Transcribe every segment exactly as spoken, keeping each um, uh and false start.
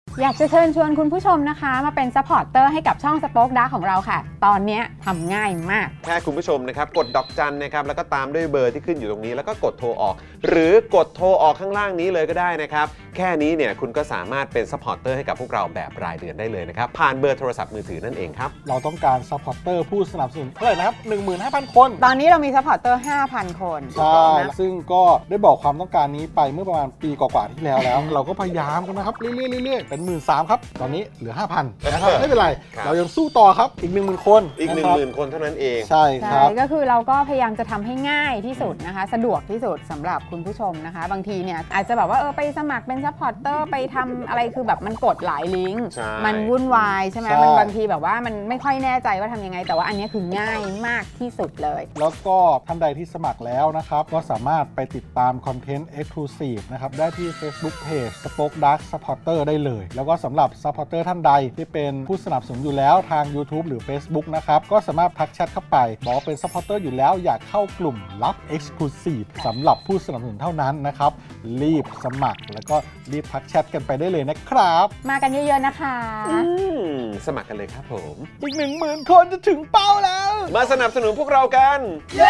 อยากจะเชิญชวนคุณผู้ชมนะคะมาเป็นซัพพอร์ตเตอร์ให้กับช่อง Spoke Dark ของเราค่ะตอนนี้ทำง่ายมากแค่คุณผู้ชมนะครับกดดอกจันนะครับแล้วก็ตามด้วยเบอร์ที่ขึ้นอยู่ตรงนี้แล้วก็กดโทรออกหรือกดโทรออกข้างล่างนี้เลยก็ได้นะครับแค่นี้เนี่ยคุณก็สามารถเป็นซัพพอร์ตเตอร์ให้กับพวกเราแบบรายเดือนได้เลยนะครับผ่านเบอร์โทรศัพท์มือถือนั่นเองครับเราต้องการซัพพอร์ตเตอร์ผู้สนับสนุนเท่าไหร่นะครับ หนึ่งหมื่นห้าพัน คนตอนนี้เรามีซัพพอร์ตเตอร์ ห้าพัน คนใช่ซึ่งก็ได้บอกความต้องการนี้ไปเมื่อประมาณปีกว่าๆที่แล้วแล้ว เราก็พยายามกันนะครับเรื่อยๆๆเป็นหมื่นสามพันครับตอนนี้เหลือ ห้าพัน นะครับไม่เป็นไรเรายังสู้ต่อครับอีก หนึ่งหมื่น คนอีก หนึ่งหมื่น คนเท่านั้นเองใช่ครับก็คือเราก็พยายามจะทำให้ง่ายที่สุดนะคะสะดวกที่สุดสำหรับคุณผู้ชมนะคะบางทีเนี่ยอาจจะแบบว่าเออไปสมัครเป็นซัพพอร์ตเตอร์ไปทำอะไรคือแบบมันกดหลายลิงก์มันวุ่นวายใช่ไหมมันบางทีแบบว่ามันไม่ค่อยแน่ใจว่าทำยังไงแต่ว่าอันนี้คือง่ายมากที่สุดเลยแล้วก็ท่านใดที่สมัครแล้วนะครับก็สามารถไปติดตามคอนเทนต์ Exclusive นะครับได้ที่ Facebook Page Spoke Dark Supporter ได้เลยแล้วก็สำหรับ Supporter ท่านใดที่เป็นผู้สนับสนุนอยู่แล้วทาง YouTube หรือ Facebook นะครับก็สามารถทักแชทเข้าไปบอกว่าเป็น Supporter อยู่แล้วอยากเข้ากลุ่มลับ Exclusive สำหรับผู้สนับสนุนเท่านั้นนะครับรีบสมัครแล้วก็รีบทักแชทกันไปได้เลยนะครับมากันเยอะๆนะคะสมัครกันเลยครับผมอีก หนึ่งหมื่น คนจะถึงเป้าแล้วมาสนับสนุนพวกเรากันเย้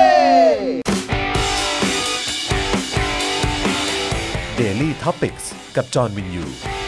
Daily Topics กับจอห์นวินยู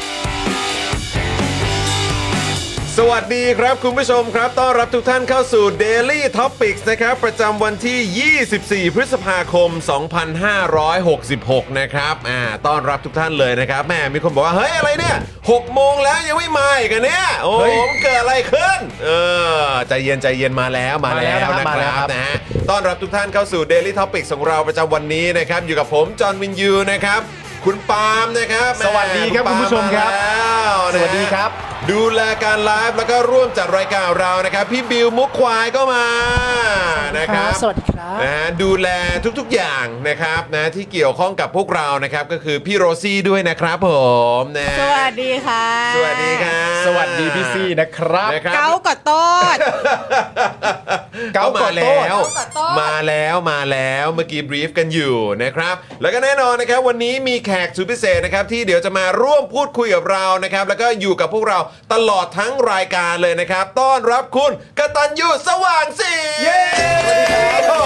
สวัสดีครับคุณผู้ชมครับต้อนรับทุกท่านเข้าสู่ Daily Topics นะครับประจำวันที่ยี่สิบสี่พฤษภาคมสองพันห้าร้อยหกสิบหกนะครับอ่าต้อนรับทุกท่านเลยนะครับแม่มีคนบอกว่าเฮ้ยอะไรเนี่ยหกโมงแล้วยังไม่มาอีกอ่ะเนี่ยโอ้โหเกิดอะไรขึ้นเออใจเย็นใจเย็นมาแล้วมาแล้วนะครับนะฮะต้อนรับทุกท่านเข้าสู่ Daily Topics ของเราประจำวันนี้นะครับอยู่กับผมจอห์นวินยูนะครับคุณปาล์มนะครับสวัสดีครับคุณผู้ชมครับสวัสดีครับดูแลการไลฟ์แล้วก็ร่วมจัดรายการเรานะครับพี่บิวมุกควายก็มานะครับสวัสดีครับนะดูแลทุกๆอย่างนะครับนะที่เกี่ยวข้องกับพวกเรานะครับก็คือพี่โรซี่ด้วยนะครับผมนะสวัสดีค่ะสวัสดีครับสวัสดีพี่ซี่นะครับเก้ากอดโต๊ดเก้ามาแล้วมาแล้วมาแล้วเมื่อกี้บรีฟกันอยู่นะครับแล้วก็แน่นอนนะครับวันนี้มีแขกสุดพิเศษนะครับที่เดี๋ยวจะมาร่วมพูดคุยกับเรานะครับแล้วก็อยู่กับพวกเราตลอดทั้งรายการเลยนะครับต้อนรับคุณกตัญญูสว่างสีเย้สวัสดีครับ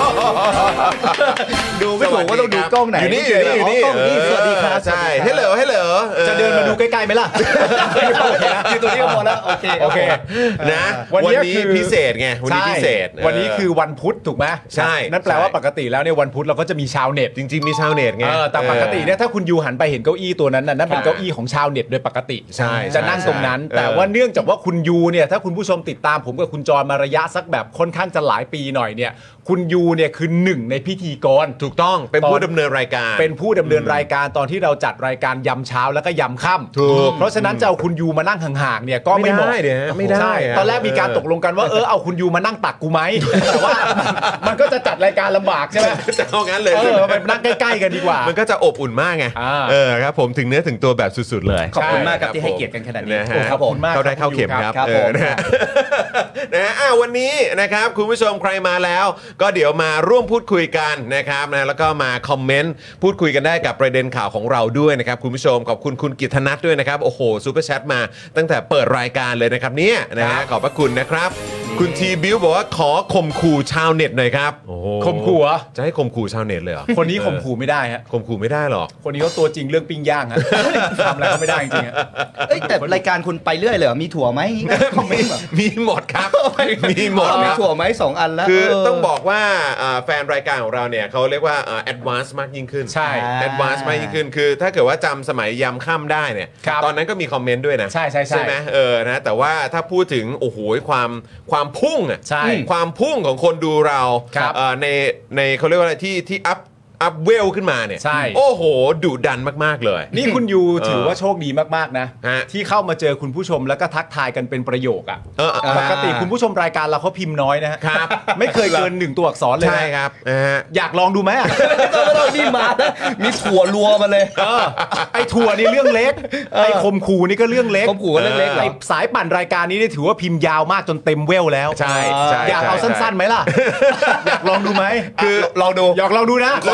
ดูไม่ถูกว่าต้องดูกล้องไหนอยู่นี่อยู่นี่อยู่นี่สวัสดีครับใช่ให้เหรอให้เหรอจะเดินมาดูใกล้ๆไหมล่ะโอเคคือตัวนี้ก็พอแล้วโอเคโอเคนะวันนี้พิเศษไงวันนี้พิเศษวันนี้คือวันพุธถูกไหมใช่นั่นแปลว่าปกติแล้วเนี่ยวันพุธเราก็จะมีชาวเน็ตจริงๆมีชาวเน็ตไงแต่ปกติเนี่ยถ้าคุณยูหันไปเห็นเก้าอี้ตัวนั้นน่ะนั่นเป็นเก้าอี้ของชาวเน็ตโดยปกติใช่จะนั่งตรงนั้นแต่ว่าเนื่องจากว่าคุณยูเนี่ยถ้าคุณผู้ชมติดตามผมกับคุณจรมาระยะสักแบบค่อนข้างจะหลายปีหน่อยเนี่ยคุณยูเนี่ยคือหนึ่งในพิธีกรถูกต้องเป็นผู้ดำเนินรายการเป็นผู้ดำเนินรายการตอนที่เราจัดรายการยำเช้าแล้วก็ยำค่ำถูกเพราะฉะนั้นจะเอาคุณยูมานั่งห่างๆเนี่ยก็ไม่เหมาะไม่ได้ตอนแรกมีการตกลงกันว่าเออเอาคุณยูมานั่งตักกูไหมแต่ว่ามันก็จะจัดรายการลำบากใช่ไหมจะเอางั้นเลยเออไปนั่งใกล้ๆกันดีกว่ามันก็จะอบอุ่นมากไงเออครับผมถึงเนื้อถึงตัวแบบสุดๆเลยขอบคุณมากครับที่ให้เกียรติกันขนาดนี้ครับผมเขาได้เข้าเข็มครับนะฮะนะฮะวันนี้นะครับคุณผู้ชมใครมาแล้วก็เดี๋ยวมาร่วมพูดคุยกันนะครับนะแล้วก็มาคอมเมนต์พูดคุยกันได้กับประเด็นข่าวของเราด้วยนะครับคุณผู้ชมขอบคุณคุณกิตนัทด้วยนะครับโอ้โหซูเปอร์แชทมาตั้งแต่เปิดรายการเลยนะครับเนี่ยนะฮะขอบพระคุณนะครับคุณทีบิวบอกว่าขอข่มขู่ชาวเน็ตหน่อยครับข่มขู่เหรอจะให้ข่มขู่ชาวเน็ตเลยเหรอคนนี้ข่มขู่ไม่ได้ฮะข่มขู่ไม่ได้หรอคนนี้เขาตัวจริงเรื่องปิ้งย่างฮะทำอะไรก็ไม่ได้จริงๆเอ้ยแต่รายการคุณไปเรื่อยเลยมีถั่วไหมมีหมดครับมีหมดมีถั่วไหมสองอันแล้วคือต้องบอกว่าแฟนรายการของเราเนี่ยเขาเรียกว่าแอดวานซ์มากยิ่งขึ้นใช่แอดวานซ์มากยิ่งขึ้นคือถ้าเกิดว่าจำสมัยยำค่ำได้เนี่ยตอนนั้นก็มีคอมเมนต์ด้วยนะใช่ใช่ใช่ไหมเออนะแต่ว่าถ้าพูดถึงโอ้โหความความพุ่งอ่ะความพุ่งของคนดูเราในในเขาเรียกว่าอะไรที่ที่อัพอัพเวลขึ้นมาเนี่ยโอ้โหดุดันมากๆเลยนี่คุณยูถือว่าโชคดีมากๆนะที่เข้ามาเจอคุณผู้ชมแล้วก็ทักทายกันเป็นประโยคอ่ะปกติคุณผู้ชมรายการเราเขาพิมพ์น้อยนะฮะไม่เคยเกินหนึ่งตัวอักษรเลยใช่ครับอยากลองดูไหมเรานี่มามีถั่วรัวมาเลยไอ้ถั่วนี่เรื่องเล็กไอ้ข่มขู่นี่ก็เรื่องเล็กข่มขู่ก็เรื่องเล็กไอ้สายปั่นรายการนี้นี่ถือว่าพิมพ์ยาวมากจนเต็มเวลแล้วใช่อยากเอาสั้นๆไหมล่ะอยากลองดูไหมคือลองดูอยากลองดูนะแล้ว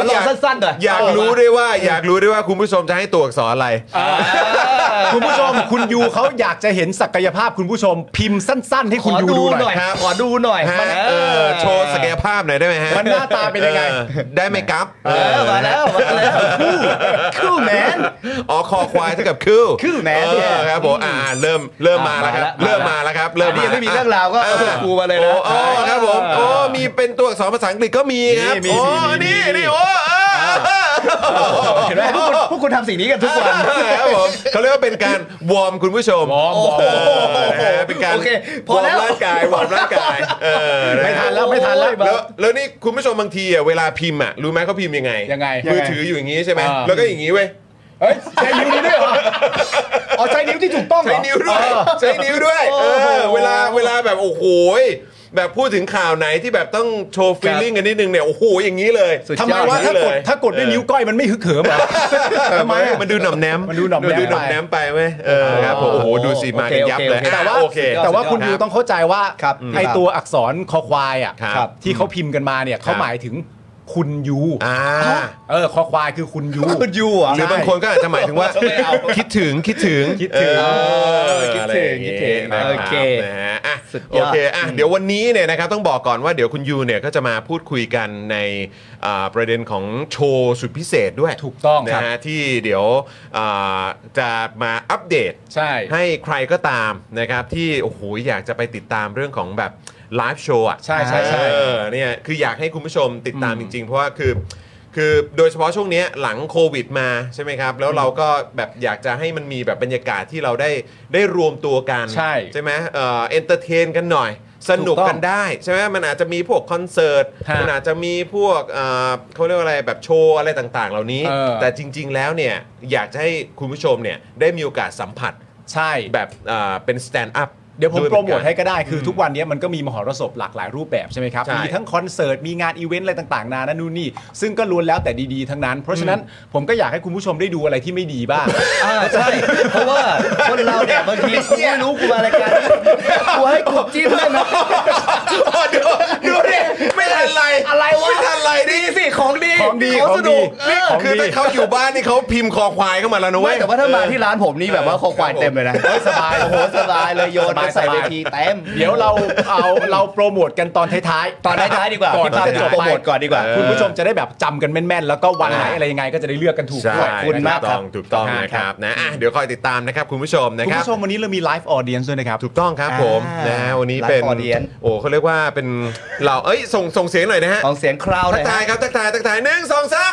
ลองสั้นๆหน่อยอยากรู้ด้วยว่าอยากรู้ด้วยว่าคุณผู้ชมจะให้ตัวอักษรอะไรคุณผู้ชมคุณยูเขาอยากจะเห็นศักยภาพคุณผู้ชมพิมพ์สั้นๆให้คุณยูดูหน่อยขอดูหน่อยฮะเออโชว์ศักยภาพหน่อยได้ไหมฮะมันหน้าตาเป็นยังไงได้ไหมครับมาแล้วมาแล้วคู่คู่แมนอ๋อคอควายเท่ากับคู่คู่แมนครับผมอ่าเริ่มเริ่มมาแล้วครับเริ่มมาแล้วครับเริ่มมาไม่มีเรื่องราวก็กูมาเลยนะอ๋อครับผมโอ้มีเป็นตัวอักษรภาษาอังกฤษก็มีครับโอ้นี่นี่โอ้เห็นไหมพวกคุณพวกคุณทำสิ่งนี้กันทุกวันครับผมเขาเรียกว่าเป็นการวอร์มคุณผู้ชมวอร์มวอร์มเป็นการวอร์มร่างกายวอร์มร่างกายไม่ทันแล้วไม่ทันแล้วแล้วนี่คุณผู้ชมบางทีอ่ะเวลาพิมพ์อ่ะรู้ไหมเขาพิมพ์ยังไงยังไงมือถืออยู่อย่างนี้ใช่ไหมแล้วก็อย่างนี้เว้ยเฮ้ยใช้นิ้วนี้ด้วยเหรออ๋อใช้นิ้วที่ถูกต้องเหรอใช้นิ้วด้วยใช้นิ้วด้วยเออเวลาเวลาแบบโอ้โหแบบพูดถึงข่าวไหนที่แบบต้องโชว์ฟีลลิ่งกันนิดนึงเนี่ยโอ้โหอย่างนี้เลยทำไมว่าถ้ากดถ้ากดด้วยนิ้วก้อยมันไม่ฮึกเหิมเหรอทำไมมันดูหน่อมแนมมันดูหน่อมแนมดูหน่อมแนมไปไหมเออครับโอ้โหดูสีมากันยับเลยแต่ว่าแต่ว่าคุณยูต้องเข้าใจว่าไอตัวอักษรคอควายอ่ะที่เขาพิมพ์กันมาเนี่ยเขาหมายถึงคุณยูอ่าเออคอควายคือคุณยูคุณยูอ่ะหรือบางคนก็อาจจะหมายถึงว่าคิดถึงคิดถึงคิดถึงคิดถึงคิดถึงโอเคนะฮะอ่ะโอเคอ่ะเดี๋ยววันนี้เนี่ยนะครับต้องบอกก่อนว่าเดี๋ยวคุณยูเนี่ยก็จะมาพูดคุยกันในประเด็นของโชว์สุดพิเศษด้วยถูกต้องนะฮะที่เดี๋ยวจะมาอัปเดตใช่ให้ใครก็ตามนะครับที่โอ้โหอยากจะไปติดตามเรื่องของแบบไลฟ์โชว์อ่ะใช่ใช่ใช่เนี่ยคืออยากให้คุณผู้ชมติดตามจริงๆเพราะว่าคือคือโดยเฉพาะช่วงนี้หลังโควิดมาใช่ไหมครับแล้วเราก็แบบอยากจะให้มันมีแบบบรรยากาศที่เราได้ได้รวมตัวกันใช่ใช่ไหมเอ่อเอนเตอร์เทนกันหน่อยสนุกกันได้ใช่ไหมมันอาจจะมีพวกคอนเสิร์ตมันอาจจะมีพวกเอ่อเขาเรียกว่าอะไรแบบโชว์อะไรต่างๆเหล่านี้แต่จริงๆแล้วเนี่ยอยากจะให้คุณผู้ชมเนี่ยได้มีโอกาสสัมผัสใช่แบบเอ่อเป็นสแตนด์อัพเดี๋ยวผมโปรโมทให้ก็ได้คือทุกวันนี้มันก็มีมหรสพหลากหลายรูปแบบใช่ไหมครับมีทั้งคอนเสิร์ตมีงานอีเวนต์อะไรต่างๆนานานู่นนี่ซึ่งก็ล้วนแล้วแต่ดีๆทั้งนั้นเพราะฉะนั้นผมก็อยากให้คุณผู้ชมได้ดูอะไรที่ไม่ดีบ้างอ่าใช่เพราะว่าคนเราเนี่ยบางทีกูไม่รู้กูมารายการกูให้กูจิ้มได้ไหมดูดูดิไม่ทันไรอะไรวะไม่ทันไรดีสิของดีของดีของสนุกคือถ้าเขาอยู่บ้านนี่เขาพิมพ์คอควายเข้ามาแล้วนะเว้ยแต่ว่าถ้ามาที่ร้านผมนี่แบบว่าคอควายเต็มเลยนะสบายโอ้โหสบายเลยโยนใส่เวทีเต็มเดี๋ยวเราเอาเราโปรโมทกันตอนท้ายๆตอนท้ายๆดีกว่าก่อนที่จะจบโปรโมทก่อนดีกว่าคุณผู้ชมจะได้แบบจำกันแม่นๆแล้วก็วันไหนอะไรยังไงก็จะได้เลือกกันถูกขอบคุณมากครับถูกต้องนะครับนะเดี๋ยวคอยติดตามนะครับคุณผู้ชมนะครับคุณผู้ชมวันนี้เรามีไลฟ์ออเดียนซ์ด้วยนะครับถูกต้องครับผมนะฮะวันนี้เป็นโอ้เขาเรียกว่าเป็นเราเอ้ยส่งส่งเสียงหน่อยนะฮะส่งเสียงคราวทักทายครับทักทายทักทายหนึ่งสองสาม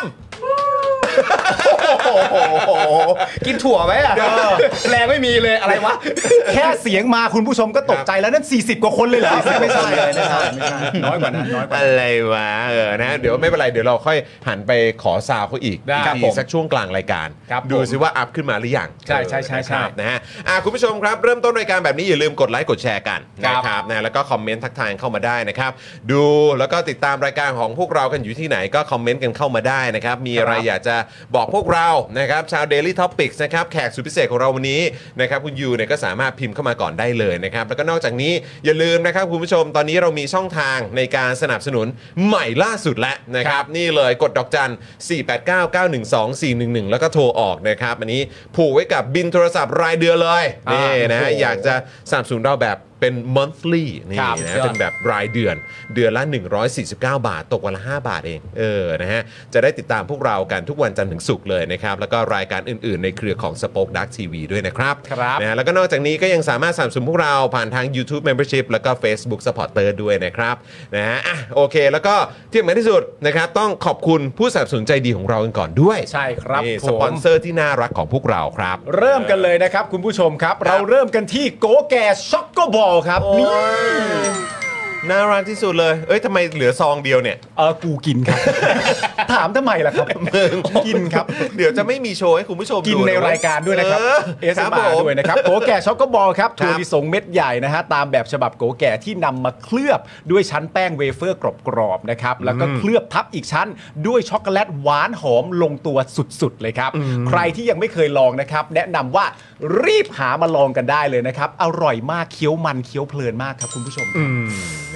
กินถั่วไหมอ่ะแรงไม่มีเลยอะไรวะแค่เสียงมาคุณผู้ชมก็ตกใจแล้วนั่นสี่สิบกว่าคนเลยเหรอไม่ใช่เลยไม่ใช่ไม่ใช่น้อยกว่านั้นน้อยกว่าอะไรวะเออนะเดี๋ยวไม่เป็นไรเดี๋ยวเราค่อยหันไปขอซาวเขาอีกทีสักช่วงกลางรายการดูซิว่าอัพขึ้นมาหรือยังใช่ใช่ใช่ใช่นะฮะอ่ะคุณผู้ชมครับเริ่มต้นรายการแบบนี้อย่าลืมกดไลค์กดแชร์กันนะครับนะแล้วก็คอมเมนต์ทักทายเข้ามาได้นะครับดูแล้วก็ติดตามรายการของพวกเรากันอยู่ที่ไหนก็คอมเมนต์กันเข้ามาได้นะครับมีอะไรอยากจะบอกพวกเรานะครับชาว Daily Topics นะครับแขกสุดพิเศษของเราวันนี้นะครับคุณยูเนี่ยก็สามารถพิมพ์เข้ามาก่อนได้เลยนะครับแล้วก็นอกจากนี้อย่าลืมนะครับคุณผู้ชมตอนนี้เรามีช่องทางในการสนับสนุนใหม่ล่าสุดแล้วนะครับนี่เลยกดดอกจันสี่ แปด เก้า เก้า หนึ่ง สอง สี่ หนึ่ง หนึ่งแล้วก็โทรออกนะครับอันนี้ผูกไว้กับบินโทรศัพท์รายเดือนเลยนี่นะอยากจะสนับสนุนเราแบบเป็น monthly นี่นะเป็นแบบรายเดือนเดือนละหนึ่งร้อยสี่สิบเก้าบาทตกวันละห้าบาทเองเออนะฮะจะได้ติดตามพวกเรากันทุกวันจันทร์ถึงศุกร์เลยนะครับแล้วก็รายการอื่นๆในเครือของ Spoke Dark ที วี ด้วยนะครับนะแล้วก็นอกจากนี้ก็ยังสามารถสนับสนุนพวกเราผ่านทาง YouTube Membership แล้วก็ Facebook Supporter ด้วยนะครับนะฮะอ่ะโอเคแล้วก็ที่สำคัญที่สุดนะครับต้องขอบคุณผู้สนับสนุนใจดีของเรากันก่อนด้วยใช่ครับนี่สปอนเซอร์ที่น่ารักของพวกเราครับเริ่มกันเลยนะครับคุณผู้ชมครับเราเริ่มกันที่โกแก่ช็อกโกบอลครับนี่น่ารักที่สุดเลยเอ้ยทำไมเหลือซองเดียวเนี่ยเออกูกินครับถามทำไมล่ะครับมึงกินครับเดี๋ยวจะไม่มีโชว์ให้คุณผู้ชมกินในรายการด้วยนะครับเอสมาด้วยนะครับโกแก่ช็อกโกบอลครับถั่วลิสงเม็ดใหญ่นะฮะตามแบบฉบับโกแก่ที่นำมาเคลือบด้วยชั้นแป้งเวเฟอร์กรอบๆนะครับแล้วก็เคลือบทับอีกชั้นด้วยช็อกโกแลตหวานหอมลงตัวสุดๆเลยครับใครที่ยังไม่เคยลองนะครับแนะนำว่ารีบหามาลองกันได้เลยนะครับอร่อยมากเคี้ยวมันเคี้ยวเพลินมากครับคุณผู้ชม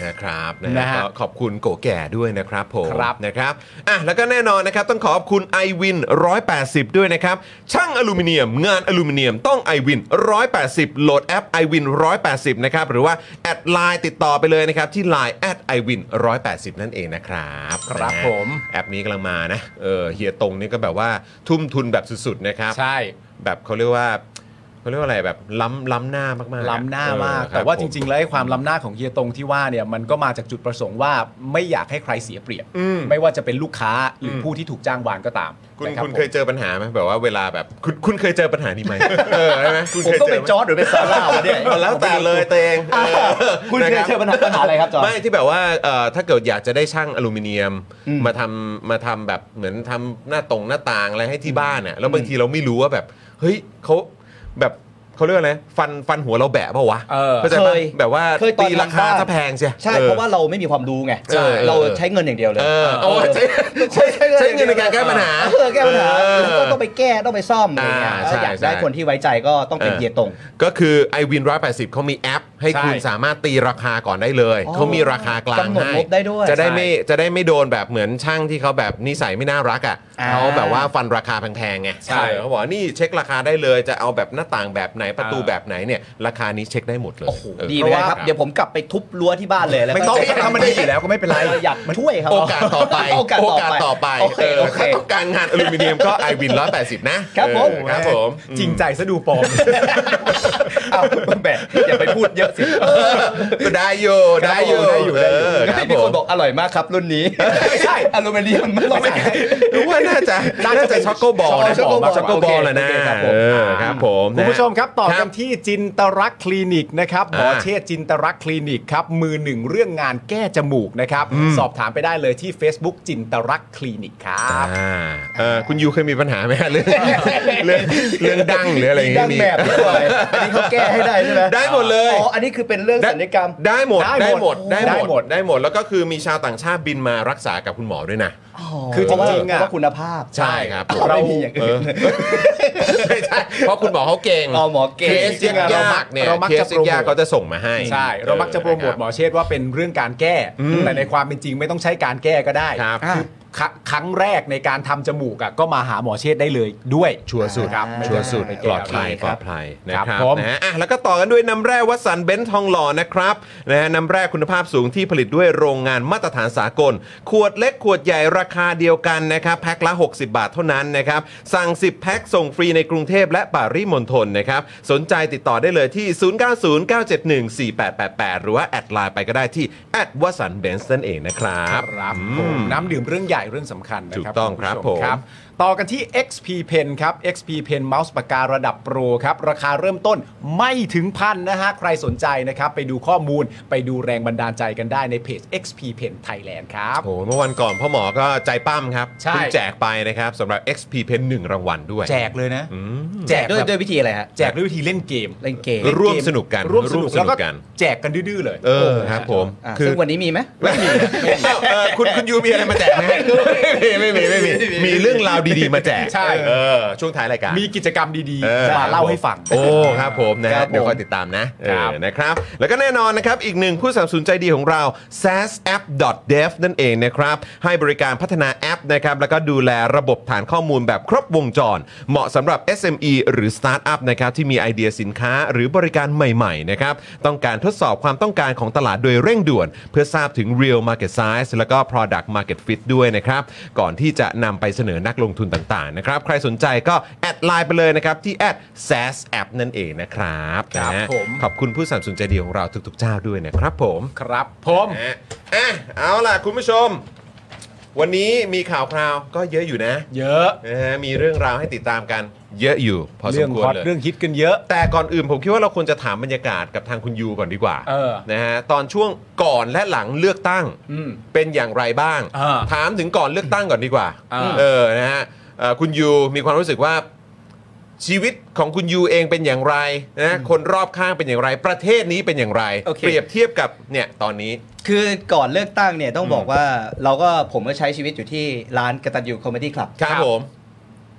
นะครับนะนะฮะฮะก็ขอบคุณโกแก่ด้วยนะครับผมครับนะครับอ่ะแล้วก็แน่นอนนะครับต้องขอบคุณ ไอ วิน หนึ่งร้อยแปดสิบด้วยนะครับช่างอลูมิเนียมงานอลูมิเนียมต้อง ไอ วิน หนึ่งร้อยแปดสิบโหลดแอป ไอ วิน หนึ่งร้อยแปดสิบนะครับหรือว่าแอดไลน์ติดต่อไปเลยนะครับที่ ไลน์ แอท ไอ วิน หนึ่งร้อยแปดสิบนั่นเองนะครับครับนะฮะผมแอปนี้กำลังมานะเออเฮียตงนี่ก็แบบว่าทุ่มทุนแบบสุดๆนะครับใช่แบบเขาเรียกว่าเขาเรียกว่าอะไรแบบล้ำล้ำหน้ามากๆล้ำหน้ามากเออคบแต่ว่าผมจริงๆแล้วไอ้ความล้ำหน้าของเฮียตงที่ว่าเนี่ยมันก็มาจากจุดประสงค์ว่าไม่อยากให้ใครเสียเปรียบอืมไม่ว่าจะเป็นลูกค้าหรือมผู้ที่ถูกจ้างวานก็ตามคุณนะรับคุณผมเคยเจอปัญหาไหมแบบว่าเวลาแบบคุณคุณเคยเจอปัญหานี้ไหม เออใช่ไหมคุณผมเคยต้องเจอเป็นไหมจอร์ดหรือเป็นซาร่าวะเนี่ยแล้วแต่เลยตัวเองอ่าคุณเคยเจอปัญหาปัญหาอะไรครับจอร์ดไม่ที่แบบว่าเอ่อถ้าเกิดอยากจะได้ช่างอลูมิเนียมอืมมาทำมาทำแบบเหมือนทำหน้าตรงหน้าต่างอะไรให้ที่บ้านเนี่ยแล้วบางทีเราไม่รู้ว่าแบบเฮ้ยเขาแบบเขาเรียกอะไรฟันฟันหัวเราแบะเปล่าวะเออเข้าใจเคปะยแบบว่าเคยตอนตีราคาทำบ้านถ้าแพงใช่ใช่เพราะว่าเราไม่มีความรู้ไงใช่เราใช้เงินอย่างเดียวเลยเออเอาใช้ใช้ใช้เงินในการแก้ปัญหาเออแก้ปัญหาเออแล้วก็ต้องไปแก้ต้องไปซ่อมอะไรเงี้ยอ่าแล้วอยากใช่ได้ใช่คนที่ไว้ใจก็ต้องเป็นเออเฮียตงก็คือ ไอ วิน หนึ่งร้อยแปดสิบเขามีแอป ให้ใช่คุณสามารถตีราคาก่อนได้เลยอ๋อเขามีราคากลางกำหนดให้งบได้ด้วยจะได้ใช่ไม่จะได้ไม่โดนแบบเหมือนช่างที่เขาแบบนิสัยไม่น่ารักอ่ะอ่าเขาแบบว่าฟันราคาแพงๆไงใช่เออเขาบอกว่านี่เช็คราคาได้เลยจะเอาแบบหน้าต่างแบบไหนประตูอ่าแบบไหนเนี่ยราคานี้เช็คได้หมดเลยโอ้โหเออดีไหมครับ เดี๋ยวผมกลับไปทุบรั้วที่บ้านเลยแล้วไม่ต้องทำมันดีอยู่แล้วก็ไม่เป็นไรอยากช่วยครับโอกาสต่อไปโอกาสต่อไปต่อไปโอเคเออโอเคถ้าต้องการงานอลูมิเนียมก็ ไอ วิน หนึ่งร้อยแปดสิบนะครับผมเออครับผมจริงใจซะดูปลอมอ้าวแบะอย่าไปพูดเยอะสิก็ได้อยู่ได้อยู่ได้อยู่ได้อยู่เออครับมีผคมนบอกอร่อยมากครับรุ่นนี้ไม่ใช่อลูมิเนียมไม่ใช่รู้ว่าน่าจะน่าจะช็อกโกบอลนะช็อกโกบอลช็อกโกบอลแหละนะโอเคครับผมเออครับผมคุณผู้ชมครับต่อคกัรันบที่จินตรักษณ์คลินิกนะครับหมออ่าเชษฐ์จินตรักษณ์คลินิกครับมือหนึ่งเรื่องงานแก้จมูกนะครับสอบถามไปได้เลยที่ Facebook จินตรักษณ์คลินิกครับอ่าเออคุณยูเคยมีปัญหาไหมฮะเรื่องเรื่องเรื่องดังหรืออะไรอย่างดัเงี้งยมีแบบนี้ด้วยอันนี้เขาแก้ให้ได้ใช่ไหมได้หมดเลยอ๋ออันนี้คือเป็นเรื่องศัลยกรรมได้หมดได้ได้หหมมดดได้ได้หหมมดดได้หมดแล้วก็คือมีชาวต่างชาติบินมารักษากับคุณหมอด้วยนะคือจริงๆอะเพาะว่าคุณภาพใช่ครับผมเราไม่มีอย่างอื่นไม่ใช่เพราะคุณหมอเขาเก่งอ๋อหมอเก่งเคสยากๆเนี่ยเรามักเคจะสยากๆเขาจะส่งมาให้ใช่ เรามักจะโปรโมทหมอเชษฐ์ว่าเป็นเรื่องการแก้ แต่ในความเป็นจริงไม่ต้องใช้การแก้ก็ได้ครับคือครัครั้งแรกในการทำจมูกอะก็มาหาหมอเชษฐ์ได้เลยด้วยชัวร์สุดครับชัวร์สุดไม่ปลอดภัยไม่ปลอดภัยนะคครัรับบผมนะฮะอ่ะแล้วก็ต่อกันด้วยน้ำแร่วัดสันเบนซ์ทองหล่อนะครับนะฮะน้ำแร่คุณภาพสูงที่ผลิตด้วยโรงงานมาตรฐานสากล ขวดเล็กขวดใหญ่ราคาเดียวกันนะครับแพ็คละหกสิบบาทเท่านั้นนะครับสั่งสิบแพ็คส่งฟรีในกรุงเทพและปริมณฑลนะครับสนใจติดต่อได้เลยที่ ศูนย์ เก้า ศูนย์ เก้า เจ็ด หนึ่ง สี่ แปด แปด แปด หรือว่าแอดไลน์ไปก็ได้ที่แอดวัดสันเบนซ์นั่นเองนะครับครับผมน้ำดื่มเรื่องใหญ่เรื่องสำคัญนะถูกครับต้องครับณผู้ชผมต่อกันที่ เอ็กซ์ พี Pen ครับ เอ็กซ์ พี Pen เมาส์ปากการะดับโปรครับ ราคาเริ่มต้นไม่ถึงพันนะฮะ ใครสนใจนะครับ ไปดูข้อมูลไปดูแรงบันดาลใจกันได้ในเพจ เอ็กซ์ พี Pen Thailand ครับโอ้โหเมื่อวันก่อนพ่อหมอก็ใจปั้มครับใช่เพิ่งแจกไปนะครับสำหรับ เอ็กซ์ พี Pen หนึ่งรางวัลด้วยแจกเลยนะแจกด้วยแบบด้วยวิธีอะไรฮะแจกด้วยวิธีเล่นเกมเล่นเกมร่วมสนุกกันร่วมสนุกร่วมสนุกแล้วก็กันแจกกันดื้อๆเลยเออครับผมอ่ะคือซึ่งวันนี้มีไหมไม่มีเออคุณคุณยูมีอะไรมาแจกไหมไม่มีไม่มีไม่มีมีเรื่องราวดีๆมาแจกใช่เออช่วงท้ายรายการมีกิจกรรมดีเออๆมาเล่าให้ฟังโอ้ครับผมนะครัฮะบผมเดี๋ยวคอยติดตามนะเอครัอบ นะครับแล้วก็แน่นอนนะครับอีกหนึ่งผู้สนับสนุนใจดีของเรา แซส แอป ดอท เดฟ นั่นเองนะครับให้บริการพัฒนาแอปนะครับแล้วก็ดูแลระบบฐานข้อมูลแบบครบวงจร เหมาะสำหรับ เอส เอ็ม อี หรือสตาร์ทอัพนะครับที่มีไอเดียสินค้าหรือบริการใหม่ๆนะครับต้องการทดสอบความต้องการของตลาดโดยเร่งด่วน เพื่อทราบถึง real market size แล้วก็ product market fit ด้วยนะครับก่อนที่จะนำไปเสนอนักลงทุนต่างๆนะครับใครสนใจก็แอดไลน์ไปเลยนะครับที่ แอท แซส แอป นั่นเองนะครับครับนะฮะผมขอบคุณผู้สนับสนุนใจดีของเราทุกๆเจ้าด้วยนะครับผมครับผมนะฮะอ่ะเอาล่ะคุณผู้ชม วันนี้มีข่าวคราวก็เยอะอยู่นะเยอะนะฮะมีเรื่องราวให้ติดตามกันเยอะอยู่พอสเรื่มองควรฮอตเลยเรื่องฮิตกันเยอะแต่ก่อนอื่นผมคิดว่าเราควรจะถามบรรยากาศกับทางคุณยูก่อนดีกว่าเออนะฮะตอนช่วงก่อนและหลังเลือกตั้งอืมเป็นอย่างไรบ้างอ่าถามถึงก่อนเลือกตั้งก่อนดีกว่าอ่าเออนะฮะเอ่อคุณยูมีความรู้สึกว่าชีวิตของคุณยูเองเป็นอย่างไรนะคนรอบข้างเป็นอย่างไร ประเทศนี้เป็นอย่างไรโอเคเปรียบเทียบกับเนี่ยตอนนี้คือก่อนเลือกตั้งเนี่ยต้องบอกว่าเราก็ผมก็ใช้ชีวิตอยู่ที่ร้านกตัญญูคอมเมดี้คลับครับผม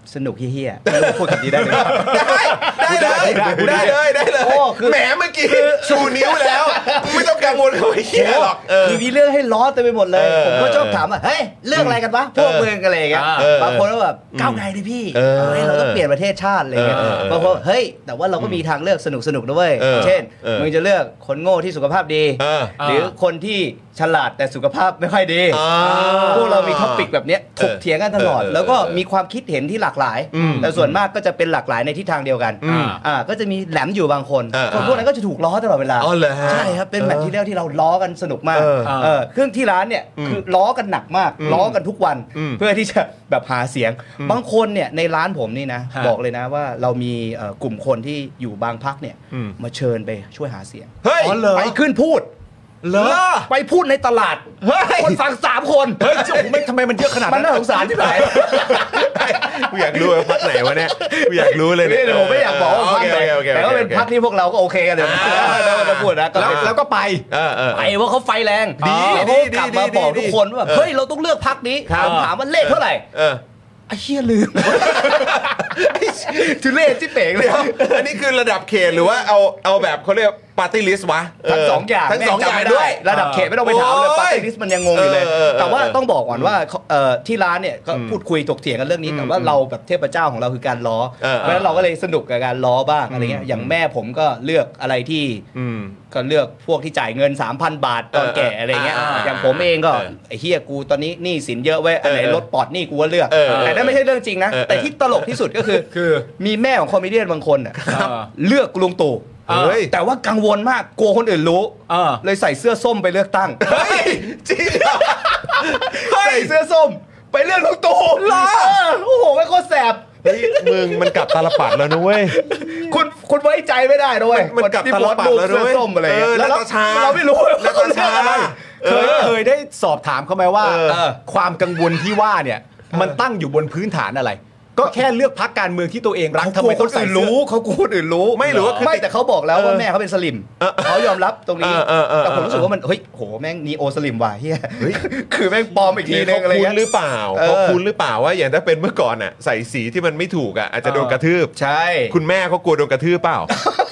สนุกเฮี้ยๆพูดคำนี้ได้ไหมได้ได้เลยได้เลยได้เลยโอ้คือแหมเมื่อกี้ชูนิ้วแล้ว ไม่ต้องกังวลเขาไอ้เหี้ยหรอกเออมีเรื่องให้ล้อเต็มไปหมดเลยเออผมก็ชอบถามว่าเฮ้ยเรื่องอะไรกันวะพวกเมืองกันอะไรอย่างเงี้ยเออบางคนก็แบบก้าวไกลดิพี่เออเฮ้ยเราต้องเปลี่ยนประเทศชาติอะไรเงี้ยเออเออบางคนเฮ้ยแต่ว่าเราก็มีทางเลือกสนุกสนุกๆด้วยเออเช่นเออมึงจะเลือกคนโง่ที่สุขภาพดีเออหรือคนที่ฉลาดแต่สุขภาพไม่ค่อยดีอ่าพวกเรามีท็อปิกแบบเนี้ยถกเถียงกันตลอดเออเออแล้วก็มีความคิดเห็นที่หลากหลายอืมแต่ส่วนมากก็จะเป็นหลากหลายในทิศทางเดียวกันอืมอ่าก็จะมีแหลมอยู่บางคนเออคนพวกนั้นก็จะถูกล้อตลอดเวลาอ๋อเหรอฮะใช่ครับเป็นแมทที่เรียลที่เราล้อกันสนุกมากเออเออเครื่องที่ร้านเนี่ยคือล้อกันหนักมากอืมล้อกันทุกวันอืมเพื่อที่จะแบบหาเสียง บางคนเนี่ยในร้านผมนี่นะฮะบอกเลยนะว่าเรามีเอ่อกลุ่มคนที่อยู่บางพักเนี่ยอืมมาเชิญไปช่วยหาเสียงเฮ้ยอ๋อเหรอไปขึ้นพูดเหรอไปพูดในตลาดเฮ้ยคนฟังสามคนเฮ้ยโอ้โหไม่ทำไมมันเยอะขนาดมันนั้นน่าสงสารที่ไหนกูอยากรู้ว่าพักไหนวะเนี่ยกูอยากรู้เลยเนี่ยนี่ผมไม่อยากบอกว่าพักไหนโอเคโอเคโอเคแต่ว่าเป็นพักที่พวกเราก็โอเคกันเดี๋ยวอ่าเราจะพูดนะก็แล้วเป็นแล้วก็ไปเออเออไปว่าเขาไฟแรงดีแล้วดีเขากลับดีมาดีบอกดีทุกคนว่าแบบเออเฮ้ยเราต้องเลือกพักนี้ครับผมถามว่าเลขเท่าไหร่เออไอ้เหี้ยลืมทุเรศที่เป๋งเลยเดี๋ยวอันนี้คือระดับเขตหรือว่าเอาเอาแบบเขาเรียกปาร์ตี้ลิสต์วะทั้งสองอย่างทั้งสองอย่างแม่จำไม่ด้วยระดับเขตไม่ต้องไปถามเลยโอ้ยปาร์ตี้ลิสต์มันยังงงอยู่เลยเออเออเออแต่ว่าต้องบอกก่อนว่าเอ่อที่ร้านเนี่ยก็อืมพูดคุยถกเถียงกันเรื่องนี้อืมแต่ว่าเราแบบเทพเจ้าของเราคือการล้อเออเออเพราะฉะนั้นเราก็เลยสนุกกับการล้อบ้างอะไรเงี้ยอย่างแม่ผมก็เลือกอะไรที่อืมก็เลือกพวกที่จ่ายเงิน สามพัน บาทตอนแก่อะไรเงี้ยเออเอออย่างผมเองก็เออไอ้เฮียกูตอนนี้หนี้สินเยอะเว้ยอันไหนเออลดปลอดหนี้กูก็เลือกเออเออแต่นั่นไม่ใช่เรื่องจริงนะเออเออแต่ที่ตลกที่สุดก็คือคือมีแม่ของคอมเมเดี้บางคนน่ะครับเลือกลุงตู่เฮ้ยแต่ว่ากังวลมากกลัวคนอื่นรู้เออเลยใส่เสื้อส้มไปเลือกตั้งเฮ้ยจริงเหรอใส่เสื้อส้มไปเลือกลุงตู่เหรอโอ้โหไม่โคตรแสบเฮ้ยมึงมันกลับตาลปัดแล้วนะเว้ยคุณคุณไว้ใจไม่ได้ด้วยมันกลับตาลปัดแล้วนะเสื้อเว้ยส้มอะไรอย่างเงี้เออยแล้วเรานาตาชาเราไม่รู้นาตาชาอะไรเคยเคยได้สอบถามเขาไหมว่าเออเออความกังวลที่ว่าเนี่ยมันตั้งอยู่บนพื้นฐานอะไร ก็แค่เลือกพรรคการเมืองที่ตัวเองรักทำทำไมไมต้คองนใส่อื่นเสื้อรู้เขากลัวคนอื่นรู้ไม่หรือว่าคือไม่แต่เขาบอกแล้วว่าเออแม่เขาเป็นสลิมเขายอมรับตรงนี้เออเออเออแต่ผมรู้สึกว่ามันเฮ้ยโหแม่งนีโอสลิมว่ะเฮียคือแม่งปลอมอีกทีนึงเขาอะไรคุ้นเงี้ยหรือเปล่าเออเขาคุ้นหรือเปล่าว่าอย่างถ้าเป็นเมื่อก่อนอ่ะใส่สีที่มันไม่ถูกอ่ะอาจจะโดนกระทืบใช่คุณแม่เขากลัวโดนกระทืบเปล่า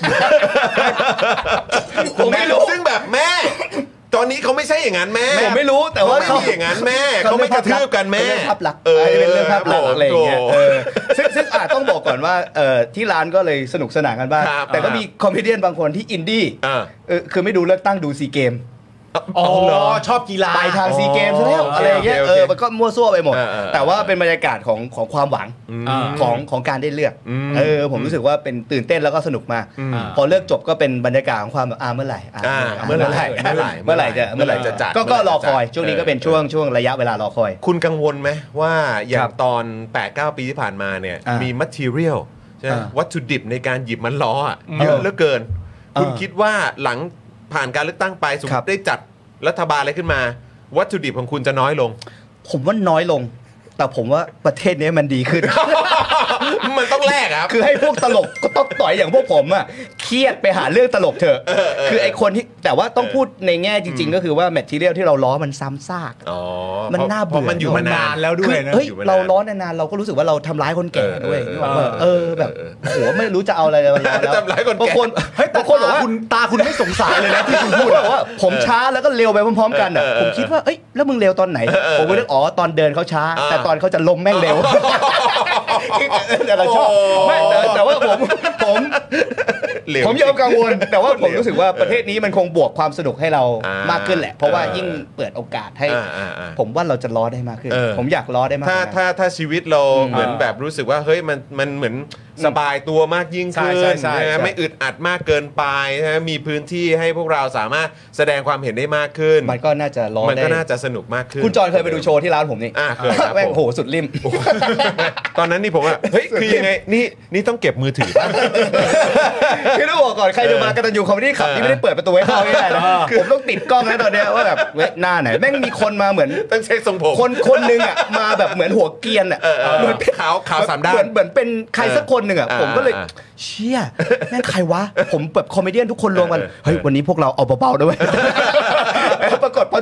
ผมไม่รู้ซึ่งแบบแม่ ตอนนี้เขาไม่ใช่อย่างนั้นแม่ผมไม่รู้แต่ว่าเขาไม่มีอย่างนั้นแม่เขาไม่กระทืบกันแม่เรื่องภาพลักษณ์เอออันนี้เป็นเรื่องภาพลักษณ์อะไรอย่างเงี้ยโถเออซึ่งซึ่งอาจต้องบอกก่อนว่าเอ่อที่ร้านก็เลยสนุกสนานกันบ้างครับแต่ก็มีคอมเมเดี้บางคนที่อินดี้อ่าเออคือไม่ดูเลือกตั้งดูซีเกมอ๋อเหรอชอบกีฬาไปทางซีเกมซะแล้วอ๋ออะไรอย่างเงี้ยโอเคเอโอเคอมันก็มั่วซั่วไปหมดเออเออแต่ว่าเป็นบรรยากาศของของความหวังอ่าของของการได้เลือกอืมเออผมรู้สึกว่าเป็นตื่นเต้นแล้วก็สนุกมากอืมพอเลือกจบก็เป็นบรรยากาศของความแบบอ่าเมื่อไหร่อ่าอ่าเมื่อไหร่เมื่อไหร่เมื่อไหร่จะเมื่อไหร่จะจัดก็ก็เมื่อไหร่รอคอยจะจัดช่วงนี้ก็เป็นช่วงช่วงระยะเวลารอคอยคุณกังวลไหมว่าอย่าครังบตอน แปดเก้า ปีที่ผ่านมาเนี่ยอ่ามีมี material ใช่ไหมอ่าวัตถุดิบในการหยิบมันล้ออะเยอะเหลือเกิน คุณอ่าคิดว่าหลังผ่านการเลือกตั้งไปสมมครับติได้จัดรัฐบาลอะไรขึ้นมา วัตถุดิบของคุณจะน้อยลงผมว่าน้อยลง แต่ผมว่าประเทศนี้มันดีขึ้นมันต้องแลกอะครับคือให้พวกตลกก็ต้องต่อยอย่างพวกผมอ่ะเครียดไปหาเรื่องตลกเถอะคือไอคนที่แต่ว่าต้องพูดในแง่จริง ๆ ก็คือว่าแมททีเรียลที่เราล้อมันซ้ำซากอ๋อมันเพระน่าเบื่อเพราะมันอยู่มานานแล้วด้คืวยอนะเฮ้ยอยู่มานานเราล้อนานๆเราก็รู้สึกว่าเราทำร้ายคนแก่ด้วยเออนึกออกปะเออแบบโหไม่รู้จะเอาอะไรมาล้อแล้วทำร้ายคนแก่บางคนเฮ้ยแต่บางคนบอกว่าคุณตาคุณไม่สงสารเลยนะที่คุณพูดบอกว่าผมช้าแล้วก็เร็วไปพร้อมๆกันอ่ะเออเออผมคิดว่าเอ้ยแล้วมึงเร็วตอนไหนผมก็นึกอ๋อตอนเดินเขาช้าอ่าแต่ตอนเขาจะล้มแม่งเร็วแต่เราชอบโอ้ไม่แต่แต่ว่าผมผมเหลวผมยอมกังวล แต่ว่าผมเหลวรู้สึกว่าประเทศนี้มันคงบวกความสนุกให้เราอ่ามมากขึ้นแหละ เพราะว่าเออยิ่งเปิดโอกาสให้อ่าอ่าอ่าผมว่าเราจะล้อได้มากขึ้นเออผมอยากล้อได้มากถ้าขึ้นถ้าถ้าชีวิตเราเหมือนแบบรู้สึกว่าเฮ้ยมันมันเหมือนสบายตัวมากยิ่งขึ้นใช่ใช่ใช่นะใช่ไม่อึดอัดมากเกินไปนะมีพื้นที่ให้พวกเราสามารถแสดงความเห็นได้มากขึ้นมันก็น่าจะล้อมันได้ก็น่าจะสนุกมากขึ้นคุณจอนเคยไปดูโชว์ที่ร้านผมนี่อ่าเคยครับแม่งผมโหสุดริมตอนนั้นนี่ผมว่าเฮ้ยคือยังไงนี่นี่ต้องเก็บมือถือป่ะคือต้องบอกก่อนใครจะมากระตันยูคอมเมดี้ขับนี่ไม่ได้เปิดประตูให้เข้าง่ายๆนะผมต้องติดกล้องนะตอนเนี้ยว่าแบบเว้ยหน้าไหนแม่งมีคนมาเหมือนต้องเช็คทรงผมคนคนหนึงอ่ะมาแบบเหมือนหัวเกรียนอ่ะเออเออเหมือนเป็นขาวขาวสามด้านเหมือนเหมือนเป็นใครสักคนหนึ่งอ่ะเออผมก็เลยเออเชี่ยแม่งใครวะ ผมแบบคอมเมเดี้ทุกคนรวมกันเออเออเฮ้ยวันนี้พวกเราเอาเบาๆด้วย ปรากฏพอจ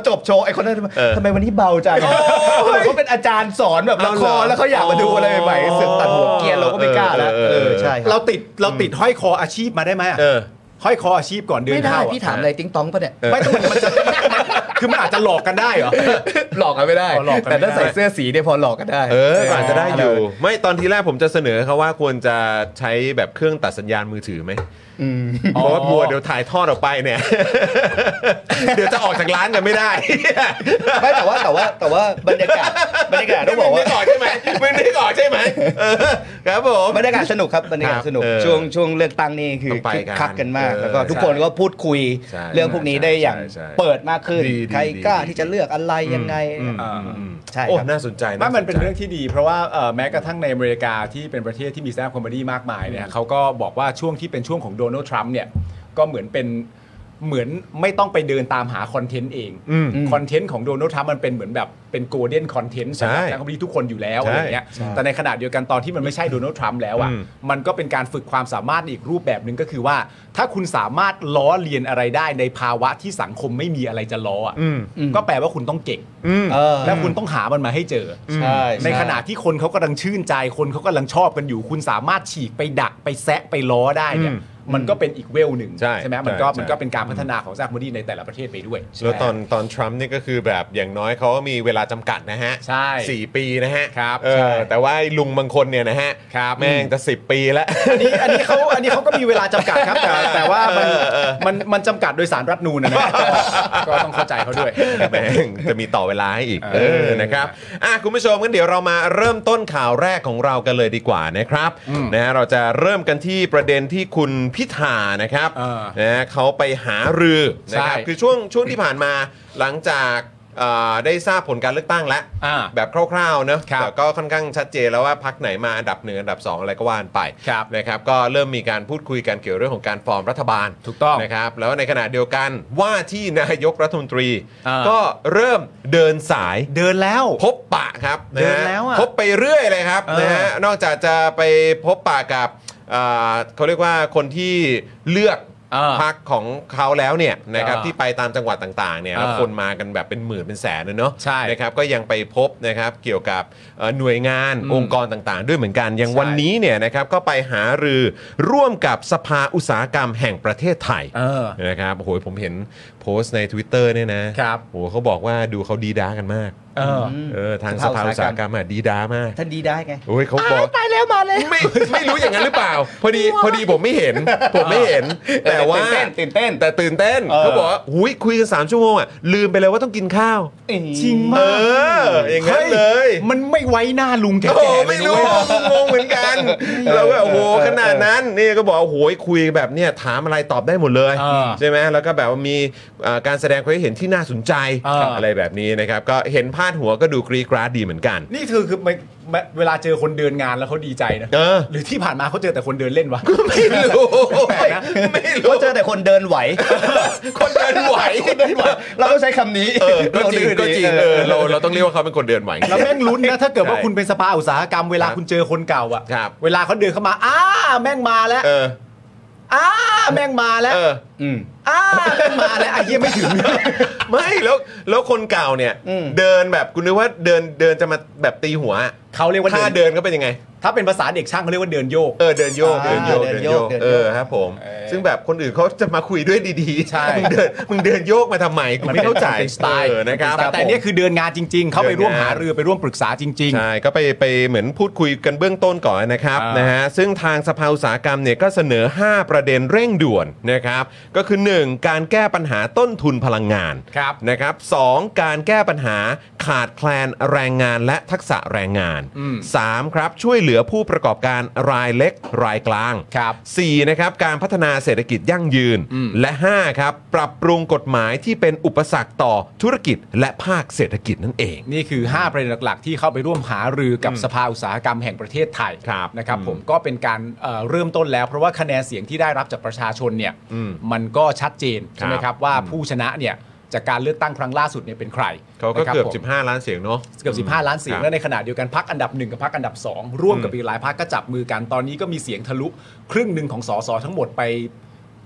จบโชว์ไอ้คนนั้นทำไมวันนี้เบาจังเขาเป็นอาจารย์สอนแบบละครแล้วเขาอยากมาดูอะไรใหม่ๆเสือกตัดหัวเกรียนเราก็ไม่กล้าแล้วเออใช่เราติดเราติดห้อยคออาชีพมาได้ไหมห้อยคออาชีพก่อนเดินเข้าไม่ได้พี่ถามอะไรติ๊งต้องปะเนี่ยไม่ต้องมันจะคือมันอาจจะหลอกกันได้เหรอหลอกกันไม่ได้แต่ถ้าใส่เสื้อสีเนี่ยพอหลอกกันได้เอออาจจะได้อยู่ไม่ตอนทีแรกผมจะเสนอเขาว่าควรจะใช้แบบเครื่องตัดสัญญาณมือถือไหมเพราะว่ากลัวเดี๋ยวถ่ายทอดออกไปเนี่ยเดี๋ยวจะออกจากร้านกันไม่ได้ไม่แต่ว่าแต่ว่าแต่ว่าบรรยากาศบรรยากาศต้องบอกว่ามึงนึกออกใช่ไหมมึงนึกออกใช่ไหมครับผมบรรยากาศสนุกครับบรรยากาศสนุกช่วงช่วงเลือกตั้งนี่คือคักกันมากแล้วก็ทุกคนก็พูดคุยเรื่องพวกนี้ได้อย่างเปิดมากขึ้นใครกล้าที่จะเลือกอะไรยังไงใช่ครับน่าสนใจนะมันเป็นเรื่องที่ดีเพราะว่าแม้กระทั่งในอเมริกาที่เป็นประเทศที่มีแซมคอมเมดี้มากมายเนี่ยเขาก็บอกว่าช่วงที่เป็นช่วงของโดนัลด์ทรัมป์เนี่ยก็เหมือนเป็นเหมือนไม่ต้องไปเดินตามหาคอนเทนต์เองคอนเทนต์ของโดนัลด์ทรัมป์มันเป็นเหมือนแบบเป็นโกลเด้นคอนเทนต์สำหรับนักคอมเมดี้ทุกคนอยู่แล้วอะไรเงี้ยแต่ในขณะเดียวกันตอนที่มันไม่ใช่โดนัลด์ทรัมป์แล้วอ่ะมันก็เป็นการฝึกความสามารถอีกรูปแบบนึงก็คือว่าถ้าคุณสามารถล้อเลียนอะไรได้ในภาวะที่สังคมไม่มีอะไรจะล้ออ่ะก็แปลว่าคุณต้องเก่งแล้วคุณต้องหามันมาให้เจอในขณะที่คนเขากำลังชื่นใจคนเขากำลังชอบกันอยู่คุณสามารถฉีกไปดักไปแซะไปล้อได้เนี่ยมันก็เป็นอีกเวลหนึ่งใช่ไหมมันก็มันก็เป็นการพัฒนาของแซคโมดี้ในแต่ละประเทศไปด้วยแล้วตอนตอนทรัมป์นี่ก็คือแบบอย่างน้อยเขาก็มีเวลาจำกัดนะฮะใช่สี่ปีนะฮะครับเออแต่ว่าลุงบางคนเนี่ยนะฮะแม่งจะสิบปีแล้วอันนี้อันนี้เขาอันนี้เขาก็มีเวลาจำกัดครับแต่แต่ว่ามันมันมันจำกัดโดยสารรัฐธรรมนูญนะก็ต้องเข้าใจเขาด้วยแม่งจะมีต่อเวลาให้อีกเออนะครับอ่ะคุณผู้ชมงั้นเดี๋ยวเรามาเริ่มต้นข่าวแรกของเรากันเลยดีกว่านะครับนะฮะเราจะเริ่มกันที่ประเด็นที่คุณพิธานะครับนะเขาไปหารือนะครับคือช่วงช่วงที่ผ่านมาหลังจากได้ทราบผลการเลือกตั้งแล้วแบบคร่าวๆเนอะแต่ก็ค่อนข้างชัดเจนแล้วว่าพรรคไหนมาอันดับหนึ่งอันดับสองอะไรก็ว่านไปนะครับก็เริ่มมีการพูดคุยกันเกี่ยวเรื่องของการฟอร์มรัฐบาลถูกต้องนะครับแล้วในขณะเดียวกันว่าที่นายกรัฐมนตรีก็เริ่มเดินสายเดินแล้วพบปะครับเดินแล้วพบไปเรื่อยเลยครับนะฮะนอกจากจะไปพบปะกับเขาเรียกว่าคนที่เลือกพรรคของเขาแล้วเนี่ยนะครับที่ไปตามจังหวัดต่างๆเนี่ยแล้วคนมากันแบบเป็นหมื่นเป็นแสนเลยเนาะนะครับก็ยังไปพบนะครับเกี่ยวกับหน่วยงานองค์กรต่างๆด้วยเหมือนกันอย่างวันนี้เนี่ยนะครับก็ไปหารือร่วมกับสภาอุตสาหกรรมแห่งประเทศไทยนะครับโอ้โหผมเห็นโพสต์ใน Twitter เนี่ยนะโอ้โหเขาบอกว่าดูเขาดีด้ากันมากเออเออทางสภาอุตสาหกรรมอ่ะดีด้ามากท่านดีด้าไงโอ้ยเขาบอกตายแล้วมาเลยไม่ไม่รู้อย่างนั้นหรือเปล่าพอดีพอดีผมไม่เห็นผมไม่เห็นแต่ว่าตื่นเต้นแต่ตื่นเต้นเขาบอกว่าหุยคุยกันสามชั่วโมงอ่ะลืมไปเลยว่าต้องกินข้าวจริงมากเอออย่างนั้นเลยมันไม่ไว้หน้าลุงแก่ๆไม่รู้งงเหมือนกันเราก็โอ้โหขนาดนั้นนี่ก็บอกโอ้โหคุยแบบเนี้ยถามอะไรตอบได้หมดเลยใช่ไหมแล้วก็แบบว่ามีการแสดงความเห็นที่น่าสนใจอะไรแบบนี้นะครับก็เห็นพาดหัวก็ดูกรีกราดดีเหมือนกันนี่คือคือเวลาเจอคนเดินงานแล้วเขาดีใจนะหรือที่ผ่านมาเขาเจอแต่คนเดินเล่นวะไม่รู้ไม่รู้เขาเจอแต่คนเดินไหวคนเดินไหวเราต้องใช้คำนี้ก็จริงก็จริงเราเราต้องเรียกว่าเขาเป็นคนเดินไหวแล้วแม่งลุ้นนะถ้าเกิดว่าคุณเป็นสภาอุตสาหกรรมเวลาคุณเจอคนเก่าอ่ะเวลาเขาเดินเข้ามาอ้าแม่งมาแล้วอ้าแม่งมาแล้วอืมอ้าแม่งมาแล้วไอ้เหี้ยไม่ถึงไม่แล้วแล้วคนเก่าเนี่ยเดินแบบคุณนึกว่าเดินเดินจะมาแบบตีหัวเขาเรียกว่าท่าเดินก็เป็นยังไงถ้าเป็นภาษาเด็กช่างเขาเรียกว่าเดินโยกเออเดินโยกเดินโยกเดินโยกเออครับผมซึ่งแบบคนอื่นเขาจะมาคุยด้วยดีๆใช่มึงเดินมึงเดินโยกมาทำไมกูไม่เข้าใจสไตล์นะครับแต่เนี่ยคือเดินงานจริงๆเขาไปร่วมหารือไปร่วมปรึกษาจริงๆใช่ก็ไปไปเหมือนพูดคุยกันเบื้องต้นก่อนนะครับนะฮะซึ่งทางสภาอุตสาหกรรมเนี่ยก็เสนอห้าประเด็นเร่งด่วนนะครับก็คือหนึ่งการแก้ปัญหาต้นทุนพลังงานนะครับสองการแก้ปัญหาขาดแคลนแรงงานและทักษะแรงงานสามครับช่วยเหลือผู้ประกอบการรายเล็กรายกลางสี่นะครับการพัฒนาเศรษฐกิจยั่งยืนและห้าครับปรับปรุงกฎหมายที่เป็นอุปสรรคต่อธุรกิจและภาคเศรษฐกิจนั่นเองนี่คือห้าประเด็นหลักๆที่เข้าไปร่วมหารือกับสภาอุตสาหกรรมแห่งประเทศไทยนะครับผมก็เป็นการเอ่อเริ่มต้นแล้วเพราะว่าคะแนนเสียงที่ได้รับจากประชาชนเนี่ยมันก็ชัดเจนใช่ไหมครับว่าผู้ชนะเนี่ยจากการเลือกตั้งครั้งล่าสุดเนี่ยเป็นใครเขาก็เกือบสิบห้าล้านเสียงเนาะเกือบสิบห้าล้านเสียงและในขณะเดียวกันพรรคอันดับหนึ่งกับพรรคอันดับสองร่วมกับอีกหลายพรรคก็จับมือกันตอนนี้ก็มีเสียงทะลุครึ่งหนึ่งของสสทั้งหมดไป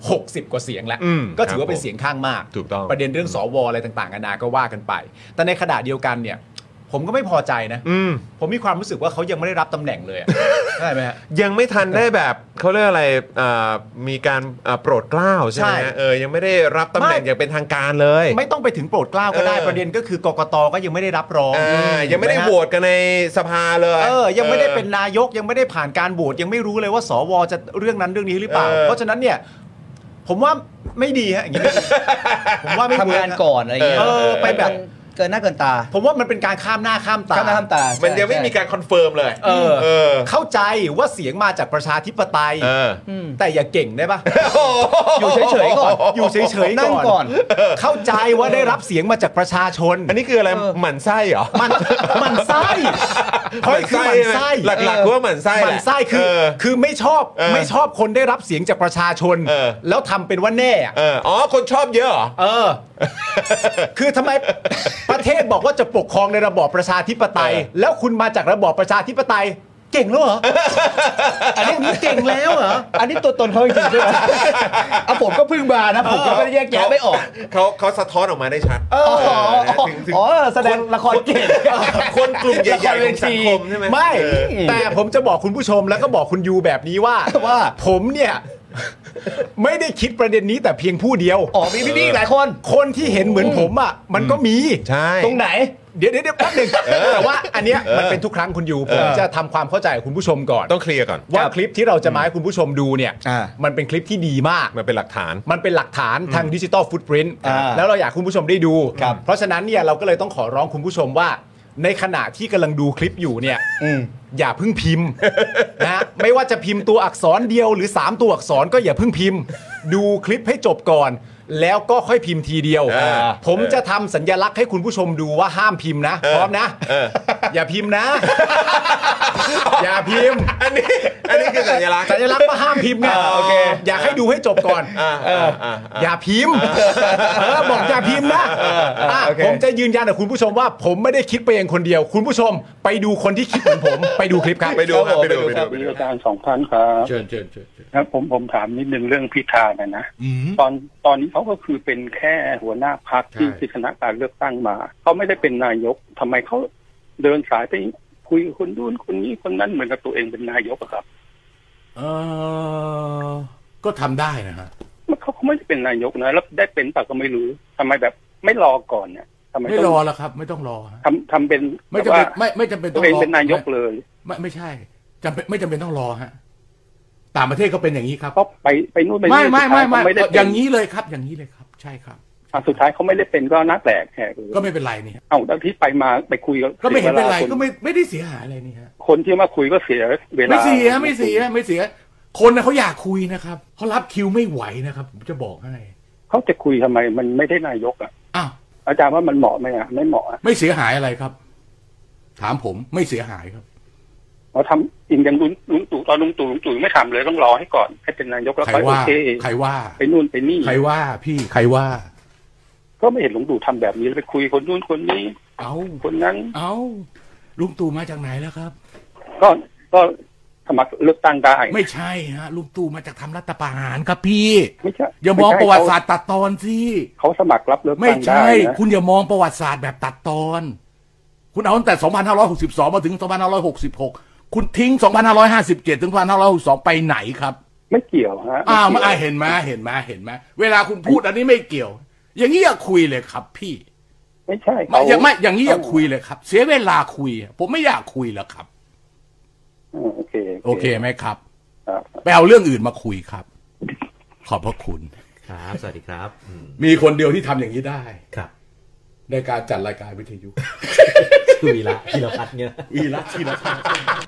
หกสิบกว่าเสียงแล้วอืมก็ถือว่าครับเป็นเสียงข้างมากถูกต้องประเด็นเรื่องสวอะไรต่างๆนานาก็ว่ากันไป แต่ในขณะเดียวกันเนี่ยผมก็ไม่พอใจนะอืมผมมีความรู้สึกว่าเขายังไม่ได้รับตำแหน่งเลยอะ ใช่ไหมฮะยังไม่ทันได้แบบเขาเรียกอะไรอ่ามีการอ่าโปรดเกล้าใช่ไหมใช่ฮะเออยังไม่ได้รับตำแหน่งไม่อย่างเป็นทางการเลยไม่ต้องไปถึงโปรดเกล้าก็ได้เออประเด็นก็คือกกตก็ยังไม่ได้รับรองอ่ายังไม่ได้ถูกโหหวตกันในสภาเลยเออยังไม่ได้เป็นนายกยังไม่ได้ผ่านการโหวตยังไม่รู้เลยว่าสวจะเรื่องนั้นเรื่องนี้หรือเปล่าเออเพราะฉะนั้นเนี่ยผมว่าไม่ดีฮะอย่างนี้ไม่ดีผมว่าไม่ทำเวิร์งานกก่อนอะไรอย่างเงี้ยเออไปแบบเกินหน้าเกินตาผมว่ามันเป็นการข้ามหน้าข้ามตาข้ามหน้าข้ามตามันยังไม่มีการคอนเฟิร์มเลยเออเออเข้าใจว่าเสียงมาจากประชาธิปไตยเออแต่อย่าเก่งได้ปะอยู่เฉยๆก่อนอยู่เฉยๆนั่งก่อนเข้าใจว่าได้รับเสียงมาจากประชาชนอันนี้คืออะไรเออหมั่นไส้เหรอมันมันไส้เพราะคือมันไส้หลักๆคือว่าหมั่นไส้หมันไส้คือเออคือไม่ชอบเออไม่ชอบคนได้รับเสียงจากประชาชนเออแล้วทำเป็นว่าแน่อะเอออ๋อคนชอบเยอะเหรอเออ คือทำไมประเทศบอกว่าจะปกครองในระบอบประชาธิปไตยเออแล้วคุณมาจากระบอบประชาธิปไตย เก่งแล้วเหรอ อันนี้คุณเก่งแล้วเหรออันนี้ตัวตนเขาจริงๆใช่ไหมเอาผมก็เพึ่งมานะ ผมก็ไม่ได้แยกแยะไม่ออกเขาเขาสะท้อนออกมาได้ชัดเออเออนะถึงถึงอ๋อแสดงละครเก่งคนกลุ่มใหญ่ๆของสังคมใช่ไหมไม่เออแต่ผมจะบอกคุณผู้ชมแล้วก็บอกคุณยูแบบนี้ว่าว่าผมเนี่ย ไม่ได้คิดประเด็นนี้แต่เพียงผู้เดียวอ๋อมีพี่ๆอีกหลายคนคนที่เห็นเหมือนผมอ่ะมันก็มีใช่ตรงไหนเดี๋ยวเดี๋ยวเดี๋ยวแป๊บหนึงแต่ว่าอันเนี้ยมันเป็นทุกครั้งคุณยูผมจะทำความเข้าใจกับคุณผู้ชมก่อนต้องเคลียร์ก่อนว่าคลิปที่เราจะมาให้คุณผู้ชมดูเนี่ยอ่ามันเป็นคลิปที่ดีมากมันเป็นหลักฐานมันเป็นหลักฐานทางดิจิตอลฟุตปรินต์อ่าแล้วเราอยากให้คุณผู้ชมได้ดูครับเพราะฉะนั้นเนี่ยเราก็เลยต้องขอร้องคุณผู้ชมว่า ในขณะที่กำลังดูคลิปอยู่เนี่ยอืมอย่าเพิ่งพิมพ์ นะฮะไม่ว่าจะพิมพ์ตัวอักษรเดียวหรือสามตัวอักษรก็อย่าเพิ่งพิมพ์ ดูคลิปให้จบก่อน แล้วก็ค่อยพิมพ์ทีเดียวเออผมจะทำสัญลักษณ์ให้คุณผู้ชมดูว่าห้ามพิมพ์นะพร้อมนะเอออย่าพิมพ์นะ อย่าพิมพ์อันนี้อันนี้คือสัญลักษณ์สัญลักษณ์ว่าห้ามพิมพ์ไงอ่าโอเคอยากให้ดูให้จบก่อนอ่าเอออ่าอ่าอย่าพิมพ์เออบอกอย่าพิมพ์นะอ่ะโอเคผมจะยืนยันกับคุณผู้ชมว่า ผมไม่ได้คิดไปเองคนเดียว คุณผู้ชมไปดูคนที่คิดเหมือนผม ไปดูคลิปครับไปดูครับไปดูไปไปดูดูไปมีดูอาจารย์สองท่านครับเชิญเชิญเชิญเชิญครับผมผมถามนิดนึงเรื่องพิธานะนะตอนตอนนี้เขาก็คือเป็นแค่หัวหน้าพรรคที่ที่ชนะการเลือกตั้งมาเขาไม่ได้เป็นนายกทำไมเขาเดินสายไปคุยกับคนนู้นคนนี้คนนั้นเหมือนกับตัวเองเป็นนายกอะครับเออก็ทำได้นะฮะเขาเขาไม่ได้เป็นนายกนะแล้วได้เป็นปะก็ไม่รู้ทำไมแบบไม่รอก่อนเนี่ยทำไมไม่ต้รองอแล้วครับ ไม่ต้องรอฮะทำทำเป็นไม่แบบจำเป็ว่านไม่ไม่จำเป็นตัต้อวงเองรอเป็นนายกเลยไม่ไม่ใช่จำเป็นไม่จำเป็นต้องรอฮะต่างประเทศก็เป็นอย่างนี้ครับเขาไปไปนู่นไปไม่นี่ไม่ไม่ไม่สุดท้ายเขาไม่ได้เป็นอย่างนี้เลยครับ อย่างนี้เลยครับ ใช่ครับอ่ะสุดท้ายเขาไม่ได้เป็นก็น่าแปลกแฮะก็ไม่เป็นไรนี่ฮะเอ้าแล้วที่ไปมาไปคุยกับก็ไม่เห็นเป็นไรสียวลาคก็ไม่ไม่ได้เสียหายอะไรนี่ฮะคนที่มาคุยก็เสียเวลาไม่เสียไม่เสียไม่เสีย คนนะเขาอยากคุยนะครับเขารับคิวไม่ไหวนะครับผมจะบอกให้เขาจะคุยทำไมมันไม่ได้นายกอ่ะอ้าวอาจารย์ว่ามันเหมาะไหมอ่ะไม่เหมาะอ่ะไม่เสียหายอะไรครับ ถามผมไม่เสียหายครับเราทำอิงอย่างลุงลุงตู่ตอนลุงตู่ลุงตู่ไม่ทำเลยต้องรอให้ก่อนให้เป็นนายกแล้วใครค่อยโอว่าเคใครว่าไปนู่นไปนี่ใครว่าพี่ใครว่าก็ไม่เห็นลุงตู่ทำแบบนี้เลยไปคุยคนนู่นคนนี้เอาคนนั้นเอาลุงตู่มาจากไหนแล้วครับก็ก็สมัครเลือกตั้งได้ไม่ใช่ฮะลุงตู่มาจากทำรัฐประหารครับพี่ไม่ใช่อย่ามองไใช่ประวัติศาสตร์ตัดตอนสิเขาสมัครรับเลือกไม่ตั้งได้ใช่นะคุณอย่ามองประวัติศาสตร์แบบตัดตอน คุณเอาตั้งแต่สองพันห้าร้อยหกสิบสองมาถึงสองพันห้าร้อยหกสิบหกคุณทิ้งสองพันห้าร้อยห้าสิบเจ็ดถึงสองพันห้าร้อยหกสิบสองไปไหนครับไม่เกี่ยวฮะอ้าวไกี่มาอ่ะเห็นไหมเห็นไหมเห็นไหมเวลาคุณพูดอันนี้ไม่เกี่ยว อย่างนี้อย่าคุยเลยครับ พี่ไม่ใช่ไม่เขาอย่างไม่อย่างนี้อย่าคุยเลยครับ เสียเวลาคุย ผมไม่อยากคุยแล้วครับอืมโอเคโอเคไหมครับครับไปเอาเรื่องอื่นมาคุยครับ ขอบพระคุณครับ สวัสดีครับอืมมีคนเดียวที่ทำอย่างนี้ได้ครับในการจัดรายการวิทยุคือวีระพีรพัฒน์เนี่ยวีระธีรพัฒน์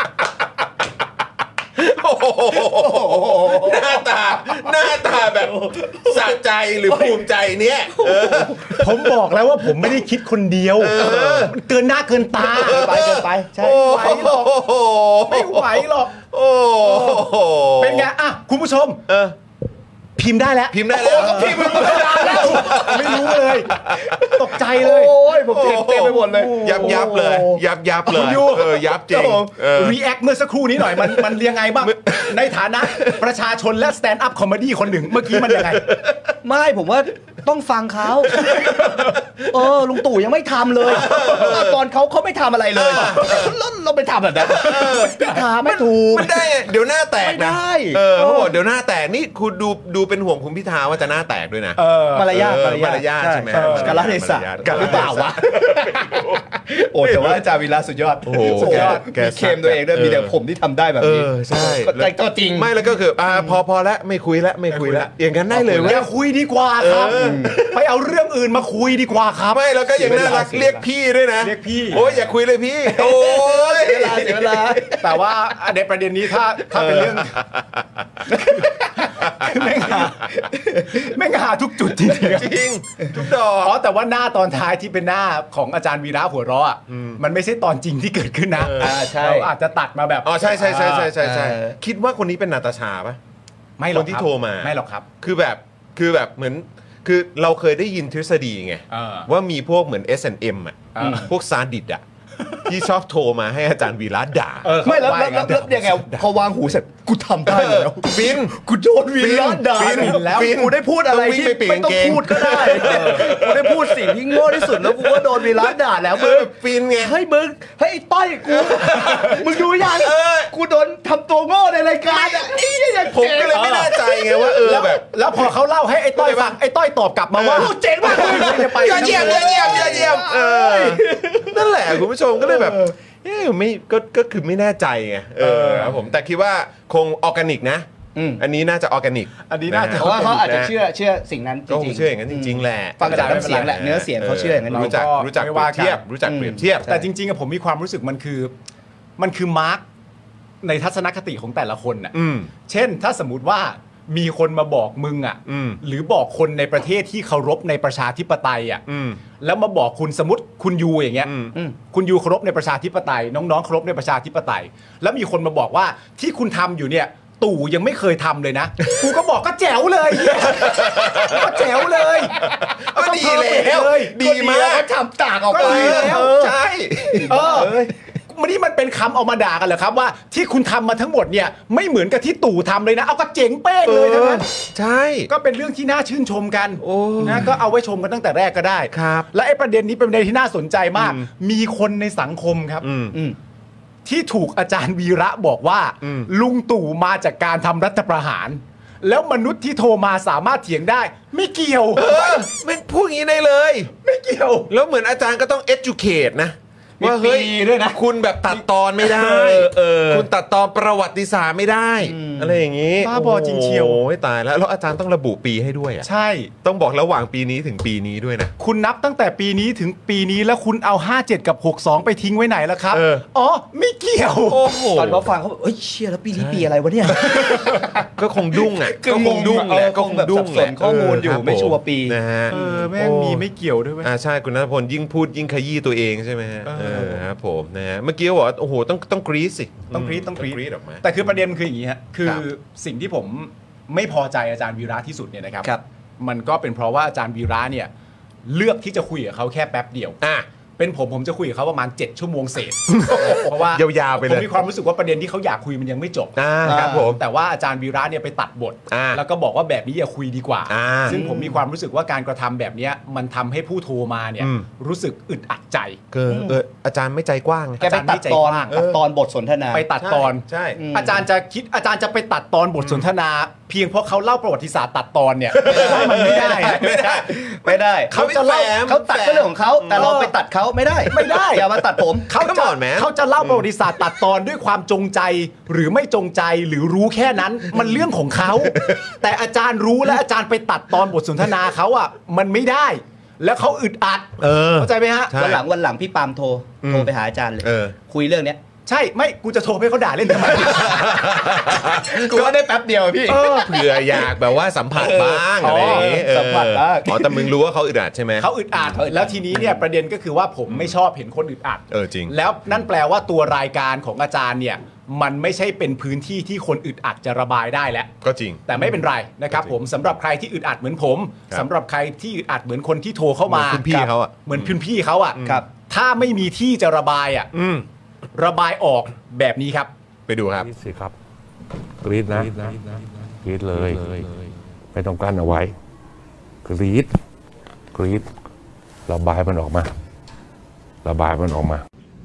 โอ้โหหน้าตาหน้าตาแบบสะใจหรือภูมิใจเนี่ยเออผมบอกแล้วว่าผมไม่ได้คิดคนเดียวมันเกินหน้าเกินตาเกินไปเกินไปใช่โอ้ไหวหรอกโหไม่ไหวหรอกโอ้โหเป็นไงอ่ะคุณผู้ชมเออพพิมพ์ได้แล้วพิมพ์ได้แล้วพิมพ์แล้วไม่รู้เลยตกใจเลยโอ้ยผมเต็มเต็มไปหมดเลยยับยับเลยยับยับเลยเออยับจริงรีแอคเมื่อสักครู่นี้หน่อยมันมันยังไงบ้างในฐานะประชาชนและสแตนด์อัพคอมเมดี้คนหนึ่งเมื่อกี้มันยังไงไม่ผมว่าต้องฟังเขาเออลุงตู่ยังไม่ทำเลยตอนเขาเขาไม่ทำอะไรเลยแล้วเราไปทำแบบนั้นพิธาไม่ถูกมันได้เดี๋ยวหน้าแตกนะเออเขาบอกเดี๋ยวหน้าแตกนี่คุณดูดูเป็นห่วงคุณพิธาว่าจะหน้าแตกด้วยนะมารยาทมารยาทใช่ไหมกาลเทศะหรือเปล่าวะโอ้แต่ว่าอาจารย์วีระสุดยอดโอ้สุดยอดมีเคมตัวเองด้วยมีแต่ผมที่ทำได้แบบนี้ใช่แต่ก็จริงไม่แล้วก็คืออ่าพอพอแล้วไม่คุยแล้วไม่คุยแล้วอย่างนั้นได้เลยอย่าคุยดีกว่าครับไปเอาเรื่องอื่นมาคุยดีกว่าครับไม่แล้วก็อย่างน่ารักเรียกพี่ด้วยนะเรียกพี่โอ้ยอย่าคุยเลยพี่โอ้ยเวลาเสียเวลาแต่ว่าในประเด็นนี้ถ้าถ้าเป็นเรื่องแม่งหาแม่งหาทุกจุดจริงจริงทุกดอกอ๋อแต่ว่าหน้าตอนท้ายที่เป็นหน้าของอาจารย์วีระหัวเราะมันไม่ใช่ตอนจริงที่เกิดขึ้นนะเราอาจจะตัดมาแบบอ๋อใช่ใช่ใช่ใช่ใช่ใช่คิดว่าคนนี้เป็นนาตาชาป่ะไม่หรอกคนที่โทรมาไม่หรอกครับคือแบบคือแบบเหมือนคือเราเคยได้ยินทฤษฎีไงว่ามีพวกเหมือน เอส แอนด์ เอ็ม อ่ะพวกซาดิสอ่ะที่ชอบโทรมาให้อาจารย์วีระด่าไม่แล้วแล้วยังไงพอวางหูเสร็จกูทำได้แล้วฟินกูโดนวีระด่าแล้วกูได้พูดอะไรที่ไม่ต้องพูดก็ได้กูได้พูดสิ่งที่โง่ที่สุดแล้วกูก็โดนวีระด่าแล้วมึงฟินไงเฮ้ยมึงเฮ้ยต้อยกูมึงดูยังกูโดนทำตัวโง่ในรายการอ่ะผมก็เลยไม่แน่ใจไงว่าเออแบบแล้วพอเขาเล่าให้ไอ้ต้อยฟังไอ้ต้อยตอบกลับมาว่าเจ๋งมากเลยยอดเยี่ยมยอดเยี่ยมยอดเยี่ยมเออนั่นแหละคุณผู้ชมก็เลยแบบเอ๊ะไม่ก็ก็คือไม่แน่ใจไงเออครับผมแต่คิดว่าคงออร์แกนิกนะอันนี้น่าจะออร์แกนิกอันนี้น่าจะเพราะว่าเขาอาจจะเชื่อเชื่อสิ่งนั้นจริงๆเชื่ออย่างนั้นจริงๆแหละฟังจากน้ำเสียงแหละเนื้อเสียงเขาเชื่ออย่างนั้นรู้จักรู้จักเปรียบเทียบรู้จักเปรียบเทียบแต่จริงๆผมมีความรู้สึกมันคือมันคือมาร์กในทัศนคติของแต่ละคนน่ะเช่นถ้าสมมติว่ามีคนมาบอกมึงอ่ะหรือบอกคนในประเทศที่เคารพในประชาธิปไตยอ่ะแล้วมาบอกคุณสมมติคุณยูอย่างเงี้ยคุณยูเคารพในประชาธิปไตยน้องๆเคารพในประชาธิปไตยแล้วมีคนมาบอกว่าที่คุณทำอยู่เนี่ยตู่ยังไม่เคยทำเลยนะกูก็บอกก็แจ๋วเลยก็แจ๋วเลยก็ดีแล้วดีมากก็ทำต่างออกไปแล้วใช่เออมันนี่มันเป็นคำเอามาด่ากันเหรอครับว่าที่คุณทำมาทั้งหมดเนี่ยไม่เหมือนกับที่ตู่ทำเลยนะเอาก็เจ๋งเป้งเลยทั้งนั้นใช่ก็เป็นเรื่องที่น่าชื่นชมกันนะก็เอาไว้ชมกันตั้งแต่แรกก็ได้ครับและไอ้ประเด็นนี้เป็นประเด็นที่น่าสนใจมากมีคนในสังคมครับที่ถูกอาจารย์วีระบอกว่าลุงตู่มาจากการทำรัฐประหารแล้วมนุษย์ที่โทรมาสามารถเถียงได้ไม่เกี่ยวไม่พูดอย่างนี้ได้เลยไม่เกี่ยวแล้วเหมือนอาจารย์ก็ต้อง educate นะว่าเฮ้ยด้วยนะคุณแบบตัดตอนไม่ได้คุณตัดตอนประวัติศาสตร์ไม่ได้อะไรอย่างนี้บ้าบอจริงเชียวโอ้ยตายแล้วแล้วอาจารย์ต้องระบุปีให้ด้วยอ่ะใช่ต้องบอกระหว่างปีนี้ถึงปีนี้ด้วยนะคุณนับตั้งแต่ปีนี้ถึงปีนี้แล้วคุณเอาห้าเจ็ดกับหกสองไปทิ้งไว้ไหนแล้วครับอ๋อไม่เกี่ยวตอนเขาฟังเขาเอ้ยเชี่ยแล้วปีนี้ปีอะไรวะเนี่ยก็คงดุ้งอ่ะก็คงดุ้งแหละก็คงดุ้งแหละข้อมูลอยู่ไม่ชัวร์ปีนะฮะเออแม่งมีไม่เกี่ยวด้วยอ่าใช่คุณณัฐพลยิ่งพูดยิ่งขยี้ตัวเองใช่ไหมฮะเออครับผมนะฮะเมื่อกี้บอกว่าโอ้โหต้องต้องกรี๊ดสิต้องกรี๊ดต้องกรี๊ดออกมาแต่คือประเด็นมันคืออย่างนี้ฮะคือสิ่งที่ผมไม่พอใจอาจารย์วีระที่สุดเนี่ยนะครับมันก็เป็นเพราะว่าอาจารย์วีระเนี่ยเลือกที่จะคุยกับเขาแค่แป๊บเดียวอ่ะเป็นผมผมจะคุยกับเขาประมาณเจ็ดชั่วโมงเศษเพราะว่ายาวๆไปเลยผมมีความรู้สึกว่าประเด็นที่เขาอยากคุยมันยังไม่จบครับผมแต่ว่าอาจารย์วีระเนี่ยไปตัดบทแล้วก็บอกว่าแบบนี้อย่าคุยดีกว่าซึ่งผมมีความรู้สึกว่าการกระทำแบบนี้มันทำให้ผู้โทรมาเนี่ยรู้สึกอึดอัดใจเอออาจารย์ไม่ใจกว้างแกไปตัดตอนตัดตอนบทสนทนาไปตัดตอนใช่อาจารย์จะคิดอาจารย์จะไปตัดตอนบทสนทนาเพียงเพราะเขาเล่าประวัติศาสตร์ตัดตอนเนี่ยมันไม่ได้ไม่ได้ไม่ได้เขาจะเล่าเขาตัดก็เรื่องของเขาแต่เราไปตัดเขาไม่ได้ไม่ได้อย่ามาตัดผมเขาจะเขาจะเล่าประวัติศาสตร์ตัดตอนด้วยความจงใจหรือไม่จงใจหรือรู้แค่นั้นมันเรื่องของเขาแต่อาจารย์รู้และอาจารย์ไปตัดตอนบทสนทนาเขาอ่ะมันไม่ได้แล้วเขาอึดอัดเข้าใจไหมฮะวันหลังวันหลังพี่ปาล์มโทรโทรไปหาอาจารย์เลยคุยเรื่องเนี้ยใช่ไม่กูจะโทรให้เขาด่าเล่นทำไมกูว่าได้แป๊บเดียวพี่เผื่ออยากแบบว่าสัมผัสบ้างอะไรอย่างงี้สัมผัสบ้างอ๋อแต่มึงรู้ว่าเขาอึดอัดใช่ไหมเขาอึดอัดแล้วทีนี้เนี่ยประเด็นก็คือว่าผมไม่ชอบเห็นคนอึดอัดเออจริงแล้วนั่นแปลว่าตัวรายการของอาจารย์เนี่ยมันไม่ใช่เป็นพื้นที่ที่คนอึดอัดจะระบายได้แล้วก็จริงแต่ไม่เป็นไรนะครับผมสำหรับใครที่อึดอัดเหมือนผมสำหรับใครที่อึดอัดเหมือนคนที่โทรเข้ามาเหมือนคุณพี่เขาอะเหมือนพี่พี่เขาอ่ะถ้าไม่มีที่จะระบายอ่ะระบายออกแบบนี้ครับไปดูครับสิครับกรี๊ดนะกรี๊ดเลยไม่ต้องกั้นเอาไว้กรี๊ดกรี๊ดระบายมันออกมาระบายมันออกมาก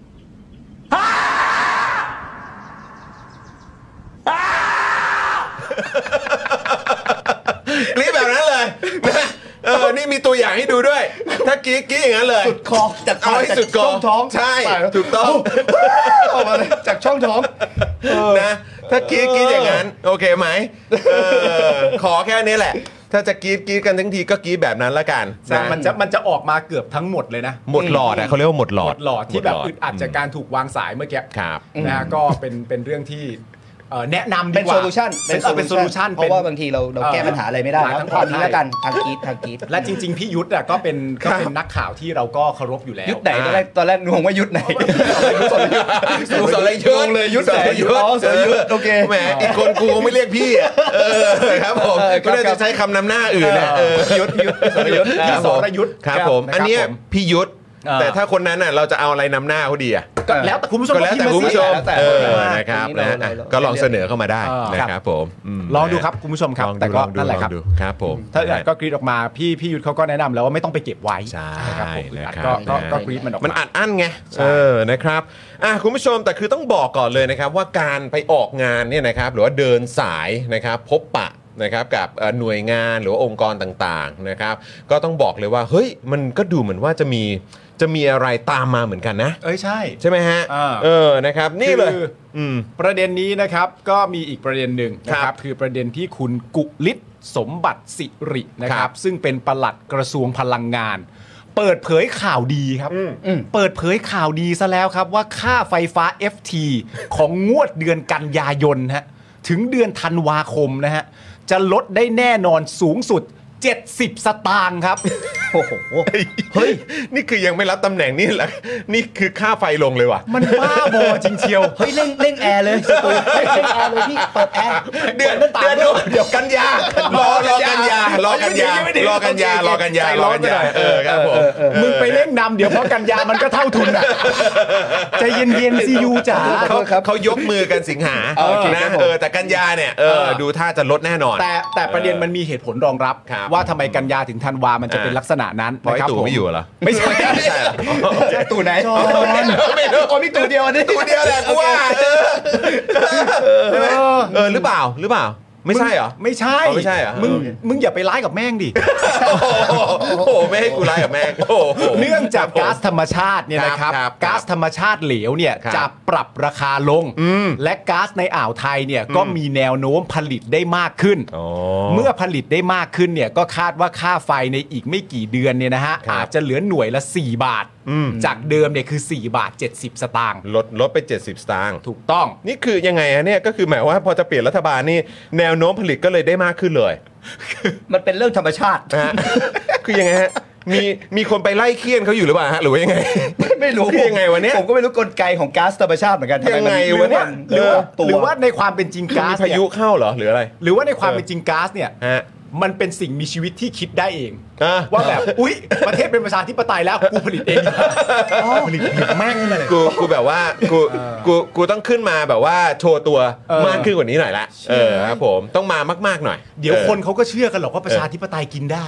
รี๊ดแบบนั้นเลยนะเออนี่มีตัวอย่างให้ดูด้วยถ้ากรี๊ดกรี๊ดอย่างนั้นเลยสุดคอจากเอาให้สุดคอช่องท้องใช่ถูกต้องออกมาเลยจากช่องท้องนะถ้ากรี๊ดกรี๊ดอย่างนั้นโอเคไหมเออขอแค่นี้แหละถ้าจะกรี๊ดกรี๊ดกันทั้งทีก็กรี๊ดแบบนั้นละกันนะมันจะมันจะออกมาเกือบทั้งหมดเลยนะหมดหลอดอ่ะเขาเรียกว่าหมดหลอดหมดหลอดที่แบบอึดอัดจากการถูกวางสายเมื่อกี้นะก็เป็นเป็นเรื่องที่แนะนำดีกว่าเป็นโซลูชันเป็นโซลูชันเพราะว่าบางทีเราเราแก้ปัญหาอะไรไม่ได้ทั้งความนี้แล้วกันทางกีดทางกีดและจริงๆพี่ยุทธอ่ะก็เป็นก็เป็นนักข่าวที่เราก็เคารพอยู่แล้วยุทธไหนตอนแรกตอนแรกงงว่ายุทธไหนสรยุทธ์สรยุทธ์เลยยุทธไหนอ๋อสรยุทธ์โอเคแหมอีกคนกูไม่เรียกพี่อ่ะเออครับผมก็เลยจะใช้คำนำหน้าอื่นนะยุทธยุทธสรยุทธ์พี่สรยุทธ์ครับผมอันนี้พี่ยุทธแต่ถ้าคนนั้นน่ะเราจะเอาอะไรนำหน้าเขาดีอ่ะก็แล้วแต่คุณผู้ชมก็แล้วแต่คุณผู้ชมเออนะครับนะก็ลองเสนอเข้ามาได้นะครับผมลองดูครับคุณผู้ชมครับแต่ก็นั่นแหละครับครับผมถ้าก็กรีดออกมาพี่พี่ยุทธเขาก็แนะนำแล้วว่าไม่ต้องไปเก็บไว้ใช่นะครับก็ก็กรีดมันออกมันอัดอั้นไงเออนะครับอ่ะคุณผู้ชมแต่คือต้องบอกก่อนเลยนะครับว่าการไปออกงานเนี่ยนะครับหรือว่าเดินสายนะครับพบปะนะครับกับหน่วยงานหรือว่าองค์กรต่างๆนะครับก็ต้องบอกเลยว่าเฮ้ยมันก็ดูเหมือนว่าจะมีจะมีอะไรตามมาเหมือนกันนะเอ้ยใช่ใช่ไหมฮะเออนะครับนี่เลยประเด็นนี้นะครับก็มีอีกประเด็นหนึ่งนะครับคือประเด็นที่คุณกุลิศสมบัติสิรินะครับซึ่งเป็นปลัดกระทรวงพลังงานเปิดเผยข่าวดีครับเปิดเผยข่าวดีซะแล้วครับว่าค่าไฟฟ้า เอฟ ที ของงวดเดือนกันยายนฮะถึงเดือนธันวาคมนะฮะจะลดได้แน่นอนสูงสุดเจ็ดสิบสตางค์ครับโอ้โหเฮ้ยนี่คือยังไม่รับตำแหน่งนี่แหละนี่คือค่าไฟลงเลยว่ะมันบ้าบอจริงเชียวเฮ้ยเร่งเร่งแอร์เลยสตูเร่งแอร์เลยพี่เปิดแอร์เดือนเดือนเดี๋ยวกันยารอรอกันยารอกันยารอกันยารอกันยารอกันยาเออครับผมมึงไปเร่งนำเดี๋ยวเพราะกันยามันก็เท่าทุนอ่ะใจเย็นๆซียูจ๋าเขาเขายกมือกันสิงหานะเออแต่กันยาเนี่ยเออดูท่าจะลดแน่นอนแต่แต่ประเด็นมันมีเหตุผลรองรับว่าทำไมกันยาถึงธันวามันจะเป็นลักษณะนั้นนะครับผมไม่อยู่เหรอไม่ใช่ไม่ใช่ตู่ไหนไม่รู้อ๋อมีตู่เดียวนี่ตู่เดียวแหละกูว่าเออหรือเปล่าหรือเปล่าไม่ใช่เหรอไม่ใช่ไม่ใช่เหรอมึงมึงอย่าไปไล่กับแม่งดิโอ้โหไม่ให้กูไล่กับแม่งเนื่องจากก๊าซธรรมชาติเนี่ยนะครับก๊าซธรรมชาติเหลวเนี่ยจะปรับราคาลงและก๊าซในอ่าวไทยเนี่ยก็มีแนวโน้มผลิตได้มากขึ้นเมื่อผลิตได้มากขึ้นเนี่ยก็คาดว่าค่าไฟในอีกไม่กี่เดือนเนี่ยนะฮะอาจจะเหลือหน่วยละสี่บาทจากเดิมเนี่ยคือสี่บาทเจ็ดสิบสตางค์ลดลดไปเจ็ดสิบสตางค์ถูกต้องนี่คือยังไงฮะเนี่ยก็คือหมายว่าพอจะเปลี่ยนรัฐบาลนี่แนวโน้มผลิตก็เลยได้มากขึ้นเลยมันเป็นเรื่องธรรมชาติคือยังไงฮะมีมีคนไปไล่เคี่ยนเขาอยู่หรือเปล่าฮะหรือว่ายังไงไม่รู้ยังไงวะเนี่ยผมก็ไม่รู้กลไกของก๊าซธรรมชาติเหมือนกันยังไงวะเนี่ยหรือว่าหรือว่าในความเป็นจริงก๊าซพายุเข้าเหรอหรืออะไรหรือว่าในความเป็นจริงก๊าซเนี่ยมันเป็นสิ่งมีชีวิตที่คิดได้เองว่าแบบอุ๊ยประเทศเป็นประชาธิปไตยแล้วกูผลิตเองผลิตแม่งเลยกูกูแบบว่ากูกูกูต้องขึ้นมาแบบว่าโชว์ตัวมากขึ้นกว่านี้หน่อยละเออครับผมต้องมามากๆหน่อยเดี๋ยวคนเขาก็เชื่อกันหรอกว่าประชาธิปไตยกินได้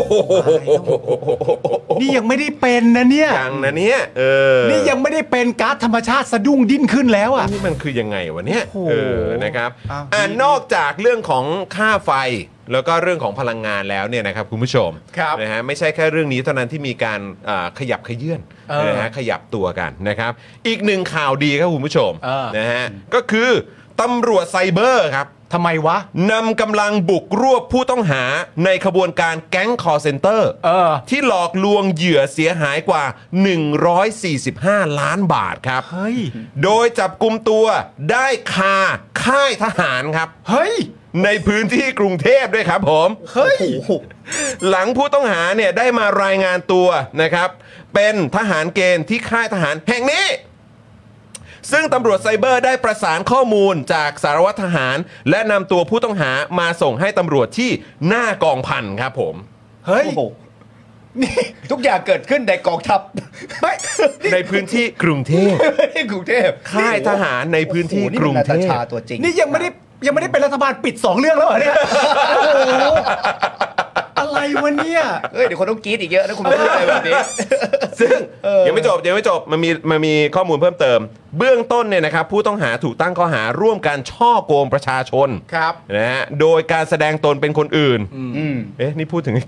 นี่ยังไม่ได้เป็นนะเนี่ยยังนะเนี่ยเออนี่ยังไม่ได้เป็นก๊าซธรรมชาติสะดุ้งดิ้นขึ้นแล้วอ่ะนี่มันคือยังไงวะเนี่ยเออนะครับอ่านอกจากเรื่องของค่าไฟแล้วก็เรื่องของพลังงานแล้วเนี่ยนะครับคุณผู้ชมนะฮะไม่ใช่แค่เรื่องนี้เท่านั้นที่มีการขยับขยื่นนะฮะขยับตัวกันนะครับอีกหนึ่งข่าวดีครับคุณผู้ชมนะฮะก็คือตำรวจไซเบอร์ครับทำไมวะนำกำลังบุกรวบผู้ต้องหาในขบวนการแก๊งคอร์เซนเตอร์ที่หลอกลวงเหยื่อเสียหายกว่าหนึ่งร้อยสี่สิบห้าล้านบาทครับโดยจับกุมตัวได้คาค่ายทหารครับเฮ้ยในพื้นที่กรุงเทพด้วยครับผมเฮ้ยหลังผู้ต้องหาเนี่ยได้มารายงานตัวนะครับเป็นทหารเกณฑ์ที่ค่ายทหารแห่งนี้ซึ่งตำรวจไซเบอร์ได้ประสานข้อมูลจากสารวัตรทหารและนำตัวผู้ต้องหามาส่งให้ตำรวจที่หน้ากองพันครับผมเฮ้ยนี่ทุกอย่างเกิดขึ้นในกองทัพไม่ในพื้นที่กรุงเทพที่กรุงเทพค่ายทหารในพื้นที่กรุงเทพตัวจริงนี่ยังไม่ได้ยังไม่ได้เป็นรัฐบาลปิดสองเรื่องแล้วเหรอเนี่ยโอ้โหอะไรวะเนี่ยเฮ้ยเดี๋ยวคนต้องกรี๊ดอีกเยอะนะคุณพูดอะไรแบบนี้ซึ่งยังไม่จบยังไม่จบมันมีมันมีข้อมูลเพิ่มเติมเบื้องต้นเนี่ยนะครับผู้ต้องหาถูกตั้งข้อหาร่วมกันช่อโกงประชาชนครับนะฮะโดยการแสดงตนเป็นคนอื่นเอ๊ะนี่พูดถึง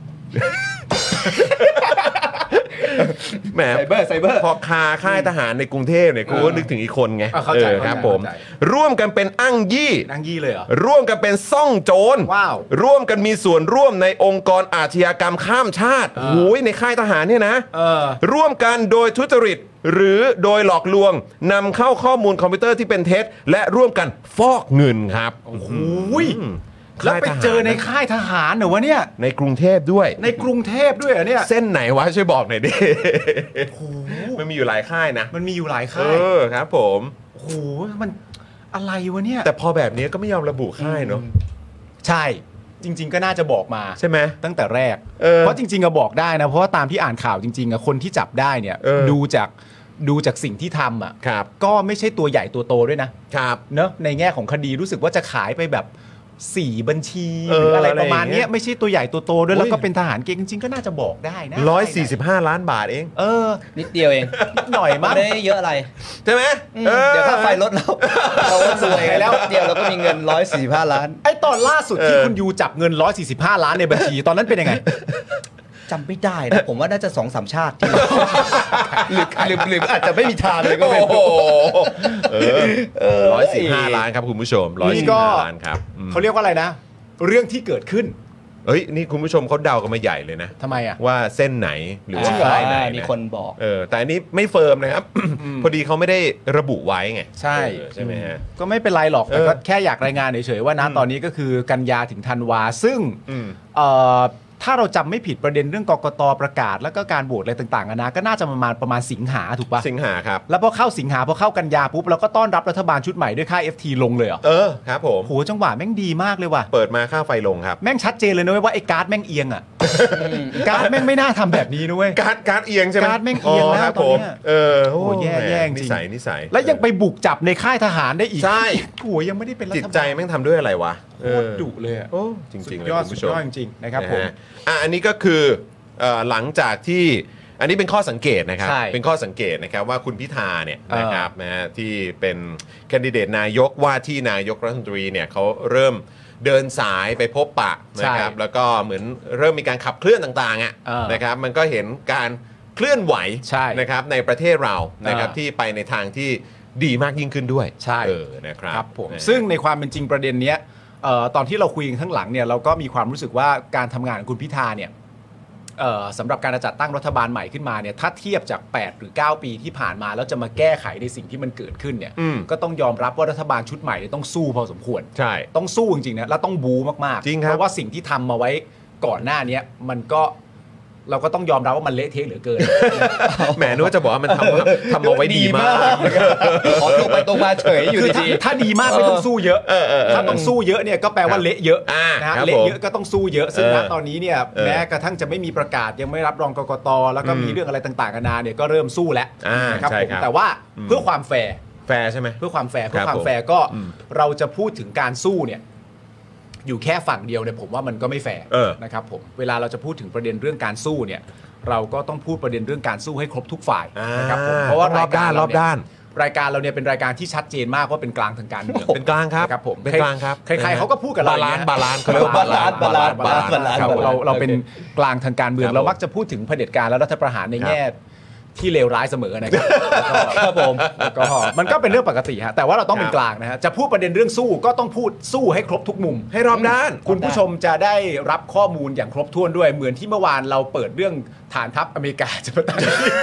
แหมไซเบอร์ไซเบอร์พอคาค่ายทหารในกรุงเทพเนี่ยกูก็นึกถึงอีกคนไงเข้าใจครับผมร่วมกันเป็นอ้างยี่อ้างยี่เลยเหรอร่วมกันเป็นซ่องโจรว้าวร่วมกันมีส่วนร่วมในองค์กรอาชญากรรมข้ามชาติโอ้ยในค่ายทหารเนี่ยนะร่วมกันโดยทุจริตหรือโดยหลอกลวงนำเข้าข้อมูลคอมพิวเตอร์ที่เป็นเท็จและร่วมกันฟอกเงินครับโอ้โหแล้วไปเจอในค่ายทหารเหรอวะเนี่ยในกรุงเทพด้วยในกรุงเทพด้วยเหรอเนี่ยเส้นไหนวะช่วยบอกหน่อยดิโอ้โหมันมีอยู่หลายค่ายนะมันมีอยู่หลายค่ายเออครับผมโอ้โหมันอะไรวะเนี่ยแต่พอแบบนี้ก็ไม่ยอมระบุค่ายเนาะใช่จริงๆก็น่าจะบอกมาใช่ไหมตั้งแต่แรกเเพราะจริงๆก็บอกได้นะเพราะว่าตามที่อ่านข่าวจริงๆอะคนที่จับได้เนี่ยดูจากดูจากสิ่งที่ทำอ่ะก็ไม่ใช่ตัวใหญ่ตัวโตด้วยนะครับเนอะในแง่ของคดีรู้สึกว่าจะขายไปแบบสี่บัญชีหรืออะไรประมาณนี้ไม่ใช่ตัวใหญ่ตัวโตด้วยแล้วก็เป็นทหารเก่งจริงๆก็น่าจะบอกได้นะร้อยสี่สิบห้าล้านบาทเองเออนิดเดียวเองหน่อยมากไม่ได้เยอะอะไรใช่ไหมเดี๋ยวค่าไฟลดเราเราก็สวยแล้วเดียวเราก็มีเงินร้อยสี่สิบห้าล้านไอ้ตอนล่าสุดที่คุณยูจับเงินร้อยสี่สิบห้าล้านในบัญชีตอนนั้นเป็นยังไงจำไม่ได้นะผมว่าน่าจะสองสามชาติหรือหรือหรืออาจจะไม่มีทางเลยก็ไม่รู้ร้อยสี่ห้าล้านครับคุณผู้ชมร้อยสี่ห้าล้านครับเขาเรียกว่าอะไรนะเรื่องที่เกิดขึ้นเอ้ยนี่คุณผู้ชมเขาเดากันมาใหญ่เลยนะทำไมอ่ะว่าเส้นไหนหรือว่าค่ายไหนมีคนบอกเออแต่อันนี้ไม่เฟิร์มนะครับพอดีเขาไม่ได้ระบุไว้ไงใช่ใช่ไหมฮะก็ไม่เป็นไรหรอกแต่ก็แค่อยากรายงานเฉยๆว่านะตอนนี้ก็คือกันยาถึงธันวาซึ่งเอ่อถ้าเราจำไม่ผิดประเด็นเรื่องกกตประกาศแล้วก็การโหวตอะไรต่างๆนะก็น่าจะประมาณประมาณสิงหาถูกปะสิงหาครับแล้วพอเข้าสิงหาพอเข้ากันยาปุ๊บเราก็ต้อนรับรัฐบาลชุดใหม่ด้วยค่า เอฟ ที ลงเลยเหรอเออครับผมโหจังหวะแม่งดีมากเลยว่ะเปิดมาค่าไฟลงครับแม่งชัดเจนเลยนะว่าไอ้การ์ดแม่งเอียงอ่ะการ์ดแม่งไม่น่าทำแบบนี้นะเว้ยการ์ดการ์ดเอียงใช่ไหมการ์ดแม่งเอียงแล้วตอนนี้เออโหแย่แย่จริงนิสัยนิสัยแล้วยังไปบุกจับในค่ายทหารได้อีกใช่โหยังไม่ได้เป็นรัฐบาลจิตใจแม่งทำด้วยอะไรวะโคตรดุเลยอ่ะโอ้จริงๆเลยคุณผู้ชมยอดจริงๆนะครับผมอ่ะอันนี้ก็คือหลังจากที่อันนี้เป็นข้อสังเกตนะครับเป็นข้อสังเกตนะครับว่าคุณพิธาเนี่ยนะครับนะที่เป็นแคนดิเดตนายกว่าที่นายกรัฐมนตรีเนี่ยเขาเริ่มเดินสายไปพบปะนะครับแล้วก็เหมือนเริ่มมีการขับเคลื่อนต่างๆอ่ะนะครับมันก็เห็นการเคลื่อนไหวนะครับในประเทศเรานะครับที่ไปในทางที่ดีมากยิ่งขึ้นด้วยใช่เออนะครับผมซึ่งในความเป็นจริงประเด็นเนี้ยตอนที่เราคุยกันข้างหลังเนี่ยเราก็มีความรู้สึกว่าการทำงานของคุณพิธาเนี่ยสำหรับการจัดตั้งรัฐบาลใหม่ขึ้นมาเนี่ยถ้าเทียบจากแปดหรือเก้าปีที่ผ่านมาแล้วจะมาแก้ไขในสิ่งที่มันเกิดขึ้นเนี่ยก็ต้องยอมรับว่ารัฐบาลชุดใหม่ต้องสู้พอสมควรใช่ต้องสู้จริงๆนะแล้วต้องบูมากๆเพราะว่าสิ่งที่ทำมาไว้ก่อนหน้านี้มันก็เราก็ต้องยอมรับว่ามันเละเทะเหลือเกินแหมนึกว่าจะบอกว่ามันทำทำมาไว้ดีมากขอตรงไปตรงมาเฉยอยู่ดีถ้าดีมากไม่ต้องสู้เยอะถ้าต้องสู้เยอะเนี่ยก็แปลว่าเละเยอะนะเละเยอะก็ต้องสู้เยอะซึ่งณตอนนี้เนี่ยแม้กระทั่งจะไม่มีประกาศยังไม่รับรองกกตแล้วก็มีเรื่องอะไรต่างๆกันานาเนี่ยก็เริ่มสู้แล้วนะครับผมแต่ว่าเพื่อความแฟร์แฟร์ใช่ไหมเพื่อความแฟร์เพื่อความแฟร์ก็เราจะพูดถึงการสู้เนี่ยอยู่แค่ฝั่งเดียวเนี่ยผมว่ามันก็ไม่แฟร์นะครับผมเวลาเราจะพูดถึงประเด็นเรื่องการสู้เนี่ยเราก็ต้องพูดประเด็นเรื่องการสู้ให้ครบทุกฝ่ายนะครับผมเพราะว่ารายการรอบด้านรายการเราเนี่ยเป็นรายการที่ชัดเจนมากว่าเป็นกลางทางการเมืองเป็นกลางครับครับผมเป็นกลางครับใครๆเขาก็พูดกับเราบาลานซ์บาลานซ์เขาเรียกว่าบาลานซ์บาลานซ์บาลานซ์บาลานซ์เราเราเป็นกลางทางการเมืองเรามักจะพูดถึงเผด็จการและรัฐประหารในแง่ที่เลวร้ายเสมอนะครับครับผมก็มันก็เป็นเรื่องปกติฮะแต่ว่าเราต้องเป็นกลางนะฮะจะพูดประเด็นเรื่องสู้ก็ต้องพูดสู้ให้ครบทุกมุมให้รอบด้านคุณผู้ชมจะได้รับข้อมูลอย่างครบถ้วนด้วยเหมือนที่เมื่อวานเราเปิดเรื่องฐานทัพอเมริกาจะมาตั้ง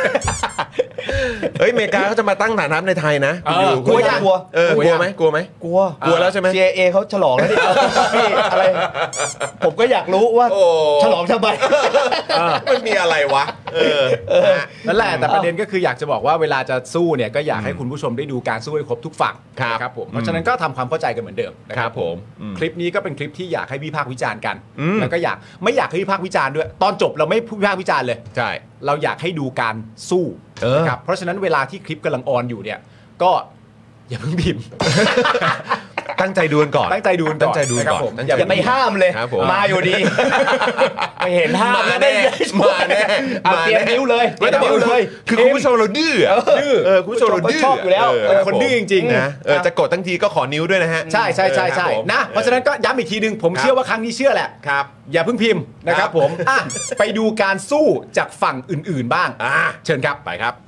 เฮ้ยอเมริกาเขาจะมาตั้งฐานทัพในไทยนะกลัวกลัวเออกลัวไหมกลัวไหมกลัวกลัวแล้วใช่ไหมซี ไอ เอ เขาฉลองแล้วดิอะไรผมก็อยากรู้ว่าฉลองทำไมมันมีอะไรวะเออนั่นแหละแต่ประเด็นก็คืออยากจะบอกว่าเวลาจะสู้เนี่ยก็อยากให้คุณผู้ชมได้ดูการสู้ให้ครบทุกฝั่งครับผมเพราะฉะนั้นก็ทำความเข้าใจกันเหมือนเดิมนะครับผมคลิปนี้ก็เป็นคลิปที่อยากให้วิพากษ์วิจารณ์กันแล้วก็อยากไม่อยากให้วิพากษ์วิจารณ์ด้วยตอนจบเราไม่วิพากษ์วิจารณ์เลยใช่เราอยากให้ดูการสู้นะครับเพราะฉะนั้นเวลาที่คลิปกำลังออนอยู่เนี่ยก็อย่าเพิ่งพิมพ์ตั้งใจดูกันก่อนตั้งใจดูกันตั้งใจดูก่อนอย่าไปห้ามเลยมาอยู่ดีไม่เห็นห้ามแล้วได้มาแน่มาเตรียมนิ้วเลยไม่ต้องเลยคือคุณผู้ชมเราดื้อดื้อเออคุณผู้ชมเราดื้อชอบอยู่แล้วคนดื้อจริงๆนะเออจะกดทั้งทีก็ขอนิ้วด้วยนะฮะใช่ใช่ใช่ใช่นะเพราะฉะนั้นก็ย้ำอีกทีนึงผมเชื่อว่าครั้งนี้เชื่อแหละครับอย่าเพิ่งพิมพ์นะครับผมอ่ะไปดูการสู้จากฝั่งอื่นๆบ้างอ่าเชิญครับไปครับ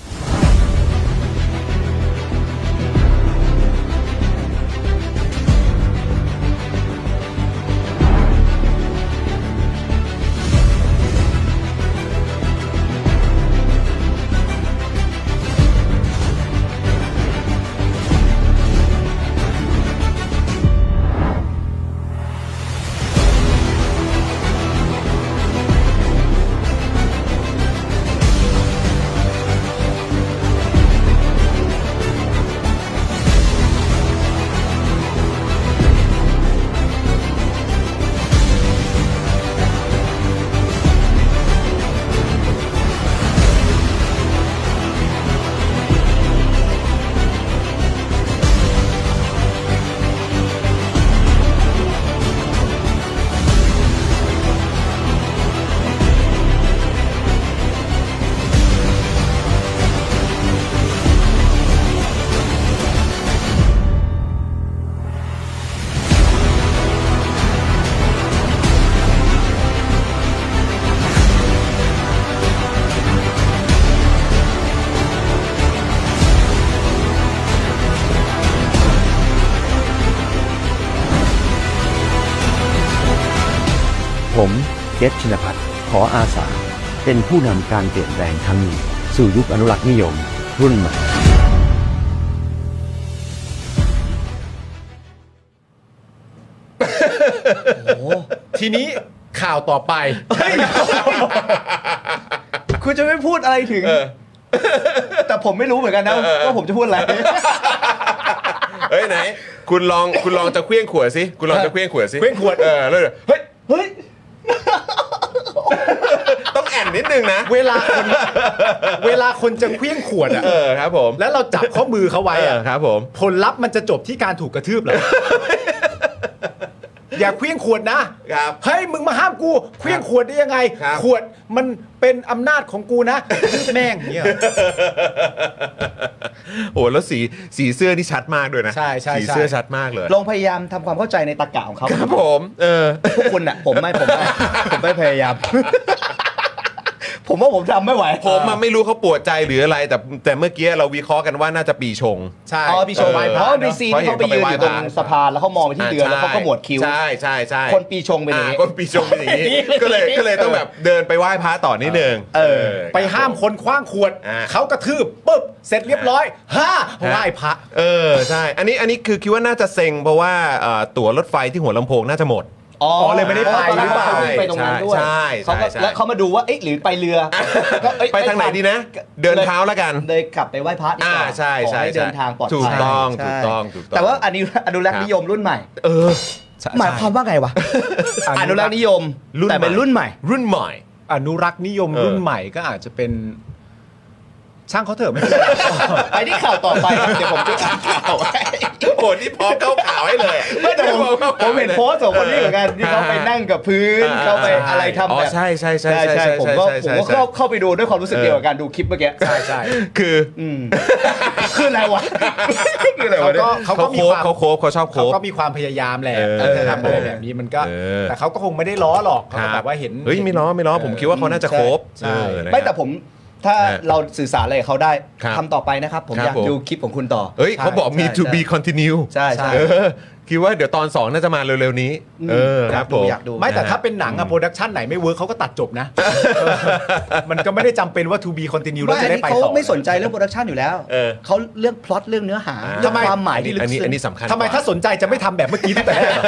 ผมเจษชินภัทรขออาสาเป็นผู้นำการเปลี่ยนแปลงครั้งนี้สู่ยุคอนุรักษ์นิยมรุ่นใหม่โอ้ทีนี้ข่าวต่อไปคุณจะไม่พูดอะไรถึงแต่ผมไม่รู้เหมือนกันนะว่าผมจะพูดอะไรเฮ้ยไหนคุณลองคุณลองจะเคลี้ยงขวดสิคุณลองจะเคลี้ยงขวดสิเคลี้ยงขวดเออแล้วเฮ้ยเฮ้ยต้องแอนนิดนึงนะเวลาคนเวลาคนจะเคลี้ยงขวดอ่ะเออครับผมแล้วเราจับข้อมือเขาไว้อ่ะครับผมผลลัพธ์มันจะจบที่การถูกกระทืบเหรออย่าเคลี้ยงขวดนะครับเฮ้ยมึงมาห้ามกูเคลี้ยงขวดได้ยังไงขวดมันเป็นอำนาจของกูนะแม่งเนี่ยโอ้แล้วสีสีเสื้อนี่ชัดมากด้วยนะใช่ใช่สีเสื้อชัดมากเลยลองพยายามทำความเข้าใจในตรรกะของเขาครับผมเออพวกคุณอ่ะผมไม่ผมไม่ผมไม่พยายามผมว่าผมทำไม่ไหวผมมันไม่รู้เขาปวดใจหรืออะไรแต่แต่เมื่อกี้เราวิเคราะห์กันว่าน่าจะปีชงใช่อ๋อปีชงเพราะปีซีที่เขาไปยืนอยู่ตรงสะพานแล้วเขามองไปที่เรือแล้วเขาก็หมวดคิ้วใช่ใช่ใช่คนปีชงเป็นอย่างนี้คนปีชงเป็นอย่างนี้ก็เลยก็เลยต้องแบบเดินไปไหว้พระต่อนิดนึงเออไปห้ามคนคว้างขวดเขากระทืบปุ๊บเสร็จเรียบร้อยฮ่าไหว้พระเออใช่อันนี้อันนี้คือคิดว่าน่าจะเซ็งเพราะว่าตั๋วรถไฟที่หัวลำโพงน่าจะหมดอ๋อเลยไม่ได้ไปหรือเปล่าไปตรงนั้นด้วยใช่ใช่แล้วเขามาดูว่าเอ๊ะหรือไปเรือไปทางไหนดีนะเดินเท้าแล้วกันเลยขับไปไหว้พระดีกว่าใช่ใช่เดินทางปลอดภัยถูกต้องถูกต้องถูกต้องแต่ว่าอนุอนุรักษ์นิยมรุ่นใหม่เออหมายความว่าไงวะอนุรักษ์นิยมแต่เป็นรุ่นใหม่รุ่นใหม่อนุรักษ์นิยมรุ่นใหม่ก็อาจจะเป็นช่างเขาเถอะไม่ไปที่ข่าวต่อไปเดี๋ยวผมจะอ่านข่าวโอ้นี่พร้อมเข้าข่าวให้เลยไม่แต่ผมผมเห็นโพสต์ของคนนี้เหมือนกันที่เขาไปนั่งกับพื้นเขาไปอะไรทำแบบใช่ใช่ใช่ใช่ผมก็ผมก็เข้าเข้าไปดูด้วยความรู้สึกเดียวกับการดูคลิปเมื่อกี้ใช่ใช่คือคืออะไรวะคืออะไรวะเขาก็มีความเขาโคบเขาชอบโคบเขาก็มีความพยายามแหละทำอะไรแบบนี้มันก็แต่เขาก็คงไม่ได้ล้อหรอกเขาแบบว่าเห็นเฮ้ยไม่ล้อไม่ล้อผมคิดว่าเขาน่าจะโคบไม่แต่ผมถ้าเราสื่อสารอะไรเขาได้ทำต่อไปนะครับผมอยากดูคลิปของคุณต่อเฮ้ยเขาบอกมี to be continue ใช่ใช่คิดว่าเดี๋ยวตอนสองน่าจะมาเร็วๆนี้เออครับผมไม่แต่ถ้าเป็นหนังอะโปรดักชันไหนไม่เวิร์คเขาก็ตัดจบนะ มันก็ไม่ได้จำเป็นว่า to be continue แล้วจะได้ไปต่อเขาไม่สนใจเรื่องโปรดักชันอยู่แล้วเขาเรื่องพล็อตเรื่องเนื้อหาเรื่องความหมายที่ลึกซึ้งอันนี้สำคัญทำไมถ้าสนใจจะไม่ทำแบบเมื่อกี้ตั้งแต่แรก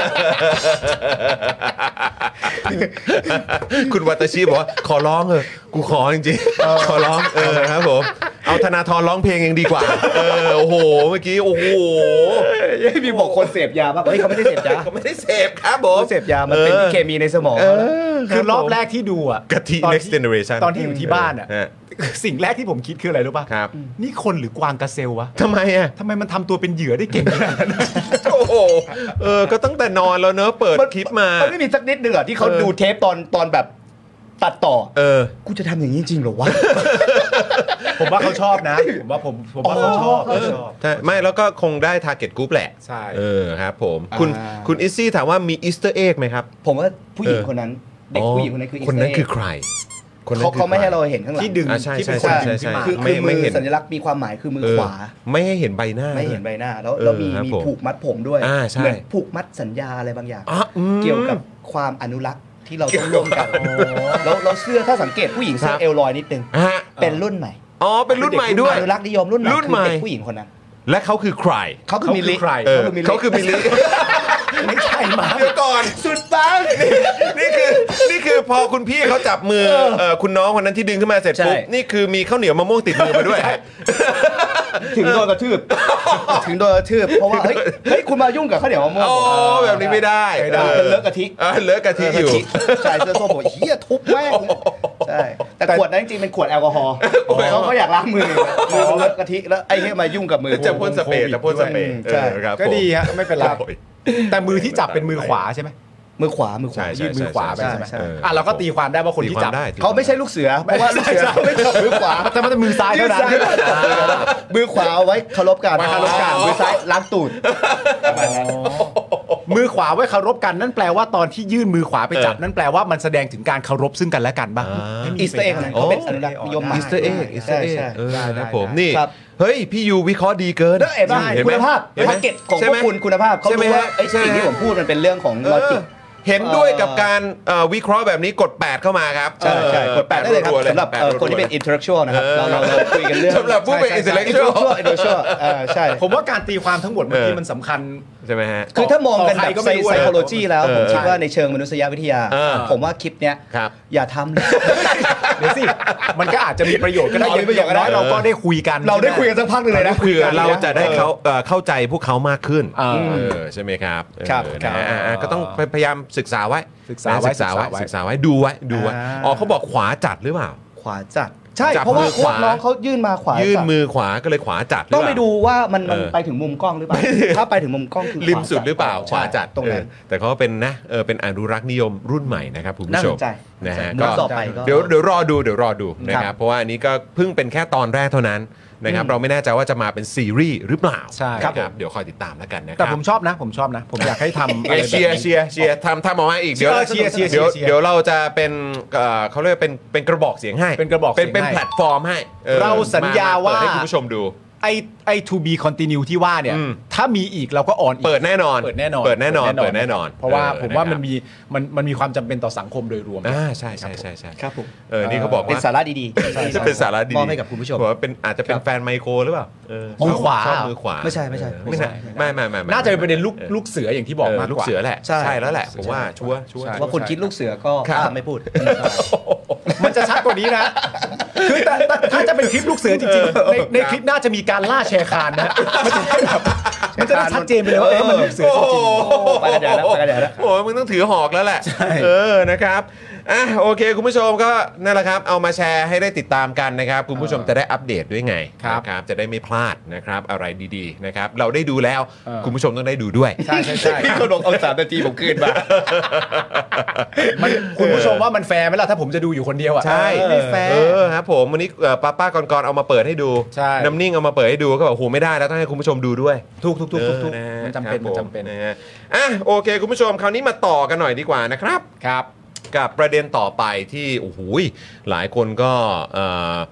คุณวัตชิบอกว่าขอร้องเถอะกูขอจริงๆขอร้องเออครับผมเอาธนาธรร้องเพลงยังดีกว่าเออโอ้โหเมื่อกี้โอ้โหยังมีบอกคนเสพยาป่ะเฮ้ยเขาไม่ได้เสพยาเขาไม่ได้เสพครับผมเสพยามันเป็นเคมีในสมองคือรอบแรกที่ดูอ่ะกะทิ next generation ตอนที่อยู่ที่บ้านอ่ะสิ่งแรกที่ผมคิดคืออะไรรู้ป่ะครับนี่คนหรือกวางกระเซลวะทำไมอ่ะทำไมมันทำตัวเป็นเหยื่อได้เก่งขนาดนั้นโอ้โหเออก็ตั้งแต่นอนแล้วเนอะเปิดคลิปมามันไม่มีสักนิดนึงอ่ะที่เขาดูเทปตอนตอนแบบตัดต่อเออกูจะทำอย่างนี้จริงเหรอวะผมว่าเขาชอบนะผมว่าผมผมว่าเขาชอบใช่ไม่แล้วก็คงได้ target group แหละใช่เออครับผมคุณคุณอิซซี่ถามว่ามีอีสเตอร์เอ็กไหมครับผมว่าผู้หญิงคนนั้นเด็กผู้หญิงคนนั้นคือคนนั้นคือใครเขาเขาไม่ให้เราเห็นข้างหลังที่ดึงที่เป็นคนดึงขึ้นมาคือมือสัญลักษณ์มีความหมายคือมือขวาไม่ให้เห็นใบหน้าไม่เห็นใบหน้าแล้วแล้วมีมีผูกมัดผมด้วยเหมือนผูกมัดสัญญาอะไรบางอย่างเกี่ยวกับความอนุรักษ์ที่เราต้องร่วมกันแล้วเราเสื้อถ้าสังเกตผู้หญิงเสื้อเอลลอยนิดนึงเป็นรุ่นใหม่อ๋อเป็นรุ่นใหม่ด้วยอนุรักษ์นิยมรุ่นใหม่คือเด็กผู้หญิงคนนั้นและเขาคือใครเขาคือมิลลิเขาคือมิลลิไม่ใช่มาเดี๋ยวก่อนสุดปังนี่คือนี่คือพอคุณพี่เขาจับมือคุณน้องคนนั้นที่ดึงขึ้นมาเสร็จปุ๊บนี่คือมีข้าวเหนียวมะม่วงติดมือมาด้วยถึงโดนกระทืบถึงโดนกระทืบเพราะว่าเฮ้ยเฮ้ยคุณมายุ่งกับข้าวเหนียวมะม่วงอ๋อแบบนี้ไม่ได้เป็นเลอะกะทิเลอะกะทิอยู่ใช่เสื้อส้มบอกเฮียทุบแม่งใช่แต่ขวดนั้นจริงๆเป็นขวดแอลกอฮอล์เขาเขาอยากล้างมือมือเลอะกะทิแล้วไอ้เนี่ยมายุ่งกับมือจะพ่นสเปรย์จะพ่นสเปรย์ใช่ก็ดีฮะไม่เป็นไรแต่มือที่จับเป็นมือขวาใช่ไหมมือขวามือขวายื่นมือขวาไปใช่ไหมอ่ะเราก็ตีความได้ว่าคนที่จับเขาไม่ใช่ลูกเสือเพราะว่าลูกเสือเขาไม่จับมือขวาแต่มันจะมือซ้ายเท่านั้นมือขวาเอาไว้เคารพกันเคารพกันมือซ้ายล้างตูดมือขวาไว้เคารพกันนั่นแปลว่าตอนที่ยื่นมือขวาไปจับนั่นแปลว่ามันแสดงถึงการเคารพซึ่งกันและกันบ้างอีสเตอร์เอ็กเขาเป็นอนุรักษ์นิยมอีสเตอร์เอ็กอีสเตอร์เอ็กเออครับผมนี่เฮ้ยพี่ยูวิเคราะห์ดีเกินเห็นไหมคุณภาพแพ็กเกจของพวกคุณคุณภาพเขารู้ว่าไอ้สิ่งที่ผมพูดมันเป็นเรื่องของลอจิกเห็นด้วยกับการวิเคราะห์แบบนี้กดแปดเข้ามาครับใช่ใช่กดแปดได้เลยครับสำหรับคนที่เป็น intellectual นะครับเราเราคุยกันเรื่องสำหรับผู้เป็น intellectual intellectual ใช่ผมว่าการตีความทั้งหมดเมื่อกี้มันสำคัญใช่ไหมฮะคือถ้ามองกันแบบ psychology แล้วผมคิดว่าในเชิงมนุษยวิทยาผมว่าคลิปเนี้ยอย่าทำเลยเดี๋ยวสิมันก็อาจจะมีประโยชน์ก็ได้อย่างน้อยเราก็ได้คุยกันเราได้คุยกันสักพักนึงเลยนะเพื่อเราจะได้เขาเข้าใจพวกเขามากขึ้นใช่ไหมครับก็ต้องพยายามศึกษาไว้ศึกษาไว้ศึกษาไว้ศึกษาไว้ดูไว้ดูไว้อ๋อเขาบอกขวาจัดหรือเปล่าขวาจัดใช่เพราะว่าน้องเขายื่นมาขวายื่นมือขวาก็เลยขวาจัดต้องไปดูว่ามันมันไปถึงมุมกล้องหรือเปล่าถ้าไปถึงมุมกล้องคือริมสุดหรือเปล่าขวาจัดตรงนั้นแต่เขาเป็นนะเออเป็นอนุรักษ์นิยมรุ่นใหม่นะครับคุณผู้ชมนะฮะก็เดี๋ยวเดี๋ยวรอดูเดี๋ยวรอดูนะครับเพราะว่าอันนี้ก็เพิ่งเป็นแค่ตอนแรกเท่านั้นนะครับเราไม่แน่ใจว่าจะมาเป็นซีรีส์หรือเปล่าใช่ครับเดี๋ยวคอยติดตามแล้วกันนะครับแต่ผมชอบนะผมชอบนะผมอยากให้ทำเชียร์เชียร์เชียร์ทำทำออกมาอีกเดี๋ยวเชียร์เชียร์เดี๋ยวเดี๋ยวเราจะเป็นเขาเรียกเป็นเป็นกระบอกเสียงให้เป็นกระบอกเป็นเป็นแพลตฟอร์มให้เราสัญญาว่าให้คุณผู้ชมดูไอไอ to be continue ที่ว่าเนี่ยถ้ามีอีกเราก็ออนเปิดแน่นอนเปิดแน่นอนเปิดแน่นอนเปิดแน่นอนเพราะว่าผมว่ามันมีมันมันมีความจำเป็นต่อสังคมโดยรวมอ่าใช่ใช่ใช่ใช่ครับผมเออนี่เขาบอกว่าเป็นสาระดีๆจะเป็นสาระดีมอบให้กับคุณผู้ชมบอกว่าเป็นอาจจะเป็นแฟนไมโครหรือเปล่ามือขวามือขวาไม่ใช่ไม่ใช่ไม่ใช่ไม่ไม่ไม่น่าจะเป็นประเด็นลูกลูกเสืออย่างที่บอกมากกว่าลูกเสือแหละใช่แล้วแหละผมว่าชัวร์ชัวร์ว่าคนคิดลูกเสือก็ไม่พูดมันจะชัดกว่านี้นะคือแต่ถ้าจะเป็นคลิปลูกเสือจริงๆในในคลิปน่าจะมีการล่าแชร์คานนะมันจะได้แบบมันจะได้ชัดเจนไปเลยว่าเออมันลูกเสือจริงๆไปกันเดี๋ยวแล้วไปกันเดี๋ยวแล้วโอ้มึงต้องถือหอกแล้วแหละเออนะครับอ่ะโอเคคุณผู้ชมก็นั่นแหละครับเอามาแชร์ให้ได้ติดตามกันนะครับคุณผู้ชมจะได้อัปเดตด้วยไงครับจะได้ไม่พลาดนะครับอะไรดีๆนะครับเราได้ดูแล้วคุณผู้ชมต้องได้ดูด้วยใช่ใช่ใช่พี่คนบอกเอาสามนาทีผมคืนมาคุณผู้ชมว่ามันแฟร์ไหมล่ะถ้าผมจะดูอยู่คนเดียวอ่ะใช่ไม่แฟร์เออครับผมวันนี้ป้าป้าก่อนๆเอามาเปิดให้ดูน้ำนิ่งเอามาเปิดให้ดูก็แบบโหไม่ได้แล้วต้องให้คุณผู้ชมดูด้วยทุกทุกทุกทุกมันจำเป็นมันจำเป็นนะฮะอ่ะโอเคคุณผู้ชมคราวนี้มาต่อกันหน่อยดีกว่านะครับครับกับประเด็นต่อไปที่โอ้โหหลายคนก็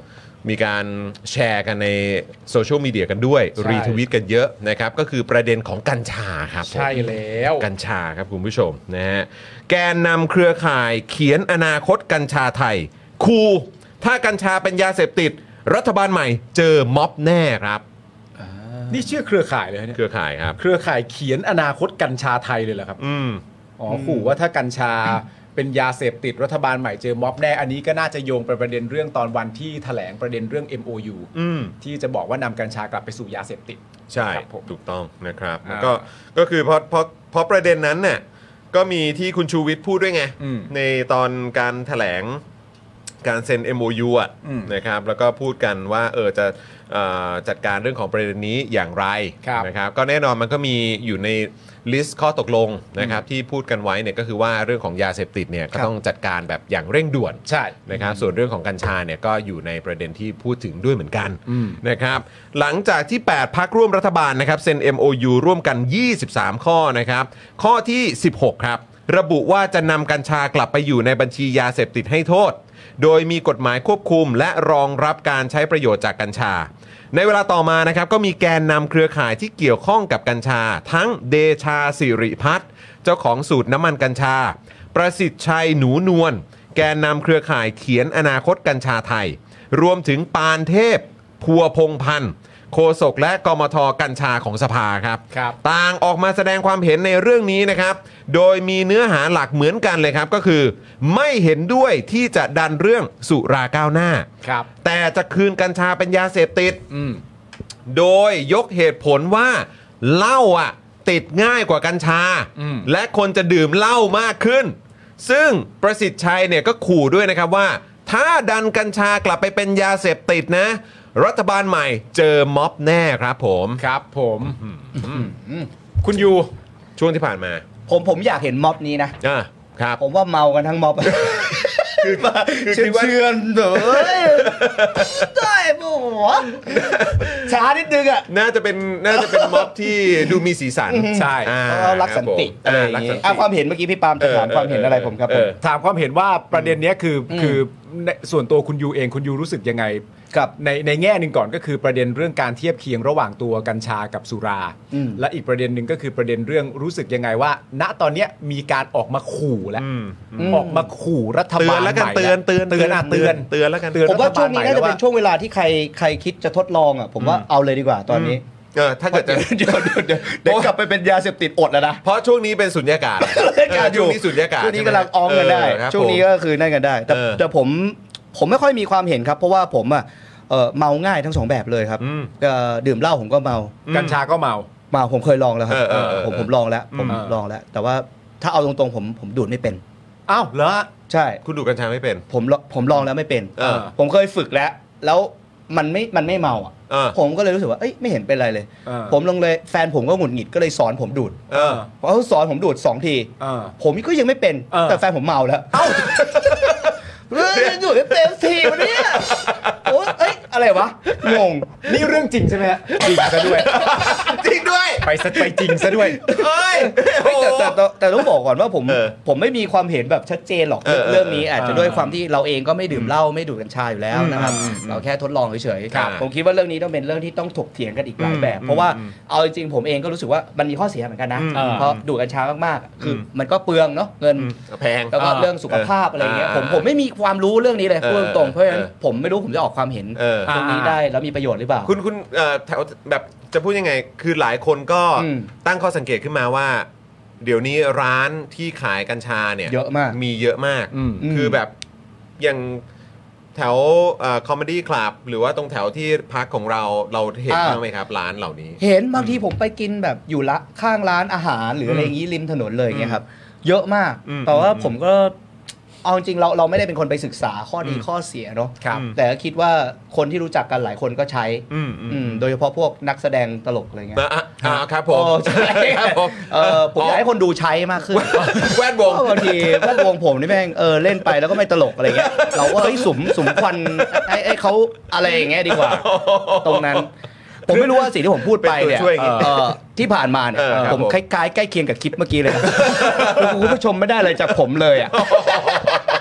มีการแชร์กันในโซเชียลมีเดียกันด้วยรีทวีตกันเยอะนะครับก็คือประเด็นของกัญชาครับใช่แล้วกัญชาครับคุณผู้ชมนะฮะแกนนำเครือข่ายเขียนอนาคตกัญชาไทยคูถ้ากัญชาเป็นยาเสพติดรัฐบาลใหม่เจอม็อบแน่ครับนี่ชื่อเครือข่ายเลยเนี่ยเครือข่ายครับเครือข่ายเขียนอนาคตกัญชาไทยเลยเหรอครับอืมอ๋อขู่ว่าถ้ากัญชาเป็นยาเสพติดรัฐบาลใหม่เจอม็อบแน่อันนี้ก็น่าจะโยงไปประเด็นเรื่องตอนวันที่แถลงประเด็นเรื่อง เอ็ม โอ ยู ที่จะบอกว่านำกัญชากลับไปสู่ยาเสพติดใช่ถูกต้องนะครับก็ก็คือเพราะเพราะเพราะประเด็นนั้นเนี่ยก็มีที่คุณชูวิทย์พูดด้วยไงในตอนการแถลงการเซ็น เอ็ม โอ ยู อ่ะนะครับแล้วก็พูดกันว่าเออจะจัดการเรื่องของประเด็นนี้อย่างไรนะครับก็แน่นอนมันก็มีอยู่ในลิสต์ข้อตกลงนะครับที่พูดกันไว้เนี่ยก็คือว่าเรื่องของยาเสพติดเนี่ยก็ต้องจัดการแบบอย่างเร่งด่วนใช่นะครับส่วนเรื่องของกัญชาเนี่ยก็อยู่ในประเด็นที่พูดถึงด้วยเหมือนกันนะครับหลังจากที่แปดพรรคร่วมรัฐบาลนะครับเซ็น เอ็ม โอ ยู ร่วมกันยี่สิบสามข้อนะครับข้อที่สิบหกครับระบุว่าจะนำกัญชากลับไปอยู่ในบัญชียาเสพติดให้โทษโดยมีกฎหมายควบคุมและรองรับการใช้ประโยชน์จากกัญชาในเวลาต่อมานะครับก็มีแกนนำเครือข่ายที่เกี่ยวข้องกับกัญชาทั้งเดชาสิริพัฒน์เจ้าของสูตรน้ำมันกัญชาประสิทธิ์ชัยหนูนวลแกนนำเครือข่ายเขียนอนาคตกัญชาไทยรวมถึงปานเทพพัวพงพันธ์โฆษกและกมท.กัญชาของสภาครับต่างออกมาแสดงความเห็นในเรื่องนี้นะครับโดยมีเนื้อหาหลักเหมือนกันเลยครับก็คือไม่เห็นด้วยที่จะดันเรื่องสุราก้าวหน้าแต่จะคืนกัญชาเป็นยาเสพติดโดยยกเหตุผลว่าเหล้าอ่ะติดง่ายกว่ากัญชาและคนจะดื่มเหล้ามากขึ้นซึ่งประสิทธิ์ชัยเนี่ยก็ขู่ด้วยนะครับว่าถ้าดันกัญชากลับไปเป็นยาเสพติดนะรัฐบาลใหม่เจอม็อบแน่ครับผมครับผมคุณยูช่วงที่ผ่านมาผมผมอยากเห็นม็อบนี้นะอ่าครับผมว่าเมากันทั้งม็อบคือมาเชื่อเชื่อเด้อได้ปะวะช้านิดนึงอ่ะน่าจะเป็นน่าจะเป็นม็อบที่ดูมีสีสันใช่เรารักสันติอะไรอย่างงี้ความเห็นเมื่อกี้พี่ปาล์มจะถามความเห็นอะไรผมครับผมถามความเห็นว่าประเด็นนี้คือคือส่วนตัวคุณยูเองคุณยูรู้สึกยังไงในในแง่หนึ่งก่อนก็คือประเด็นเรื่องการเทียบเคียงระหว่างตัวกัญชากับสุราและอีกประเด็นหนึ่งก็คือประเด็นเรื่องรู้สึกยังไงว่าณตอนนี้มีการออกมาขู่แล้วออกมาขู่รัฐบาลใหม่เตือนเตือนเตือนเตือนเตือนแล้วกันผมว่าช่วงนี้น่าจะเป็นช่วงเวลาที่ใครใครคิดจะทดลองอ่ะผมว่าเอาเลยดีกว่าตอนนี้เออถ้าเกิดจะเดี๋ยวเดี๋ยวเดี๋ยวกลับไปเป็นยาเสพติดอดแล้วนะเพราะช่วงนี้เป็นสุญญากาศช่วงนี้สุญญากาศช่วงนี้กำลังอองกันได้ช่วงนี้ก็คือนั่นกันได้แต่แต่ผมผมไม่ค่อยมีความเห็นครับเพราะว่าผมอ่ะเมาง่ายทั้งสองแบบเลยครับดื่มเหล้าผมก็เมากัญชาก็เมาเมาผมเคยลองแล้วครับผมผมลองแล้วผมลองแล้วแต่ว่าถ้าเอาตรงๆผมผมดูดไม่เป็นอ้าวเหรอใช่คุณดูดกัญชาไม่เป็นผมผมลองแล้วไม่เป็นผมเคยฝึกแล้วแล้วมันไม่มันไม่เมาอ่ะผมก็เลยรู้สึกว่าเอ้ยไม่เห็นเป็นไรเลยผมลงเลยแฟนผมก็หงุดหงิดก็เลยสอนผมดูดเพราะเขาสอนผมดูดสองทีผมก็ยังไม่เป็นแต่แฟนผมเมาแล้วเอ้าเฮ้ยดูดเต็มทีวันนี้โอ้เอ้ยอะไรวะงงนี่เรื่องจริงใช่ไหมฮะจริงซะด้วยจริงด้วยไปซะไปจริงซะด้วยเฮ้ยแต่แต่แต่ต้องบอกก่อนว่าผมผมไม่มีความเห็นแบบชัดเจนหรอกเรื่องนี้อาจจะด้วยความที่เราเองก็ไม่ดื่มเหล้าไม่ดูดกัญชาอยู่แล้วนะครับเราแค่ทดลองเฉยๆผมคิดว่าเรื่องนี้ต้องเป็นเรื่องที่ต้องถกเถียงกันอีกหลายแบบเพราะว่าเอาจริงๆผมเองก็รู้สึกว่ามันมีข้อเสียเหมือนกันนะเพราะดูดกัญชามากๆคือมันก็เปลืองเนาะเงินแพงแล้วก็เรื่องสุขภาพอะไรเงี้ยผมผมไม่มีความรู้เรื่องนี้เลยพูดตรงๆเพราะฉะนั้นผมไม่รู้ผมจะออกความเห็นตรงนี้ได้แล้วมีประโยชน์หรือเปล่าคุณคุณแถวแบบจะพูดยังไงคือหลายคนก็ตั้งข้อสังเกตขึ้นมาว่าเดี๋ยวนี้ร้านที่ขายกัญชาเนี่ยเยอะมากมีเยอะมากคือแบบอย่างแถวคอมเมดี้คลับหรือว่าตรงแถวที่พักของเราเราเห็นบ้างไหมครับร้านเหล่านี้เห็นบางทีผมไปกินแบบอยู่ละข้างร้านอาหารหรืออะไรอย่างนี้ริมถนนเลยอย่างเงี้ยครับเยอะมากแต่ว่าผมก็เอาจริงเราเราไม่ได้เป็นคนไปศึกษาข้อดีข้อเสียเนาะแต่คิดว่าคนที่รู้จักกันหลายคนก็ใช้โดยเฉพาะพวกนักแสดงตลกอะไรเงี้ยอ่าครับผมใช่ครับผมผมอยากให้คนดูใช้มากขึ้นแวดวงบางทีแวดวงผมนี่แม่งเออเล่นไปแล้วก็ไม่ตลกอะไรเงี้ยเราก็เฮ้ยสุมสุมควันให้ให้เขาอะไรอย่างเงี้ยดีกว่าตรงนั้นผมไม่รู้ว่าสิ่งที่ผมพูดไปเนี่ยที่ผ่านมาเนี่ยผมคล้ายๆใกล้เคียงกับคลิปเมื่อกี้เลยคุณผู้ชมไม่ได้อะไรจากผมเลยอ่ะ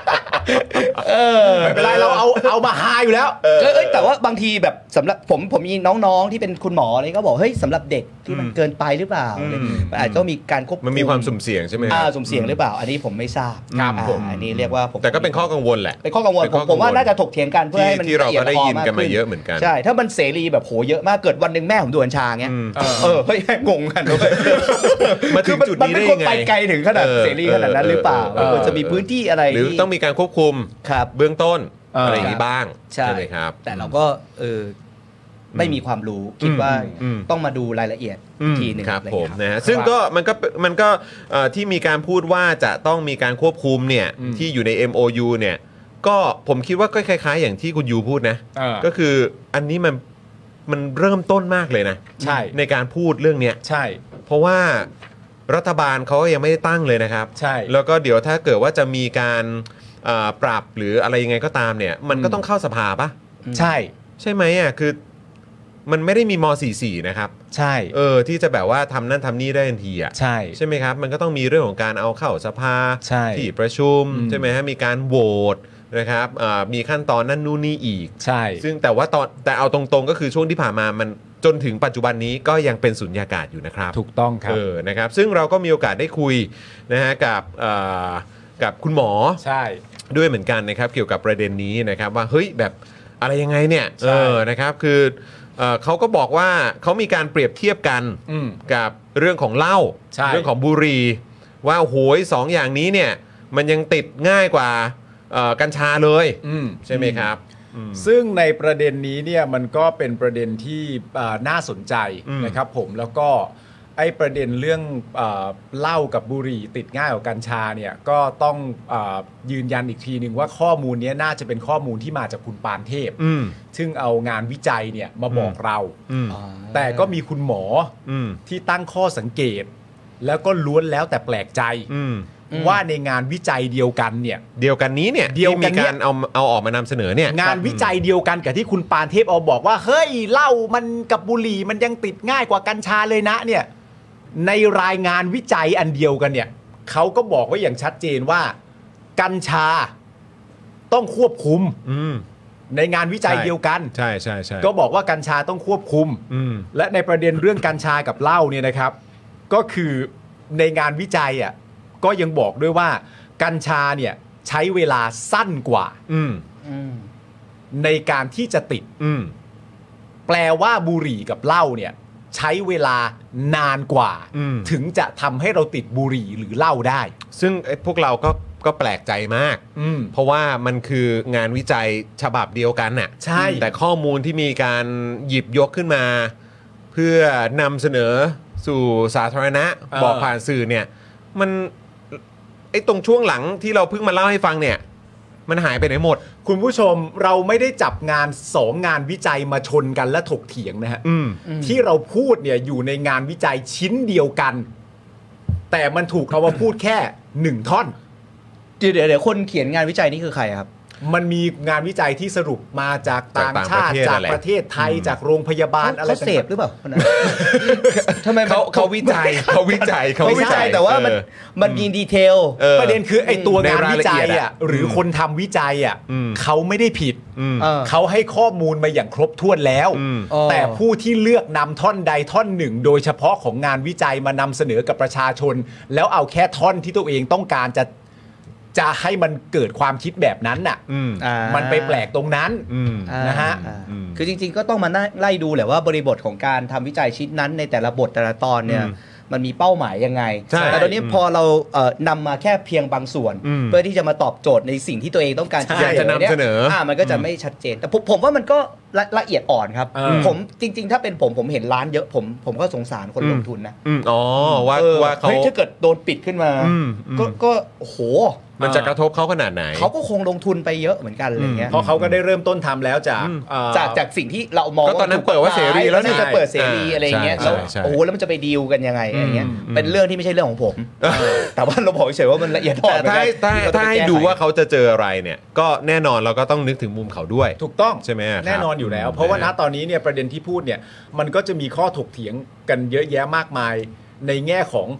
เออไม่เป็นไรเราเอาเอามาหาอยู่แล้วเออแต่ว่าบางทีแบบสำหรับผมผมมีน้องๆที่เป็นคุณหมออะไรก็บอกเฮ้ยสำหรับเด็กที่มันเกินไปหรือเปล่ามันอาจจะต้องมีการควบคุมมันมีความสุ่มเสี่ยงใช่ไหมอ่าสุ่มเสี่ยงหรือเปล่าอันนี้ผมไม่ทราบครับผมอันนี้เรียกว่าผมแต่ก็เป็นข้อกังวลแหละเป็นข้อกังวลผมว่าน่าจะถกเถียงกันเพื่อให้มันที่เราก็ได้ยินกันมาเยอะเหมือนกันใช่ถ้ามันเสรีแบบโหเยอะมากเกิดวันนึงแม่ผมดูกัญชาเงี้ยเออเฮ้ยงงกันเลยมาถึงจุดนี้ได้ยังไงไปไกลถึงขนาดเสรีขนาดนั้นหรือเปล่าควรจะมีพื้นที่อะไรหรือต้องมีการควบคุมเบื้องต้นอะไรอย่างนี้บ้างใช่ไหมครับแต่เราก็เออไม่มีความรู้คิดว่าต้องมาดูรายละเอียดทีนึงครับผมนะฮะซึ่งก็มันก็มันก็ที่มีการพูดว่าจะต้องมีการควบคุมเนี่ยที่อยู่ใน เอ็ม โอ ยู เนี่ยก็ผมคิดว่าก็คล้ายๆอย่างที่คุณยูพูดนะก็คืออันนี้มันมันเริ่มต้นมากเลยนะใช่ในการพูดเรื่องเนี้ยใช่เพราะว่ารัฐบาลเขายังไม่ได้ตั้งเลยนะครับใช่แล้วก็เดี๋ยวถ้าเกิดว่าจะมีการปรับหรืออะไรยังไงก็ตามเนี่ยมันก็ต้องเข้าสภาปะใช่ใช่ไหมอ่ะคือมันไม่ได้มีม สี่สิบสี่ นะครับใช่เออที่จะแบบว่าทำนั่นทำนี่ได้ทันทีอ่ะใช่ใช่ไหมครับมันก็ต้องมีเรื่องของการเอาเข้าสภาที่ประชุมใช่ไหมฮะมีการโหวตนะครับมีขั้นตอนนั่นนู่นนี่อีกใช่ซึ่งแต่ว่าตอนแต่เอาตรงๆก็คือช่วงที่ผ่านมามันจนถึงปัจจุบันนี้ก็ยังเป็นสุญญากาศอยู่นะครับถูกต้องครับเออนะครับซึ่งเราก็มีโอกาสได้คุยนะฮะกับกับคุณหมอใช่ด้วยเหมือนกันนะครับเกี่ยวกับประเด็นนี้นะครับว่าเฮ้ยแบบอะไรยังไงเนี่ยเออนะครับคือเขาก็บอกว่าเขามีการเปรียบเทียบกันกับเรื่องของเหล้าเรื่องของบุหรี่ว่าโหยสองอย่างนี้เนี่ยมันยังติดง่ายกว่ากัญชาเลยใช่ไหมครับซึ่งในประเด็นนี้เนี่ยมันก็เป็นประเด็นที่น่าสนใจนะครับผมแล้วก็ไอ้ประเด็นเรื่องเหล้ากับบุหรี่ติดง่ายกว่ากัญชาเนี่ยก็ต้องอยืนยันอีกทีหนึ่งว่าข้อมูลนี้น่าจะเป็นข้อมูลที่มาจากคุณปานเทพซึ่งเอางานวิจัยเนี่ยมาบอกเราแต่ก็มีคุณหมอที่ตั้งข้อสังเกตแล้วก็ล้วนแล้วแต่แปลกใจว่าในงานวิจัยเดียวกันเนี่ยเดียวกันนี้เนี่ยเดียวกันการเอาเอาออกมานำเสนอเนี่ยงานวิจัยเดียวกันกับที่คุณปานเทพเอาบอกว่าเฮ้ยเหล้ามันกับบุหรี่มันยังติดง่ายกว่ากัญชาเลยนะเนี่ยในรายงานวิจัยอันเดียวกันเนี่ยเขาก็บอกไว้อย่างชัดเจนว่ากัญชาต้องควบคุมในงานวิจัยเดียวกันใช่ใช่ใช่ก็บอกว่ากัญชาต้องควบคุมและในประเด็นเรื่องกัญชากับเหล้าเนี่ยนะครับก็คือในงานวิจัยอ่ะก็ยังบอกด้วยว่ากัญชาเนี่ยใช้เวลาสั้นกว่าในการที่จะติดแปลว่าบุหรี่กับเหล้าเนี่ยใช้เวลานานกว่าถึงจะทำให้เราติดบุหรี่หรือเหล้าได้ซึ่งไอ้พวกเราก็ก็แปลกใจมากเพราะว่ามันคืองานวิจัยฉบับเดียวกันน่ะใช่แต่ข้อมูลที่มีการหยิบยกขึ้นมาเพื่อนำเสนอสู่สาธารณะบอกผ่านสื่อเนี่ยมันไอ้ตรงช่วงหลังที่เราเพิ่งมาเล่าให้ฟังเนี่ยมันหายไปไหนหมดคุณผู้ชมเราไม่ได้จับงานสองงานวิจัยมาชนกันและถกเถียงนะฮะที่เราพูดเนี่ยอยู่ในงานวิจัยชิ้นเดียวกันแต่มันถูกเอามาพูดแค่หนึ่งท่อนเดี๋ยวเดี๋ยวคนเขียนงานวิจัยนี่คือใครครับมันมีงานวิจัยที่สรุปมาจากต่างชาติจากประเทศไทยจากโรงพยาบาลอะไรเขาเสพหรือเปล่าทำไมเขาเขาวิจัยเขาวิจัยเขาวิจัยแต่ว่ามันมันมีดีเทลประเด็นคือไอ้ตัวงานวิจัยอ่ะหรือคนทำวิจัยอ่ะเขาไม่ได้ผิดเขาให้ข้อมูลมาอย่างครบถ้วนแล้วแต่ผู้ที่เลือกนำท่อนใดท่อนหนึ่งโดยเฉพาะของงานวิจัยมานำเสนอกับประชาชนแล้วเอาแค่ท่อนที่ตัวเองต้องการจะจะให้มันเกิดความคิดแบบนั้นน่ะมันไปแปลกตรงนั้นนะฮะคือจริงๆก็ต้องมาไล่ดูแหละว่าบริบทของการทำวิจัยชิ้นนั้นในแต่ละบทแต่ละตอนเนี่ยมันมีเป้าหมายยังไงแต่ตอนนี้พอเราเอ่อนำมาแค่เพียงบางส่วนเพื่อที่จะมาตอบโจทย์ในสิ่งที่ตัวเองต้องการจะนำเสนออ่ามันก็จะไม่ชัดเจนแต่ผมผมว่ามันก็ละละเอียดอ่อนครับผมจริงๆถ้าเป็นผมผมเห็นร้านเยอะผมผมก็สงสารคนลงทุนนะอ๋อว่าว่าเขาถ้าเกิดโดนปิดขึ้นมาก็ก็โอ้โหมันจะกระทบเขาขนาดไหนเขาก็คงลงทุนไปเยอะเหมือนกันอะไรเงี้ยเพราะเขาก็ได้เริ่มต้นทำแล้วจากจากจากสิ่งที่เรามองก็ตอนนั้นเปิดว่าเสรีแล้วนี่จะเปิดเสรีอะไรเงี้ยแล้วโอ้โหแล้วมันจะไปดีลกันยังไงอะไรเงี้ยเป็นเรื่องที่ไม่ใช่เรื่องของผมแต่ว่าเราบอกเฉยว่ามันละเอียดอ่อนแต่ถ้าถ้าให้ดูว่าเขาจะเจออะไรเนี่ยก็แน่นอนเราก็ต้องนึกถึงมุมเขาด้วยถูกต้องใช่ไหมแน่นอนอยู่แล้วเพราะว่าณตอนนี้เนี่ยประเด็นที่พูดเนี่ยมันก็จะมีข้อถกเถียงกันเยอะแยะมากมายในแง่ของผ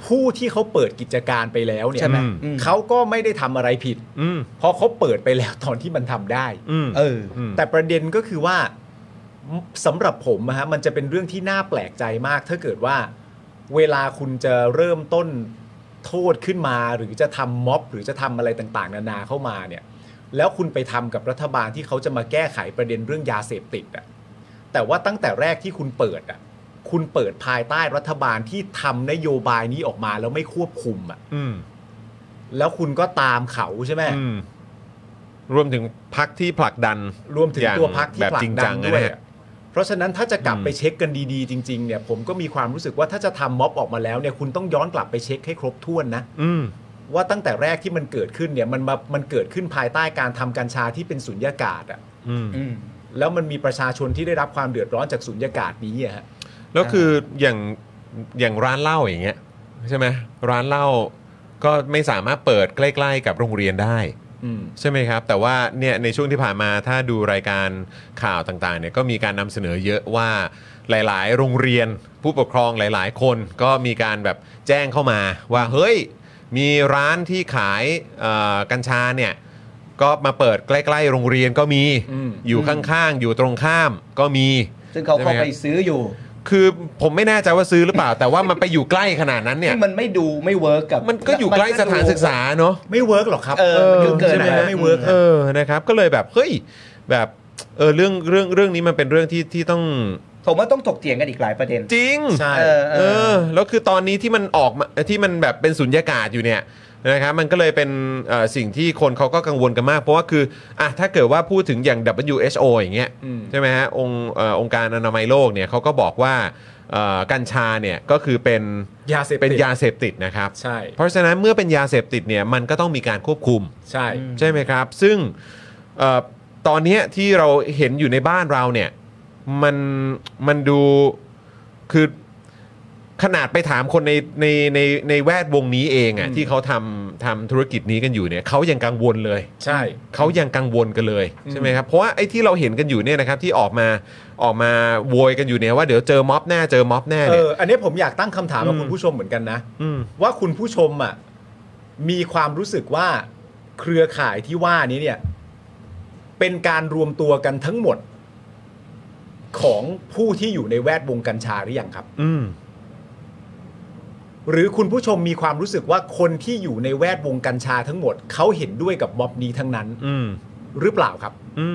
ผู้ที่เขาเปิดกิจการไปแล้วเนี่ยใช่ไหมเขาก็ไม่ได้ทำอะไรผิดเพราะเขาเปิดไปแล้วตอนที่มันทำได้เออแต่ประเด็นก็คือว่าสำหรับผมนะฮะมันจะเป็นเรื่องที่น่าแปลกใจมากถ้าเกิดว่าเวลาคุณจะเริ่มต้นโทษขึ้นมาหรือจะทำม็อบหรือจะทำอะไรต่างๆนานาเข้ามาเนี่ยแล้วคุณไปทำกับรัฐบาลที่เขาจะมาแก้ไขประเด็นเรื่องยาเสพติดอ่ะแต่ว่าตั้งแต่แรกที่คุณเปิดอ่ะคุณเปิดภายใต้รัฐบาลที่ทำนโยบายนี้ออกมาแล้วไม่ควบคุมอ่ะแล้วคุณก็ตามเขาใช่ไหมรวมถึงพรรคที่ผลักดันรวมถึงตัวพรรคที่ผลักดันด้วยเพราะฉะนั้นถ้าจะกลับไปเช็คกันดีๆจริงๆเนี่ยผมก็มีความรู้สึกว่าถ้าจะทำม็อบออกมาแล้วเนี่ยคุณต้องย้อนกลับไปเช็คให้ครบถ้วนนะว่าตั้งแต่แรกที่มันเกิดขึ้นเนี่ยมันมามันเกิดขึ้นภายใต้การทำกัญชาที่เป็นสุญญากาศอ่ะแล้วมันมีประชาชนที่ได้รับความเดือดร้อนจากสุญญากาศนี้อ่ะฮะแล้วคืออย่างอย่างร้านเหล้าอย่างเงี้ยใช่ไหมร้านเหล้าก็ไม่สามารถเปิดใกล้ๆกับโรงเรียนได้ใช่ไหมครับแต่ว่าเนี่ยในช่วงที่ผ่านมาถ้าดูรายการข่าวต่างๆเนี่ยก็มีการนำเสนอเยอะว่าหลายๆโรงเรียนผู้ปกครองหลายๆคนก็มีการแบบแจ้งเข้ามาว่าเฮ้ยมีร้านที่ขายกัญชาเนี่ยก็มาเปิดใกล้ๆโรงเรียนก็มีอยู่ข้างๆอยู่ตรงข้ามก็มีซึ่งเขาเข้าไปซื้ออยู่คือผมไม่แน่ใจว่าซื้อหรือเปล่าแต่ว่ามันไปอยู่ใกล้ขนาดนั้นเนี่ยมันไม่ดูไม่เวิร์กกับมันก็อยู่ใกล้สถานศึกษาเนาะไม่เวิร์กหรอกครับเออมันเกินไปไม่เวิร์กเออนะครับก็เลยแบบเฮ้ยแบบเออเรื่องเรื่องเรื่องนี้มันเป็นเรื่องที่ที่ต้องผมว่าต้องถกเถียงกันอีกหลายประเด็นจริงใช่เออแล้วคือตอนนี้ที่มันออกมาที่มันแบบเป็นสุญญากาศอยู่เนี่ยนะครับมันก็เลยเป็นสิ่งที่คนเขาก็กังวลกันมากเพราะว่าคืออ่ะถ้าเกิดว่าพูดถึงอย่าง ดับเบิลยู เอช โอ อย่างเงี้ยใช่ไหมฮะองค์องค์การอนามัยโลกเนี่ยเขาก็บอกว่ากัญชาเนี่ยก็คือเป็นยาเสพติดเป็นยาเสพติดนะครับใช่เพราะฉะนั้นเมื่อเป็นยาเสพติดเนี่ยมันก็ต้องมีการควบคุมใช่ใช่ไหมครับซึ่งตอนนี้ที่เราเห็นอยู่ในบ้านเราเนี่ยมันมันดูคือขนาดไปถามคนในในในในแวดวงนี้เองอ่ะที่เขาทำทำธุรกิจนี้กันอยู่เนี่ยเขายังกังวลเลยใช่เขายังกังวลกันเลยใช่ไหมครับเพราะว่าไอ้ที่เราเห็นกันอยู่เนี่ยนะครับที่ออกมาออกมาโวยกันอยู่เนี่ยว่าเดี๋ยวเจอม็อบแน่เจอม็อบแน่เนี่ยเอออันนี้ผมอยากตั้งคำถามกับคุณผู้ชมเหมือนกันนะว่าคุณผู้ชมอ่ะมีความรู้สึกว่าเครือข่ายที่ว่านี้เนี่ยเป็นการรวมตัวกันทั้งหมดของผู้ที่อยู่ในแวดวงกัญชาหรือยังครับอืมหรือคุณผู้ชมมีความรู้สึกว่าคนที่อยู่ในแวดวงกัญชาทั้งหมดเขาเห็นด้วยกับม็อบนี้ทั้งนั้นหรือเปล่าครับ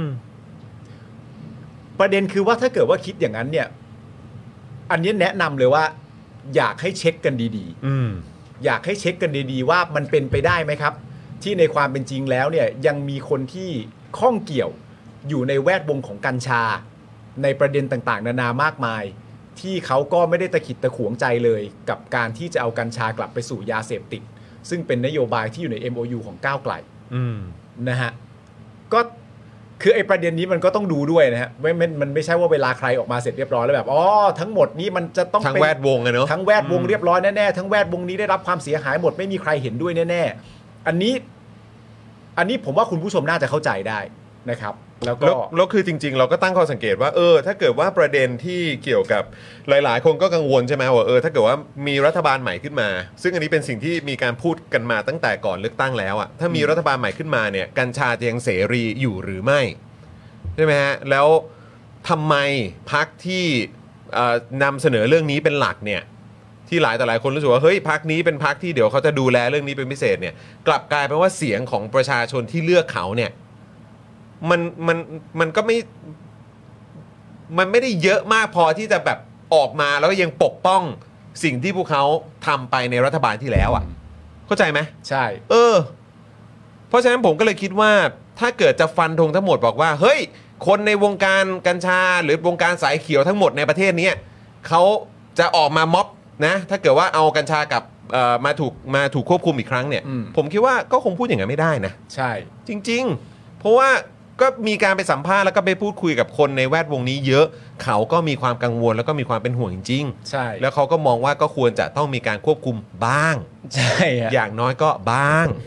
ประเด็นคือว่าถ้าเกิดว่าคิดอย่างนั้นเนี่ยอันนี้แนะนำเลยว่าอยากให้เช็คกันดีๆอยากให้เช็คกันดีๆว่ามันเป็นไปได้ไหมครับที่ในความเป็นจริงแล้วเนี่ยยังมีคนที่ข้องเกี่ยวอยู่ในแวดวงของกัญชาในประเด็นต่างๆนานามากมายที่เขาก็ไม่ได้ตะขิดตะขวงใจเลยกับการที่จะเอากัญชากลับไปสู่ยาเสพติดซึ่งเป็นนโยบายที่อยู่ใน เอ็ม โอ ยู ของก้าวไกลนะฮะก็คือไอ้ประเด็นนี้มันก็ต้องดูด้วยนะฮะไม่มันไม่ใช่ว่าเวลาใครออกมาเสร็จเรียบร้อยแล้วแบบอ๋อทั้งหมดนี้มันจะต้องทั้งแวดวงอะเนาะทั้งแวดวงเรียบร้อยแน่ๆทั้งแวดวงนี้ได้รับความเสียหายหมดไม่มีใครเห็นด้วยแน่ๆอันนี้อันนี้ผมว่าคุณผู้ชมน่าจะเข้าใจได้นะครับแล้วก็แล้วคือจริงๆเราก็ตั้งข้อสังเกตว่าเออถ้าเกิดว่าประเด็นที่เกี่ยวกับหลายๆคนก็กังวลใช่ไหมว่าเออถ้าเกิดว่ามีรัฐบาลใหม่ขึ้นมาซึ่งอันนี้เป็นสิ่งที่มีการพูดกันมาตั้งแต่ก่อนเลือกตั้งแล้วอะถ้ามีรัฐบาลใหม่ขึ้นมาเนี่ยกัญชาจะยังเสรีอยู่หรือไม่ใช่ไหมฮะแล้วทำไมพรรคที่นำเสนอเรื่องนี้เป็นหลักเนี่ยที่หลายแต่หลายคนรู้สึกว่าเฮ้ยพรรคนี้เป็นพรรคที่เดี๋ยวเขาจะดูแลเรื่องนี้เป็นพิเศษเนี่ยกลับกลายเป็นว่าเสียงของประชาชนที่เลือกเขาเนี่ยมันมันมันก็ไม่มันไม่ได้เยอะมากพอที่จะแบบออกมาแล้วก็ยังปกป้องสิ่งที่พวกเขาทำไปในรัฐบาลที่แล้วอ่ะเข้าใจไหมใช่เออเพราะฉะนั้นผมก็เลยคิดว่าถ้าเกิดจะฟันธงทั้งหมดบอกว่าเฮ้ยคนในวงการกัญชาหรือวงการสายเขียวทั้งหมดในประเทศนี้เขาจะออกมาม็อบนะถ้าเกิดว่าเอากัญชากับมาถูกมาถูกควบคุมอีกครั้งเนี่ยผมคิดว่าก็คงพูดอย่างนั้นไม่ได้นะใช่จริงๆเพราะว่าก็มีการไปสัมภาษณ์แล้วก็ไปพูดคุยกับคนในแวดวงนี้เยอะเขาก็มีความกังวลแล้วก็มีความเป็นห่วงจริงๆใช่แล้วเขาก็มองว่าก็ควรจะต้องมีการควบคุมบ้างใช่อย่างน้อยก็บ้าง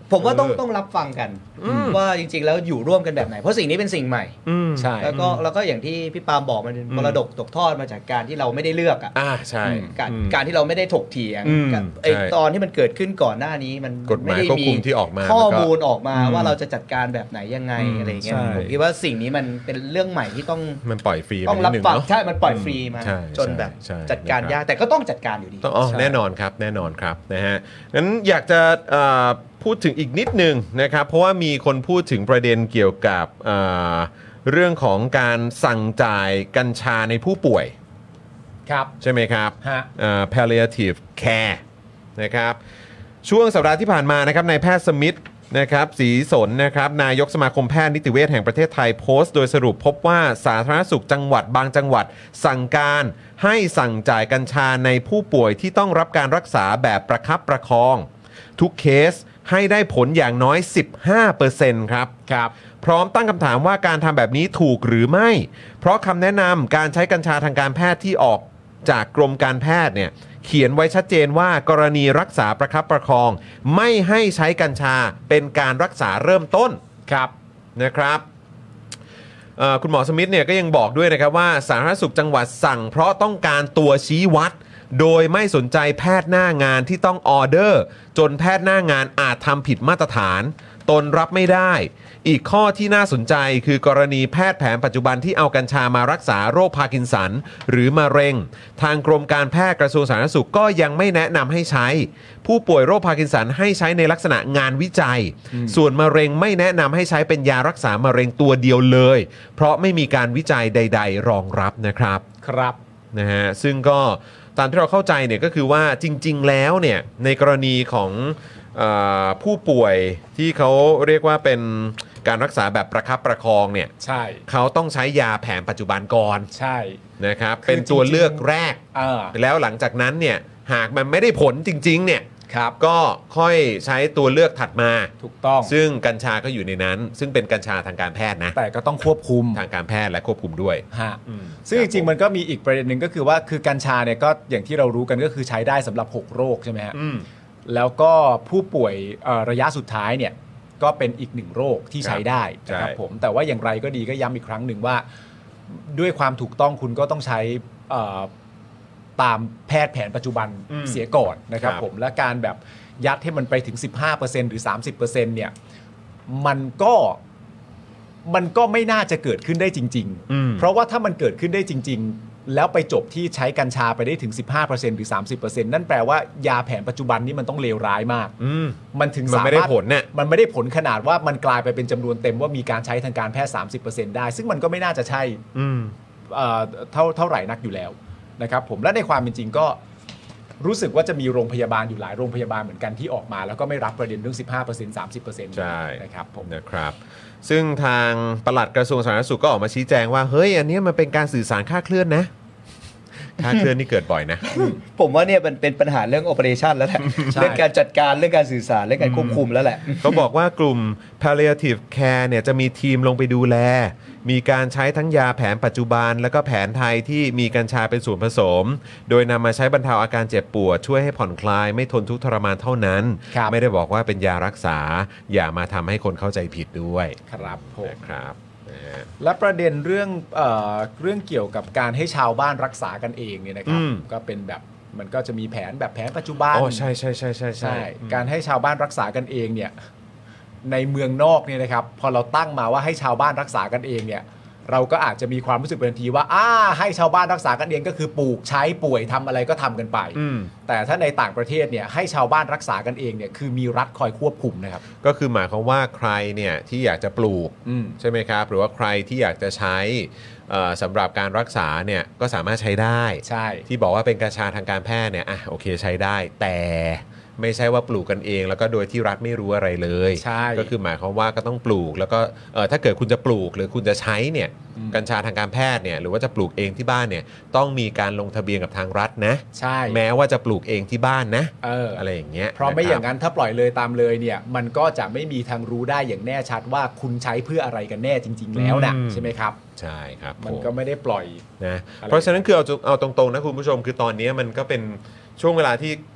ผมว่าต้องต้องรับฟังกันว่าจริงๆแล้วอยู่ร่วมกันแบบไหนเพราะสิ่งนี้เป็นสิ่งใหม่ใช่แล้วก็แล้วก็อย่างที่พี่ปาล์มบอกมันเป็นมรดกตกทอดมาจากการที่เราไม่ได้เลือกอ่ะอ่าใช่การการที่เราไม่ได้ถกเถียงไอตอนที่มันเกิดขึ้นก่อนหน้านี้มันกฎหมายควบคุมที่ออกมาข้อมูลออกมาว่าเราจะจัดการแบบไหนยังไงอะไรเงี้ยผมคิดว่าสิ่งนี้มันเป็นเรื่องใหม่ที่ต้องมันปล่อยฟรีต้องรับฟังใช่มันปล่อยฟรีมาจนแบบจัดการยากแต่ก็ต้องจัดการอยู่ดีต้องอ๋อแน่นอนครับแน่นอนครับนะฮะงั้นอยากจะพูดถึงอีกนิดนึงนะครับเพราะว่ามีคนพูดถึงประเด็นเกี่ยวกับเรื่องของการสั่งจ่ายกัญชาในผู้ป่วยครับใช่ไหมครับ palliative care นะครับช่วงสัปดาห์ที่ผ่านมานะครับนายแพทย์สมิธนะครับศรีสนนะครับนายกสมาคมแพทย์นิติเวชแห่งประเทศไทยโพสต์โดยสรุปพบว่าสาธารณสุขจังหวัดบางจังหวัดสั่งการให้สั่งจ่ายกัญชาในผู้ป่วยที่ต้องรับการรักษาแบบประคับประคองทุกเคสให้ได้ผลอย่างน้อย สิบห้าเปอร์เซ็นต์ ครับครับพร้อมตั้งคำถามว่าการทำแบบนี้ถูกหรือไม่เพราะคำแนะนำการใช้กัญชาทางการแพทย์ที่ออกจากกรมการแพทย์เนี่ยเขียนไว้ชัดเจนว่ากรณีรักษาประคับประคองไม่ให้ใช้กัญชาเป็นการรักษาเริ่มต้นครับนะครับคุณหมอสมิธเนี่ยก็ยังบอกด้วยนะครับว่าสาธารณสุขจังหวัดสั่งเพราะต้องการตัวชี้วัดโดยไม่สนใจแพทย์หน้างานที่ต้องออเดอร์จนแพทย์หน้างานอาจทำผิดมาตรฐานตนรับไม่ได้อีกข้อที่น่าสนใจคือกรณีแพทย์แผนปัจจุบันที่เอากัญชามารักษาโรคพาร์กินสันหรือมะเร็งทางกรมการแพทย์กระทรวงสาธารณสุขก็ยังไม่แนะนำให้ใช้ผู้ป่วยโรคพาร์กินสันให้ใช้ในลักษณะงานวิจัยส่วนมะเร็งไม่แนะนำให้ใช้เป็นยารักษามะเร็งตัวเดียวเลยเพราะไม่มีการวิจัยใดๆรองรับนะครับครับนะฮะซึ่งก็ตามที่เราเข้าใจเนี่ยก็คือว่าจริงๆแล้วเนี่ยในกรณีของเอ่อผู้ป่วยที่เขาเรียกว่าเป็นการรักษาแบบประคับประคองเนี่ยใช่เขาต้องใช้ยาแผนปัจจุบันก่อนใช่นะครับเป็นตัวเลือกแรกแล้วหลังจากนั้นเนี่ยหากมันไม่ได้ผลจริงๆเนี่ยก็ค่อยใช้ตัวเลือกถัดมาถูกต้องซึ่งกัญชาก็อยู่ในนั้นซึ่งเป็นกัญชาทางการแพทย์นะแต่ก็ต้องควบคุมทางการแพทย์และควบคุมด้วยฮะซึ่งจริงๆมันก็มีอีกประเด็นหนึ่งก็คือว่าคือกัญชาเนี่ยก็อย่างที่เรารู้กันก็คือใช้ได้สำหรับหกโรคใช่ไหมฮะแล้วก็ผู้ป่วยระยะสุดท้ายเนี่ยก็เป็นอีกหนึ่งโรคที่ใช้ได้นะครับผมแต่ว่าอย่างไรก็ดีก็ย้ำอีกครั้งหนึ่งว่าด้วยความถูกต้องคุณก็ต้องใช้ตามแพทย์แผนปัจจุบันเสียก่อนนะครับผมและการแบบยัดให้มันไปถึง สิบห้าเปอร์เซ็นต์ หรือ สามสิบเปอร์เซ็นต์ เนี่ยมันก็มันก็ไม่น่าจะเกิดขึ้นได้จริงๆเพราะว่าถ้ามันเกิดขึ้นได้จริงๆแล้วไปจบที่ใช้กัญชาไปได้ถึง สิบห้าเปอร์เซ็นต์ หรือ สามสิบเปอร์เซ็นต์ นั่นแปลว่ายาแผนปัจจุบันนี้มันต้องเลวร้ายมากมันถึงสามารถมันไม่ได้ผลเนี่ยมันไม่ได้ผลขนาดว่ามันกลายไปเป็นจำนวนเต็มว่ามีการใช้ทางการแพทย์ สามสิบเปอร์เซ็นต์ ได้ซึ่งมันก็ไม่น่าจะใช่เท่าเท่าไหร่นักอยู่แล้วนะครับผมและในความเป็นจริงก็รู้สึกว่าจะมีโรงพยาบาลอยู่หลายโรงพยาบาลเหมือนกันที่ออกมาแล้วก็ไม่รับประเด็นเรื่อง สิบห้าเปอร์เซ็นต์ สามสิบเปอร์เซ็นต์ใช่นะครับผมนะครับซึ่งทางปลัดกระทรวงสาธารณสุขก็ออกมาชี้แจงว่าเฮ้ยอันนี้มันเป็นการสื่อสารคลาดเคลื่อนนะคลาดเคลื่อนนี่เกิดบ่อยนะผมว่าเนี่ยมันเป็นปัญหาเรื่อง operation แล้วแหละเรื่องการจัดการเรื่องการสื่อสารเรื่องการควบคุมแล้วแหละเขาบอกว่ากลุ่ม palliative care เนี่ยจะมีทีมลงไปดูแลมีการใช้ทั้งยาแผนปัจจุบันแล้วก็แผนไทยที่มีกัญชาเป็นส่วนผสมโดยนำมาใช้บรรเทาอาการเจ็บปวดช่วยให้ผ่อนคลายไม่ทนทุกข์ทรมานเท่านั้นไม่ได้บอกว่าเป็นยารักษาอย่ามาทำให้คนเข้าใจผิดด้วยครับผมครับและประเด็นเรื่องเอ่อเรื่องเกี่ยวกับการให้ชาวบ้านรักษากันเองเนี่ยนะครับก็เป็นแบบมันก็จะมีแผนแบบแผนปัจจุบันอ๋อใช่ใช่ใช่ใช่ใช่การให้ชาวบ้านรักษากันเองเนี่ยในเมืองนอกเนี่ยนะครับพอเราตั้งมาว่าให้ชาวบ้านรักษากันเองเนี่ยเราก็อาจจะมีความรู้สึกเป็นทีว่าอ่าให้ชาวบ้านรักษากันเองก็คือปลูกใช้ป่วยทำอะไรก็ทำกันไปแต่ถ้าในต่างประเทศเนี่ยให้ชาวบ้านรักษากันเองเนี่ยคือมีรัฐคอยควบคุมนะครับก็คือหมายความว่าใครเนี่ยที่อยากจะปลูกใช่ไหมครับหรือว่าใครที่อยากจะใช้สำหรับการรักษาเนี่ยก็สามารถใช้ได้ใช่ที่บอกว่าเป็นกัญชาทางการแพทย์เนี่ยอ่ะโอเคใช้ได้แต่ไม่ใช่ว่าปลูกกันเองแล้วก็โดยที่รัฐไม่รู้อะไรเลยใช่ก็คือหมายความว่าก็ต้องปลูกแล้วก็เอ่อถ้าเกิดคุณจะปลูกหรือคุณจะใช้เนี่ยกัญชาทางการแพทย์เนี่ยหรือว่าจะปลูกเองที่บ้านเนี่ยต้องมีการลงทะเบียนกับทางรัฐนะใช่แม้ว่าจะปลูกเองที่บ้านนะเอออะไรอย่างเงี้ยเพราะไม่อย่างนั้นถ้าปล่อยเลยตามเลยเนี่ยมันก็จะไม่มีทางรู้ได้อย่างแน่ชัดว่าคุณใช้เพื่ออะไรกันแน่จริงๆแล้วนะใช่ไหมครับใช่ครับมันก็ไม่ได้ปล่อยนะเพราะฉะนั้นคือเอาเอาตรงๆนะคุณผู้ชมคือตอนนี้มันก็เป็นช่วงเวลาที่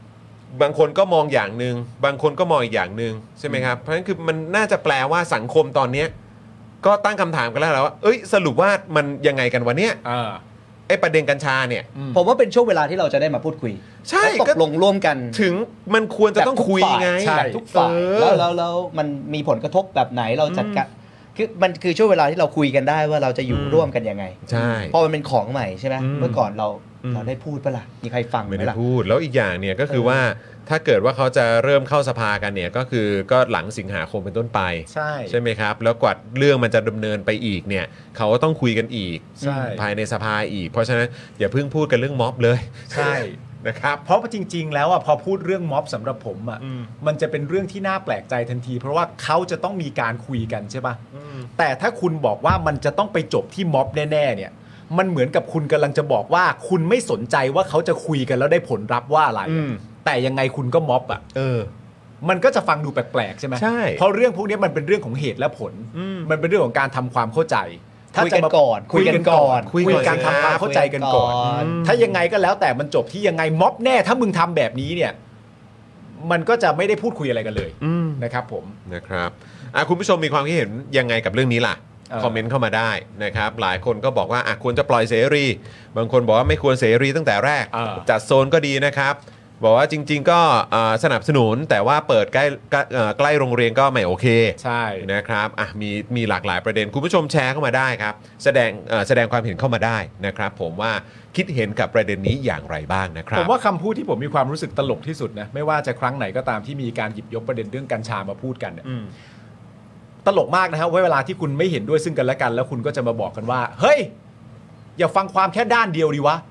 บางคนก็มองอย่างนึงบางคนก็มองอีกอย่างนึงใช่ไหมครับเพราะฉะนั้นคือมันน่าจะแปลว่าสังคมตอนเนี้ยก็ตั้งคำถามกันแล้วแหละว่าเอ้ยสรุปว่ามันยังไงกันวะเนี่ยไอ้ประเด็นกัญชาเนี่ยผมว่าเป็นช่วงเวลาที่เราจะได้มาพูดคุยใช่ตกลงร่วมกันถึงมันควรจะต้องคุยไงทุกฝ่ายแล้วแล้วแล้วมันมีผลกระทบแบบไหนเราจัดการคือมันคือช่วงเวลาที่เราคุยกันได้ว่าเราจะอยู่ร่วมกันยังไงใช่พอมันเป็นของใหม่ใช่ไหมเมื่อก่อนเราเราได้พูดปะล่ะมีใครฟังไหมล่ะไม่ได้พูดแล้วอีกอย่างเนี่ยก็คือว่าถ้าเกิดว่าเขาจะเริ่มเข้าสภากันเนี่ยก็คือก็หลังสิงหาคมเป็นต้นไปใช่ใช่ไหมครับแล้วกว่าเรื่องมันจะดำเนินไปอีกเนี่ยเขาก็ต้องคุยกันอีกภายในสภาอีกเพราะฉะนั้นอย่าเพิ่งพูดกันเรื่องม็อบเลยใช่นะครับเพราะจริงๆแล้วอ่ะพอพูดเรื่องม็อบสำหรับผมอ่ะมันจะเป็นเรื่องที่น่าแปลกใจทันทีเพราะว่าเขาจะต้องมีการคุยกันใช่ป่ะแต่ถ้าคุณบอกว่ามันจะต้องไปจบที่ม็อบแน่ๆเนี่ยมันเหมือนกับคุณกำลังจะบอกว่าคุณไม่สนใจว่าเขาจะคุยกันแล้วได้ผลลัพธ์ว่าอะไรแต่ยังไงคุณก็ม็อบอ่ะเออมันก็จะฟังดูแปลกๆใช่ไหมใช่เพราะเรื่องพวกนี้มันเป็นเรื่องของเหตุและผลมันเป็นเรื่องของการทำความเข้าใจคุยกันก่อนคุยกันก่อนคุยกันทำความเข้าใจกันก่อนถ้ายังไงก็แล้วแต่มันจบที่ยังไงม็อบแน่ถ้ามึงทำแบบนี้เนี่ยมันก็จะไม่ได้พูดคุยอะไรกันเลยนะครับผมนะครับอ่ะคุณผู้ชมมีความคิดเห็นยังไงกับเรื่องนี้ล่ะคอมเมนต์เข้ามาได้นะครับหลายคนก็บอกว่าอ่ะควรจะปล่อยเสรีบางคนบอกว่าไม่ควรเสรีตั้งแต่แรกจัดโซนก็ดีนะครับบอกว่าจริงๆก็สนับสนุนแต่ว่าเปิดใกล้ใกล้โรงเรียนก็ไม่โอเคใช่นะครับอ่ะมีมีหลากหลายประเด็นคุณผู้ชมแชร์เข้ามาได้ครับแสดงแสดงความเห็นเข้ามาได้นะครับผมว่าคิดเห็นกับประเด็นนี้อย่างไรบ้างนะครับผมว่าคำพูดที่ผมมีความรู้สึกตลกที่สุดนะไม่ว่าจะครั้งไหนก็ตามที่มีการหยิบยกประเด็นเรื่องกัญชามาพูดกันเนี่ยตลกมากนะครับเวลาที่คุณไม่เห็นด้วยซึ่งกันและกันแล้วคุณก็จะมาบอกกันว่าเฮ้ยอย่าฟังความแค่ด้านเดียวดีวะ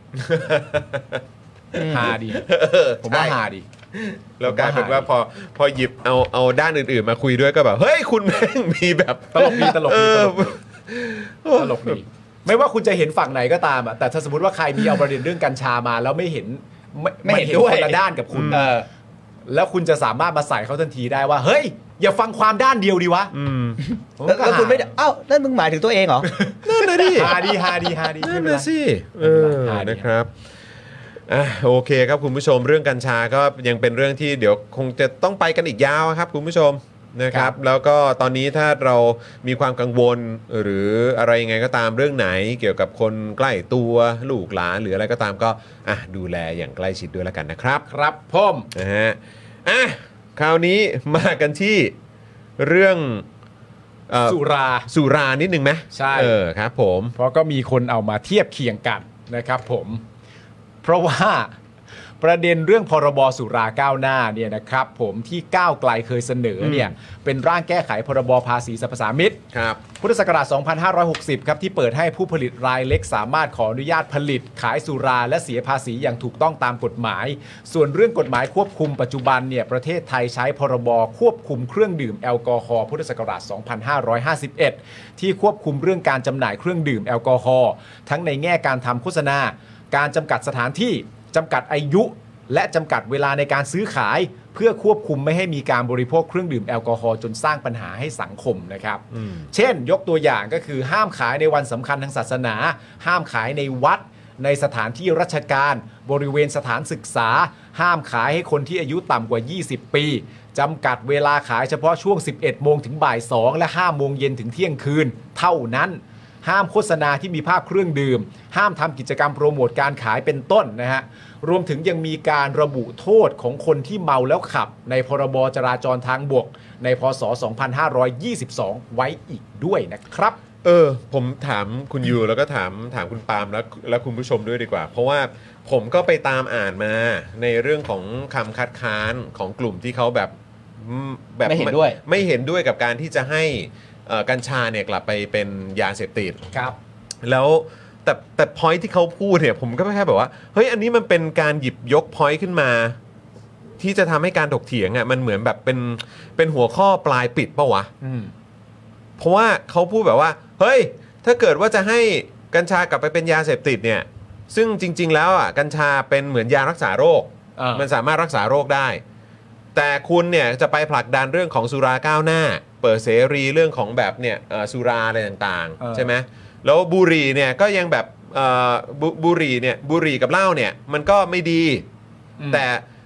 ฮาดีผมว่าฮาดีแล้วกลายเป็นว่าพอพอหยิบเอาเอาด้านอื่นๆมาคุยด้วยก็แบบเฮ้ยคุณแม่งมีแบบตลกดีตลกดีตลกดีไม่ว่าคุณจะเห็นฝั่งไหนก็ตามอ่ะแต่ถ้าสมมติว่าใครมีเอาประเด็นเรื่องกัญชามาแล้วไม่เห็นไม่เห็นด้วยคนละด้านกับคุณแล้วคุณจะสามารถมาใส่เขาทันทีได้ว่าเฮ้ยอย่าฟังความด้านเดียวดีวะแล้วคุณไม่เอ้านั่นมึงหมายถึงตัวเองเหรอนั่นนะดิฮาดีฮาดีฮาดีนั่นนะสิเออนะครับอ่ะโอเคครับคุณผู้ชมเรื่องกัญชาก็ยังเป็นเรื่องที่เดี๋ยวคงจะต้องไปกันอีกยาวครับคุณผู้ชมนะครับแล้วก็ตอนนี้ถ้าเรามีความกังวลหรืออะไรยังไงก็ตามเรื่องไหนเกี่ยวกับคนใกล้ตัวลูกหลานหรืออะไรก็ตามก็อ่ะดูแลอย่างใกล้ชิดด้วยแล้วกันนะครับครับพ่อมนะฮะอ่ะคราวนี้มากันที่เรื่องสุราสุรานิดนึงไหมใช่เออครับผมเพราะก็มีคนเอามาเทียบเคียงกันนะครับผมเพราะว่าประเด็นเรื่องพรบสุราก้าวหน้าเนี่ยนะครับผมที่ก้าวไกลเคยเสนอเนี่ยเป็นร่างแก้ไขพรบภาษีสรรพสามิตครับพุทธศักราชสองพันห้าร้อยหกสิบครับที่เปิดให้ผู้ผลิตรายเล็กสามารถขออนุญาตผลิตขายสุราและเสียภาษีอย่างถูกต้องตามกฎหมายส่วนเรื่องกฎหมายควบคุมปัจจุบันเนี่ยประเทศไทยใช้พรบควบคุมเครื่องดื่มแอลกอฮอล์พุทธศักราชสองพันห้าร้อยห้าสิบเอ็ดที่ควบคุมเรื่องการจำหน่ายเครื่องดื่มแอลกอฮอล์ทั้งในแง่การทำโฆษณาการจำกัดสถานที่จำกัดอายุและจำกัดเวลาในการซื้อขายเพื่อควบคุมไม่ให้มีการบริโภคเครื่องดื่มแอลกอฮอล์จนสร้างปัญหาให้สังคมนะครับเช่นยกตัวอย่างก็คือห้ามขายในวันสำคัญทางศาสนาห้ามขายในวัดในสถานที่ราชการบริเวณสถานศึกษาห้ามขายให้คนที่อายุต่ำกว่ายี่สิบปีจำกัดเวลาขายเฉพาะช่วงสิบเอ็ดโมงถึงบ่ายสองและห้าโมงเย็นถึงเที่ยงคืนเท่านั้นห้ามโฆษณาที่มีภาพเครื่องดื่มห้ามทำกิจกรรมโปรโมทการขายเป็นต้นนะฮะรวมถึงยังมีการระบุโทษของคนที่เมาแล้วขับในพรบจราจรทางบกในพ.ศ. สองพันห้าร้อยยี่สิบสองไว้อีกด้วยนะครับเออผมถามคุณยูแล้วก็ถามถามคุณปาล์มแล้วแล้วคุณผู้ชมด้วยดีกว่าเพราะว่าผมก็ไปตามอ่านมาในเรื่องของคำคัดค้านของกลุ่มที่เขาแบบแบบไม่เห็นด้วยไม่เห็นด้วยกับการที่จะให้กัญชาเนี่ยกลับไปเป็นยาเสพติดครับแล้วแต่แต่ point ที่เขาพูดเนี่ยผมก็แค่แบบว่าเฮ้ยอันนี้มันเป็นการหยิบยก point ขึ้นมาที่จะทำให้การถกเถียงอ่ะมันเหมือนแบบเป็นเป็นหัวข้อปลายปิดป่ะวะเพราะว่าเขาพูดแบบว่าเฮ้ยถ้าเกิดว่าจะให้กัญชากลับไปเป็นยาเสพติดเนี่ยซึ่งจริงๆแล้วอ่ะกัญชาเป็นเหมือนยารักษาโรคมันสามารถรักษาโรคได้แต่คุณเนี่ยจะไปผลักดันเรื่องของสุราก้าวหน้าเปิดเสรีเรื่องของแบบเนี่ยสุราอะไรต่างๆใช่ไหมแล้วบุหรี่เนี่ยก็ยังแบบบุหรี่เนี่ยบุหรี่กับเหล้าเนี่ยมันก็ไม่ดีแต่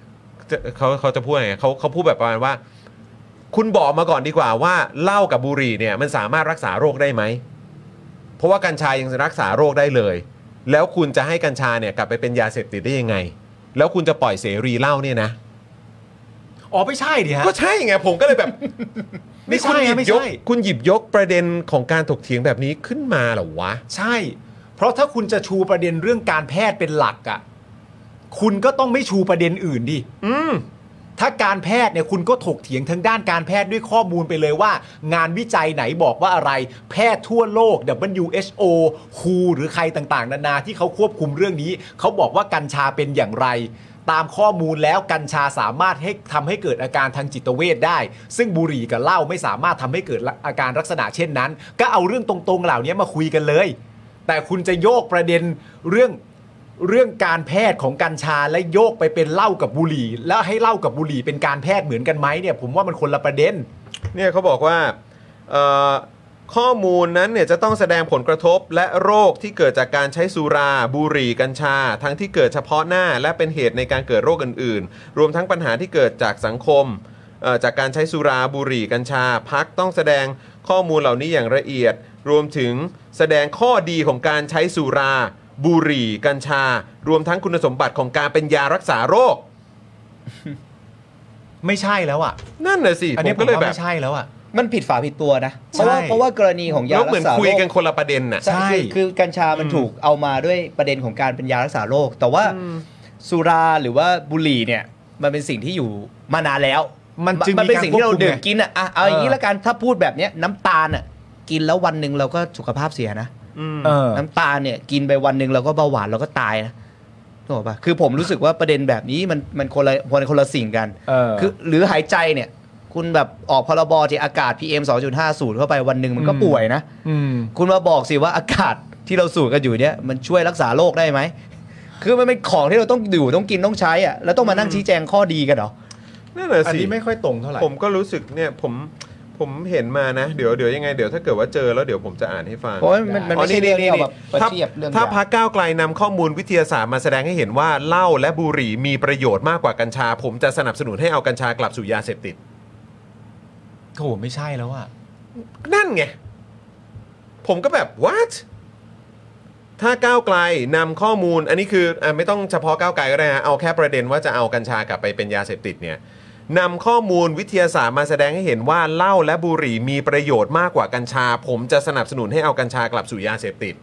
เขาเขาจะพูดไงเขาเขาพูดแบบประมาณว่าคุณบอกมาก่อนดีกว่าว่าเหล้ากับบุหรี่เนี่ยมันสามารถรักษาโรคได้ไหมเพราะว่ากัญชายังรักษาโรคได้เลยแล้วคุณจะให้กัญชาเนี่ยกลับไปเป็นยาเสพติดได้ยังไงแล้วคุณจะปล่อยเสรีเหล้าเนี่ยนะอ๋อไม่ใช่ดิฮะก็ใช่ไงผมก็เลยแบบไม่ใช่ไม่ใช่คุณหยิบยกประเด็นของการถกเถียงแบบนี้ขึ้นมาเหรอวะใช่เพราะถ้าคุณจะชูประเด็นเรื่องการแพทย์เป็นหลักอ่ะคุณก็ต้องไม่ชูประเด็นอื่นดิอืมถ้าการแพทย์เนี่ยคุณก็ถกเถียงทางด้านการแพทย์ด้วยข้อมูลไปเลยว่างานวิจัยไหนบอกว่าอะไรแพทย์ทั่วโลก ดับเบิลยู เอช โอ ดับเบิลยู เอช โอ ฮู หรือใครต่างๆนานาที่เขาควบคุมเรื่องนี้เขาบอกว่ากัญชาเป็นอย่างไรตามข้อมูลแล้วกัญชาสามารถให้ทำให้เกิดอาการทางจิตเวชได้ซึ่งบุหรี่กับเหล้าไม่สามารถทำให้เกิดอาการลักษณะเช่นนั้นก็เอาเรื่องตรงๆเหล่านี้มาคุยกันเลยแต่คุณจะโยกประเด็นเรื่องเรื่องการแพทย์ของกัญชาและโยกไปเป็นเหล้ากับบุหรี่แล้วให้เหล้ากับบุหรี่เป็นการแพทย์เหมือนกันไหมเนี่ยผมว่ามันคนละประเด็นเนี่ยเขาบอกว่าข้อมูลนั้นเนี่ยจะต้องแสดงผลกระทบและโรคที่เกิดจากการใช้สุราบุหรี่กัญชาทั้งที่เกิดเฉพาะหน้าและเป็นเหตุในการเกิดโรคอื่นๆรวมทั้งปัญหาที่เกิดจากสังคมจากการใช้สุราบุหรี่กัญชาพรรคต้องแสดงข้อมูลเหล่านี้อย่างละเอียดรวมถึงแสดงข้อดีของการใช้สุราบุหรี่กัญชารวมทั้งคุณสมบัติของการเป็นยารักษาโรคไม่ใช่แล้วอ่ะนั่นน่ะสิอันนี้ก็เลยแบบไม่ใช่แล้วอ่ะมันผิดฝาผิดตัวนะเพราะว่าเพราะว่ากรณีของยารักษาโรคเหมือนคุยกันคนละประเด็นน่ะใช่คือกัญชามันถูกเอามาด้วยประเด็นของการเป็นยารักษาโรคแต่ว่าสุราหรือว่าบุหรี่เนี่ยมันเป็นสิ่งที่อยู่มานานแล้วมันจึงมันเป็นสิ่งที่เราดื่มกินอ่ะเอาอย่างนี้ละกันถ้าพูดแบบนี้น้ำตาลอ่ะกินแล้ววันนึงเราก็สุขภาพเสียนะน้ำตาลเนี่ยกินไปวันหนึ่งเราก็เบาหวานเราก็ตายนะถูกป่ะคือผมรู้สึกว่าประเด็นแบบนี้มันมันคนละคนคนละสิ่งกันคือหรือหายใจเนี่ยคุณแบบออกพรบที่อากาศ พี เอ็ม สองจุดห้า สูดเข้าไปวันหนึ่งมันก็ป่วยนะคุณมาบอกสิว่าอากาศที่เราสูดกันอยู่เนี่ยมันช่วยรักษาโรคได้ไหมคือมันเป็นของที่เราต้องดื่มต้องกินต้องใช้อ่ะแล้วต้องมานั่งชี้แจงข้อดีกันเหรอนั่นแหละสิอันนี้ไม่ค่อยตรงเท่าไหร่ผมก็รู้สึกเนี่ยผมผมเห็นมานะเดี๋ยวเดี๋ยวยังไงเดี๋ยวถ้าเกิดว่าเจอแล้วเดี๋ยวผมจะอ่านให้ฟังเพราะมันมันไม่ใช่เรื่องที่เอาแบบประเทียบเรื่องถ้าพรรคก้าวไกลนำข้อมูลวิทยาศาสตร์มาแสดงให้เห็นว่าเหล้าและบุหรี่มีประโยชน์มากกว่ากัญชาผมจะสนับสนุนให้เอากัญชากลับสู่ยาเสพติดโอ้ไม่ใช่แล้วอะนั่นไงผมก็แบบ what ถ้าก้าวไกลนำข้อมูลอันนี้คืออ่ะไม่ต้องเฉพาะก้าวไกลก็ได้นะเอาแค่ประเด็นว่าจะเอากัญชากลับไปเป็นยาเสพติดเนี่ยนำข้อมูลวิทยาศาสตร์มาแสดงให้เห็นว่าเหล้าและบุหรี่มีประโยชน์มากกว่ากัญชาผมจะสนับสนุนให้เอากัญชากลับสู่ยาเสพติด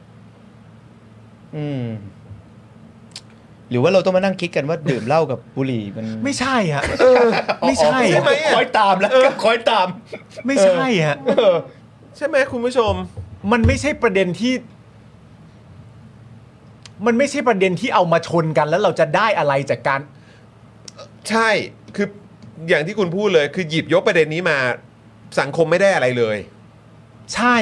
อืมหรือว่าเราต้องมานั่งคิดกันว่าดื่มเหล้ากับบุหรี่มันไม่ใช่ฮะไม่ใช่ใช่ไหมคอยตามแล้วก็คอยตามไม่ใช่ฮะใช่ไหมคุณผู้ชมมันไม่ใช่ประเด็นที่มันไม่ใช่ประเด็นที่เอามาชนกันแล้วเราจะได้อะไรจากการใช่คืออย่างที่คุณพูดเลยคือหยิบยกประเด็นนี้มาสังคมไม่ได้อะไรเลยใช่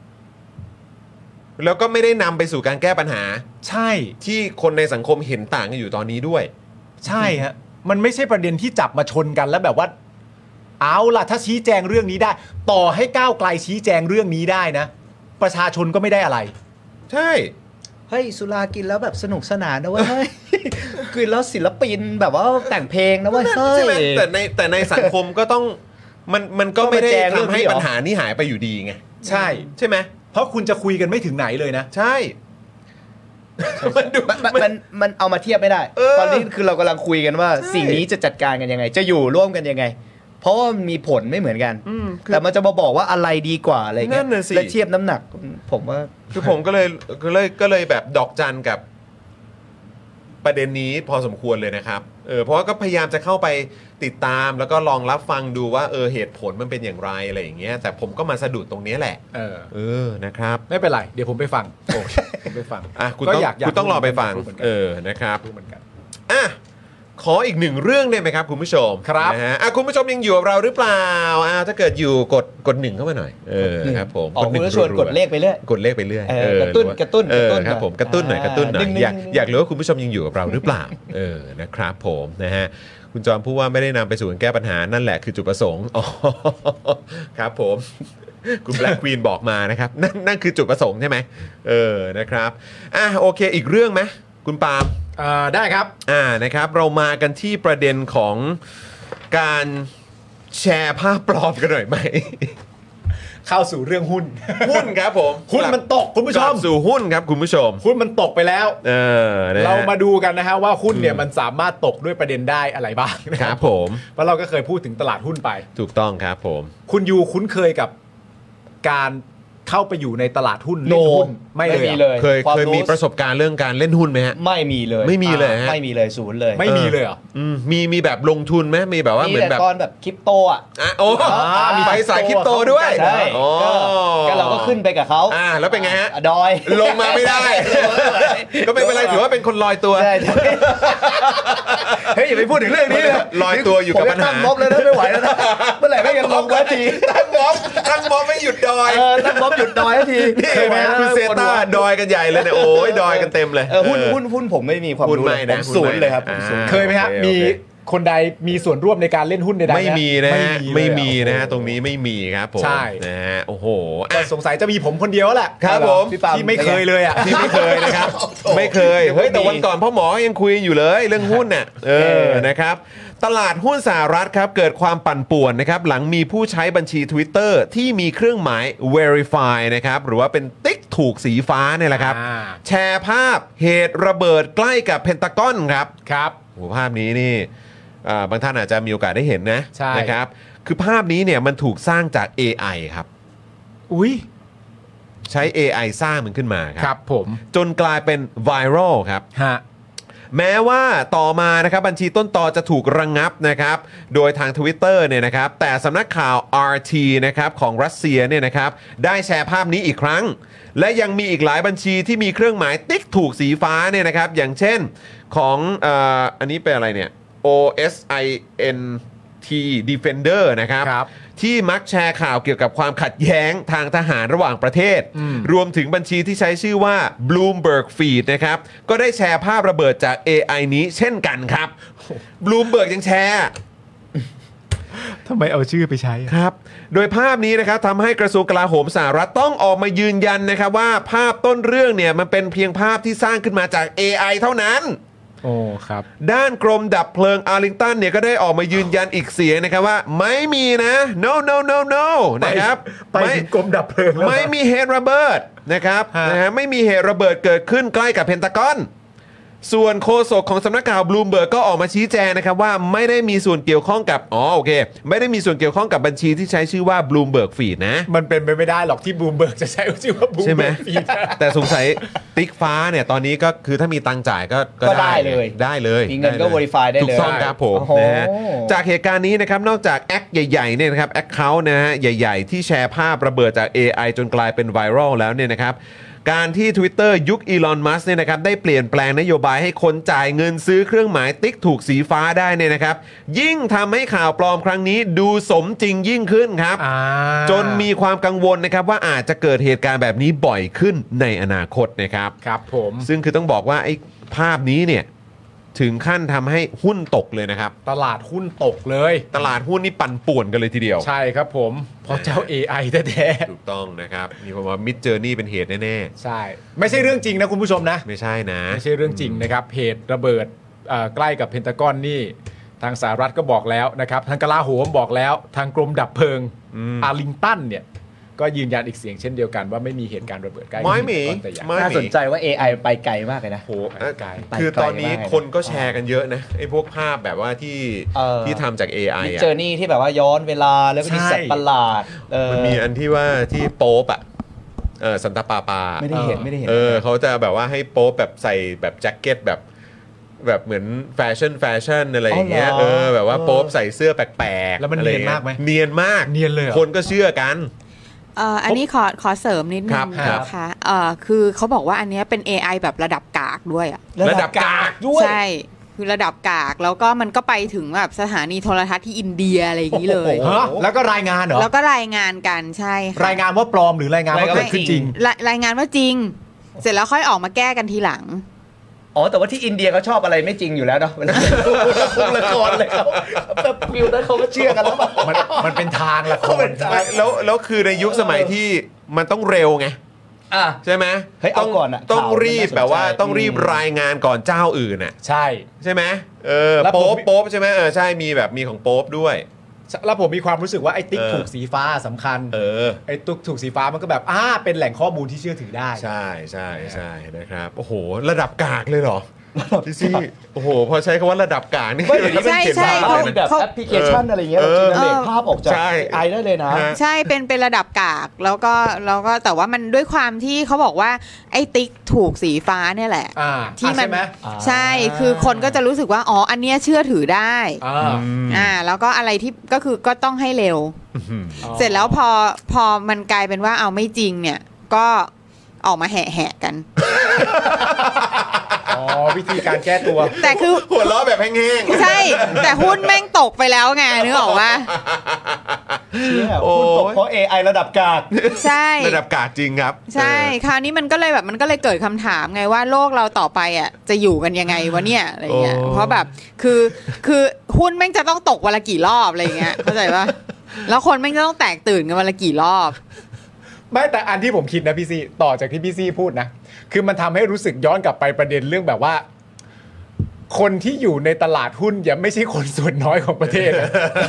แล้วก็ไม่ได้นำไปสู่การแก้ปัญหาใช่ที่คนในสังคมเห็นต่างกันอยู่ตอนนี้ด้วยใช่ฮะมันไม่ใช่ประเด็นที่จับมาชนกันแล้วแบบว่าเอาล่ะถ้าชี้แจงเรื่องนี้ได้ต่อให้ก้าวไกลชี้แจงเรื่องนี้ได้นะประชาชนก็ไม่ได้อะไรใช่เฮ้ยสุรากินแล้วแบบสนุกสนานนะเว้ยกินแล้วศิลปินแบบว่าแต่งเพลงนะเว้ยใช่ไหมแต่ในแต่ในสังคมก็ต้องมันมันก็ไม่ได้ทำให้ปัญหานี้หายไปอยู่ดีไงใช่ใช่ไหมเพราะคุณจะคุยกันไม่ถึงไหนเลยนะใช่มันมันมันเอามาเทียบไม่ได้ตอนนี้คือเรากำลังคุยกันว่าสิ่งนี้จะจัดการกันยังไงจะอยู่ร่วมกันยังไงเพราะว่ามันมีผลไม่เหมือนกันแต่มันจะมาบอกว่าอะไรดีกว่าอะไรเงี้ยและเทียบน้ำหนักผมว่าคือผมก็เลยก็เลยก็เลยแบบดอกจันกับประเด็นนี้พอสมควรเลยนะครับเออเพราะว่าก็พยายามจะเข้าไปติดตามแล้วก็ลองรับฟังดูว่าเออเหตุผลมันเป็นอย่างไรอะไรอย่างเงี้ยแต่ผมก็มาสะดุดตรงนี้แหละเออเออนะครับไม่เป็นไรเดี๋ยวผมไปฟังโอเคผมไปฟังอ่ะคุณต้องคุณต้องรอไปฟังเออนะครับเหมือนกันอ่ะขออีกหนึ่งเรื่องได้ไหมครับคุณผู้ชมครับนะฮะอ่ะคุณผู้ชมยังอยู่กับเราหรือเปล่าอ่าถ้าเกิดอยู่กดกดหนึ่งเข้ามาหน่อยเออครับผมกดหนึ่งชวนกดเลขไปเรื่อยกดเลขไปเรื่อยกระตุ้นกระตุ้นกระตุ้นครับผมกระตุ้นหน่อยกระตุ้นหน่อยอยากอยากรู้ว่าคุณผู้ชมยังอยู่กับเราหรือเปล่าเออนะครับผมนะฮะคุณจอมพูดว่าไม่ได้นำไปสู่การแก้ปัญหานั่นแหละคือจุดประสงค์อ๋อครับผมคุณแบล็คควีนบอกมานะครับนั่นนั่นคือจุดประสงค์ใช่ไหมเออนะครับอ่ะโอเคอีกเรื่องไหมคุณปาล์มอ่าได้ครับอ่านะครับเรามากันที่ประเด็นของการแชร์ภาพปลอมกันหน่อยไหมเข้าสู่เรื่องหุ้นหุ้นครับผมหุ้นมันตกคุณผู้ชมสู่หุ้นครับคุณผู้ชมหุ้นมันตกไปแล้วเออเรามาดูกันนะฮะว่าหุ้นเนี่ยมันสามารถตกด้วยประเด็นได้อะไรบ้างครับผมเพราะเราก็เคยพูดถึงตลาดหุ้นไปถูกต้องครับผมคุณยูคุ้นเคยกับการเข้าไปอยู่ในตลาดหุ้นเล่นหุ้นไม่เลยเคยเคยมีประสบการณ์เรื่องการเล่นหุ้นไหมฮะไม่มีเลยไม่มีเลยฮะไม่มีเลยศูนย์เลยไม่มีเลยเหรอมีมีแบบลงทุนไหมมีแบบว่าเหมือนแบบตอนแบบคริปโตอ่ะโอ้มีไปสายคริปโตด้วยใช่ก็เราก็ขึ้นไปกับเขาอ่าแล้วเป็นไงฮะดอยลงมาไม่ได้ก็ไม่เป็นไรถือว่าเป็นคนลอยตัวเฮ้ยอย่าไปพูดถึงเรื่องนี้เลยลอยตัวอยู่กับปัญหาตั้งม็อบเลยนะไม่ไหวแล้วนะเมื่อไหร่ไม่ยังลงแล้วทีตั้งม็อบตั้งม็อบไม่หยุดดอยตั้งม็อบหยุดดอยทีนี่ไหมคือเซต้าดอยกันใหญ่เลยเนี่ยโอ้ยดอยกันเต็มเลยหุ้นหุ้นหุ้นผมไม่มีความรู้ผมศูนย์เลยครับเคยไหมครับมีคนใดมีส่วนร่วมในการเล่นหุ้นใดๆไม่มีนะไม่มีนะฮะตรงนี้ไม่มีครับผมใช่นะฮะโอ้โหสงสัยจะมีผมคนเดียวแหละครับผมที่ไม่เคยเลยอ่ะที่ไม่เคยนะครับไม่เคยเฮ้ยแต่วันก่อนพ่อหมอยังคุยอยู่เลยเรื่องหุ้นน่ะเออนะครับตลาดหุ้นสหรัฐครับเกิดความปั่นป่วนนะครับหลังมีผู้ใช้บัญชี Twitter ที่มีเครื่องหมาย Verify นะครับหรือว่าเป็นติ๊กถูกสีฟ้าเนี่ยแหละครับแชร์ภาพเหตุระเบิดใกล้กับเพนตากอนครับครับโหภาพนี้นี่บางท่านอาจจะมีโอกาสได้เห็นนะนะครับคือภาพนี้เนี่ยมันถูกสร้างจาก เอ ไอ ครับอุ้ยใช้ เอ ไอ สร้างมันขึ้นมาครัครับผมจนกลายเป็นไวรัลครับฮะแม้ว่าต่อมานะครับบัญชีต้นตอจะถูกระงงับนะครับโดยทาง Twitter เนี่ยนะครับแต่สำนักข่าว อาร์ ที นะครับของรัสเซียเนี่ยนะครับได้แชร์ภาพนี้อีกครั้งและยังมีอีกหลายบัญชีที่มีเครื่องหมายติ๊กถูกสีฟ้าเนี่ยนะครับอย่างเช่นของเอ่ออันนี้เป็นอะไรเนี่ย โอ เอส ไอ เอ็น ที Defender นะครับที่มักแชร์ข่าวเกี่ยวกับความขัดแย้งทางทหารระหว่างประเทศรวมถึงบัญชีที่ใช้ชื่อว่า Bloomberg Feed นะครับก็ได้แชร์ภาพระเบิดจาก เอ ไอ นี้เช่นกันครับ Bloomberg ยังแชร์ทำไมเอาชื่อไปใช้ครับโดยภาพนี้นะครับทำให้กระทรวงกลาโหมสหรัฐต้องออกมายืนยันนะครับว่าภาพต้นเรื่องเนี่ยมันเป็นเพียงภาพที่สร้างขึ้นมาจาก เอ ไอ เท่านั้นโอ้ครับด้านกรมดับเพลิงอาร์ลิงตันเนี่ยก็ได้ออกมายืนยันอีกเสียงนะครับว่าไม่มีนะ no no no no นะครับไปกรมดับเพลิงไม่มีเหตุระเบิดนะครับนะฮะไม่มีเหตุระเบิดเกิดขึ้นใกล้กับเพนตากอนส่วนโฆษกของสำนักข่าวบลูมเบิร์กก็ออกมาชี้แจงนะครับว่าไม่ได้มีส่วนเกี่ยวข้องกับอ๋อโอเคไม่ได้มีส่วนเกี่ยวข้องกับบัญชีที่ใช้ชื่อว่าบลูมเบิร์กฟีดนะมันเป็นไปไม่ได้หรอกที่บลูมเบิร์กจะใช้ชื่อว่าบลูมเบิร์กฟีดแต่สงสัยติ๊กฟ้าเนี่ยตตอนนี้ก็คือถ้ามีตังจ่ายก็ก็ได้เลยได้เลยมีเงินก็ verify ได้เลยถูกต้องครับผมนะฮะจากเหตุการณ์นี้นะครับนอกจากแอคใหญ่ๆเนี่ยนะครับแอคเคาท์นะฮะใหญ่ๆที่แชร์ภาพระเบิดจาก เอ ไอ จนกลายเป็นไวรัลแล้วเนี่ยนะครับการที่ Twitter ยุคอีลอนมัสก์เนี่ยนะครับได้เปลี่ยนแปลงนโยบายให้คนจ่ายเงินซื้อเครื่องหมายติ๊กถูกสีฟ้าได้เนี่ยนะครับยิ่งทำให้ข่าวปลอมครั้งนี้ดูสมจริงยิ่งขึ้นครับจนมีความกังวลนะครับว่าอาจจะเกิดเหตุการณ์แบบนี้บ่อยขึ้นในอนาคตนะครับครับผมซึ่งคือต้องบอกว่าไอ้ภาพนี้เนี่ยถึงขั้นทำให้หุ้นตกเลยนะครับตลาดหุ้นตกเลยตลาดหุ้นนี่ปั่นป่วนกันเลยทีเดียวใช่ครับผมเพราะเจ้า เอ ไอ แท้ๆถูกต้องนะครับมีคนว่ามิดเจอร์นี่เป็นเหตุแน่ๆใช่ไม่ใช่เรื่องจริงนะคุณผู้ชมนะไม่ใช่นะไม่ใช่เรื่องจริงนะครับเหตุระเบิดใกล้กับเพนตากอนนี่ทางสหรัฐก็บอกแล้วนะครับทางกลาโหมบอกแล้วทางกรมดับเพลิงอาร์ลิงตันเนี่ยก็ยืนยันอีกเสียงเช่นเดียวกันว่าไม่มีเหตุการณ์ระเบิดใกล้ไม่มีน่าสนใจว่า เอ ไอ ไปไกลมากเลยนะโหไกลคือตอนนี้คนก็แชร์กันเยอะนะไอ้พวกภาพแบบว่าที่ที่ทำจาก เอ ไอ อ่ะเจอร์นี่ที่แบบว่าย้อนเวลาแล้วก็มีสัตว์ประหลาดมันมีอันที่ว่าที่โป๊ปอ่ะเออสันตาปาปาไม่ได้เห็นไม่ได้เห็นเออเขาจะแบบว่าให้โป๊ปแบบใส่แบบแจ็คเก็ตแบบแบบเหมือนแฟชั่นแฟชั่นอะไรอย่างเงี้ยเออแบบว่าโป๊ปใส่เสื้อแปลกๆแล้วมันเนียนมากไหมเนียนมากเนียนเลยคนก็เชื่อกันอันนี้ขอขอเสริมนิดนึงนะคะคือเขาบอกว่าอันนี้เป็น เอ ไอ แบบระดับกากด้วยอะระดับกากด้วยใช่คือระดับกากแล้วก็มันก็ไปถึงแบบสถานีโทรทัศน์ที่อินเดียอะไรอย่างนี้เลยแล้วก็รายงานเหรอแล้วก็รายงานกันใช่รายงานว่าปลอมหรือรายงานว่าเกิดขึ้นจริงรายงานว่าจริงเสร็จแล้วค่อยออกมาแก้กันทีหลังอ๋อแต่ว่าที่อินเดียเขาชอบอะไรไม่จริงอยู่แล้วเนาะมันเป็นละครเลยเขาแบบฟิวนั้นเขาก็เชื่อกันแล้วมันมันเป็นทางละครแล้วแล้วคือในยุคสมัยที่มันต้องเร็วไงใช่ไหมเฮ้ยเอาก่อนอะต้องรีบข่าวมันน่าสนใจแบบว่าต้องรีบรายงานก่อนเจ้าอื่นน่ะใช่ใช่ไหมเออแล้วผมโป๊ปโป๊ปใช่ไหมเออใช่มีแบบมีของโป๊ปด้วยแล้วผมมีความรู้สึกว่าไอ้ติ๊กเออถูกสีฟ้าสำคัญเออไอ้ตุ๊กถูกสีฟ้ามันก็แบบอ่าเป็นแหล่งข้อมูลที่เชื่อถือได้ใช่ใช่ใช่นะครับโอ้โหระดับกากเลยเหรอพี่ซี่โอ้โหพอใช้คำว่าระดับกากนี่ไม่เดี๋ยวนี้ใช่ใช่เขามีแบบแอปพลิเคชันอะไรเงี้ยเราจินเนเรตภาพออกจาก ไอ ได้เลยนะใช่เป็นเป็นระดับกากแล้วก็แล้วก็แต่ว่ามันด้วยความที่เขาบอกว่าไอ้ติ๊กถูกสีฟ้าเนี่ยแหละอ่าที่มันใช่ไหมใช่คือคนก็จะรู้สึกว่าอ๋ออันเนี้ยเชื่อถือได้อ่าอ่าแล้วก็อะไรที่ก็คือก็ต้องให้เร็ว เสร็จแล้วพอพอมันกลายเป็นว่าเอาไม่จริงเนี่ยก็ออกมาแหะๆกันอ๋อวิธีการแก้ตัวแต่คือหัวล้อแบบแห้งๆใช่แต่หุ้นแม่งตกไปแล้วไงนึกออกว่าโอ้คุณตกเพราะ เอ ไอ ระดับกากใช่ระดับกากจริงครับใช่คราวนี้มันก็เลยแบบมันก็เลยเกิดคำถามไงว่าโลกเราต่อไปอ่ะจะอยู่กันยังไงวะเนี่ยอะไรเงี้ยโอ้เพราะแบบคือคือหุ้นแม่งจะต้องตกวันละกี่รอบอะไรเงี้ยเข้าใจปะแล้วคนแม่งจะต้องแตกตื่นกันวันละกี่รอบไม่แต่อันที่ผมคิดนะพี่ซีต่อจากที่พี่ซีพูดนะคือมันทำให้รู้สึกย้อนกลับไปประเด็นเรื่องแบบว่า คนที่อยู่ในตลาดหุ้นอย่าไม่ใช่คนส่วนน้อยของประเทศนะ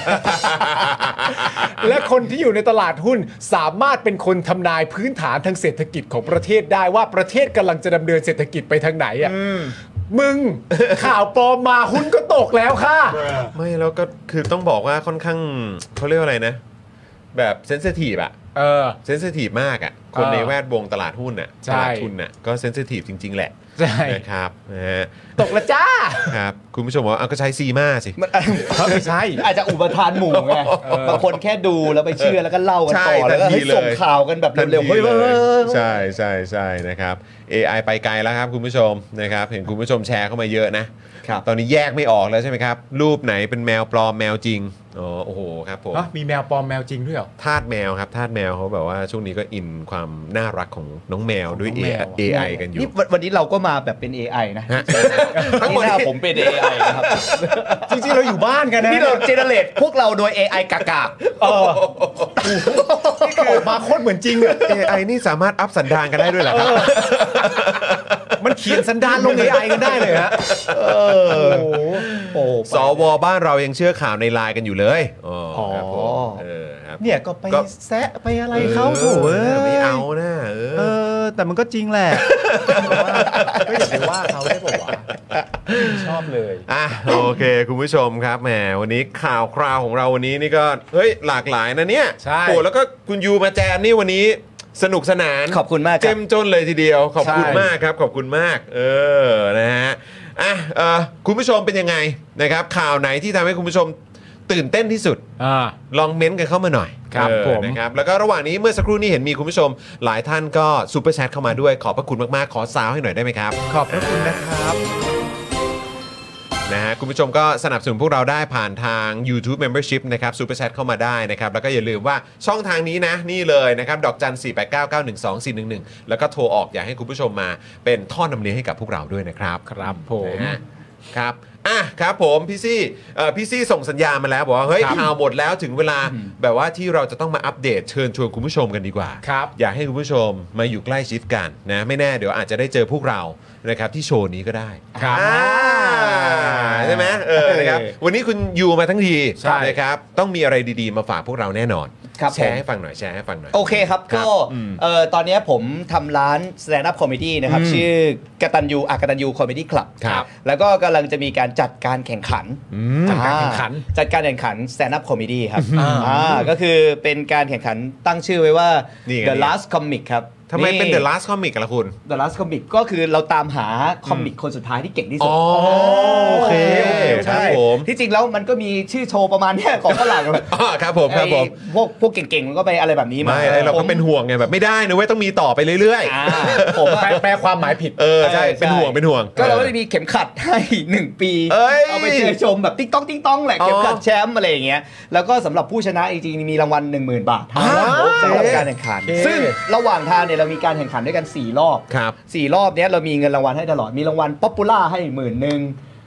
และคนที่อยู่ในตลาดหุ้นสามารถเป็นคนทำนายพื้นฐานทางเศรษฐกิจของประเทศได้ว่าประเทศกำลังจะดำเนินเศรษฐกิจไปทางไหนอ่ะมึง ข่าวปลอมมาหุ้นก็ตกแล้วค่ะไม่แล้วก็คือต้องบอกว่าค่อนข้างเขาเรียกว่าอะไรนะ แบบเซนซิทีฟอะเออเซนซิทีฟมากอะคนเออในแวดวงตลาดหุ้นน่ะใช่ตลาดทุนน่ะก็เซนซิทีฟจริง ๆ แหละใช่นะครับนะฮะตกแล้วจ้าครับคุณผู้ชมบอกว่าเอาก็ใช้ซีมาสิมันไม่ใช่อาจจะอุปทานหมู่ไงบางคนแค่ดูแล้วไปเชื่อแล้วก็เล่ากันต่อแล้วก็ให้ส่งข่าวกันแบบเร็วๆเฮ้ยเฮ้ยเฮ้ยใช่ใช่ใช่นะครับ เอ ไอ ไปไกลแล้วครับคุณผู้ชมนะครับเห็นคุณผู้ชมแชร์เข้ามาเยอะนะครับ ตอนนี้แยกไม่ออกแล้วใช่ไหมครับ รูปไหนเป็นแมวปลอมแมวจริงอ๋อโอ้โหครับผมฮะมีแมวปลอมแมวจริงด้วยเหรอทาสแมวครับทาสแมวเขาแบบว่าช่วงนี้ก็อินความน่ารักของน้องแมวด้วยน้องแมวเอ ไอ กันอยู่นี่วันวันนี้เราก็มาแบบเป็น เอ ไอ นะฮะทั้งหมดหน้าผมเป็น เอ ไอ นะครับจริงๆเราอยู่บ้านกันนะนี่เราเจเนเรตพวกเราโดย เอ ไอ กากาเออนี่คือออกมาโคตรเหมือนจริงอะเอ ไอ นี่สามารถอัพสันดานกันได้ด้วยเหรอครับมันเขียนสันดานลง เอ ไอ กันได้เลยฮะเออโอ้สวบ้านเรายังเชื่อข่าวในไลน์กันอยู่เลยอ๋อครับผมเออครับเนี่ยก็ไปก็แซะไปอะไรเขาโถเอเว้อไม่ยเอานะเอเอออ แต่มันก็จริงแหละก็อย่าไปว่าเขาได้บอกว่าชอบเลยอ่ะโอเค คุณผู้ชมครับแหมวันนี้ข่าวคราวของเราวันนี้นี่ก็เฮ้ยหลากหลายนะเนี่ยใช่โอ้แล้วก็คุณยูมาแจมนี่วันนี้สนุกสนานขอบคุณมากคเจ้รับมจนเลยทีเดียว ขอบคุณใช่มากครับ ขอบคุณมาก เออนะฮะอ่ะเออคุณผู้ชมเป็นยังไงนะครับ ข่าวไหนที่ทำให้คุณผู้ชมตื่นเต้นที่สุดอ่าลองเม้นต์กันเข้ามาหน่อยครับเออผมนะครับแล้วก็ระหว่างนี้เมื่อสักครู่นี้เห็นมีคุณผู้ชมหลายท่านก็ซูเปอร์แชทเข้ามาด้วยขอบพระคุณมากๆขอซาวให้หน่อยได้ไหมครับขอบพระคุณนะครับนะฮะคุณผู้ชมก็สนับสนุนพวกเราได้ผ่านทาง YouTube Membership นะครับซูเปอร์แชทเข้ามาได้นะครับแล้วก็อย่าลืมว่าช่องทางนี้นะนี่เลยนะครับดอกจัน สี่ แปด เก้า เก้า หนึ่ง สอง สี่ หนึ่ง หนึ่ง แล้วก็โทรออกอยากให้คุณผู้ชมมาเป็นท่อนำเลี้ยงให้กับพวกเราด้วยนะครับครับผมนะฮะครับอ่ะครับผมพี่ซี่เอ่อพี่ซี่ส่งสัญญาณมาแล้วบอกว่าเฮ้ยครับข่าวหมดแล้วถึงเวลาแบบว่าที่เราจะต้องมาอัปเดตเชิญชวนคุณผู้ชมกันดีกว่าครับอยากให้คุณผู้ชมมาอยู่ใกล้ชิดกันนะไม่แน่เดี๋ยวอาจจะได้เจอพวกเรานะครับที่โชว์นี้ก็ได้ครับอ่าใช่ไหมเออนะครับวันนี้คุณยูมาทั้งทีใช่นะครับต้องมีอะไรดีๆมาฝากพวกเราแน่นอนครับแชร์ให้ฟังหน่อยแชร์ให้ฟังหน่อยโอเคครับครับก็อืมเอ่อตอนเนี้ยผมทำร้าน stand up comedy นะครับอืมชื่อกตันยูอากตันยูคอมเมดี้คลับครับแล้วก็กำลังจะมีการจัดการแข่งขันจัดการแข่งขันอ่าจัดการแข่งขัน stand up comedy ครับอ่าอ่าก็คือเป็นการแข่งขันตั้งชื่อไว้ว่านี่ไง The Last Comic ครับทำไมเป็น The Last Comic กันล่ะคุณ The Last Comic ก็คือเราตามหาคอมิกคนสุดท้ายที่เก่งที่สุดอ๋อโอเคใช่ครับผมที่จริงแล้วมันก็มีชื่อโชว์ประมาณเนี้ยของฝรั่งอ๋อครับผมครับผมไอ้พวกพวกเก่งๆมันก็ไปอะไรแบบนี้มาไม่ไอ้เราก็เป็นห่วงไงแบบไม่ได้นะเว้ยต้องมีต่อไปเรื่อยอ่าผมอะแปลแปลความหมายผิดๆ เออใช่เป็นห่วงเป็นห่วงก็เราก็จะมีเข็มขัดให้หนึ่งปีเอ้ยเอาไปเจอชมแบบติ๊งต้องติ๊งต้องแหละอ๋อเข็มขัดแชมป์อะไรอย่างเงี้ยแล้วก็สำหรับผู้ชนะจริงๆมีรางวัล หนึ่งหมื่น บาทอ้าวสำหรับการแข่งขันโอเคซึ่งระหว่างทางเนี่ยเรามีการแข่งขันด้วยกันสี่รอบครับสี่รอบเนี้ยเรามีเงินรางวัลให้ตลอดมีรางวัลป๊อปปูล่าให้หมื่นหนึ่ง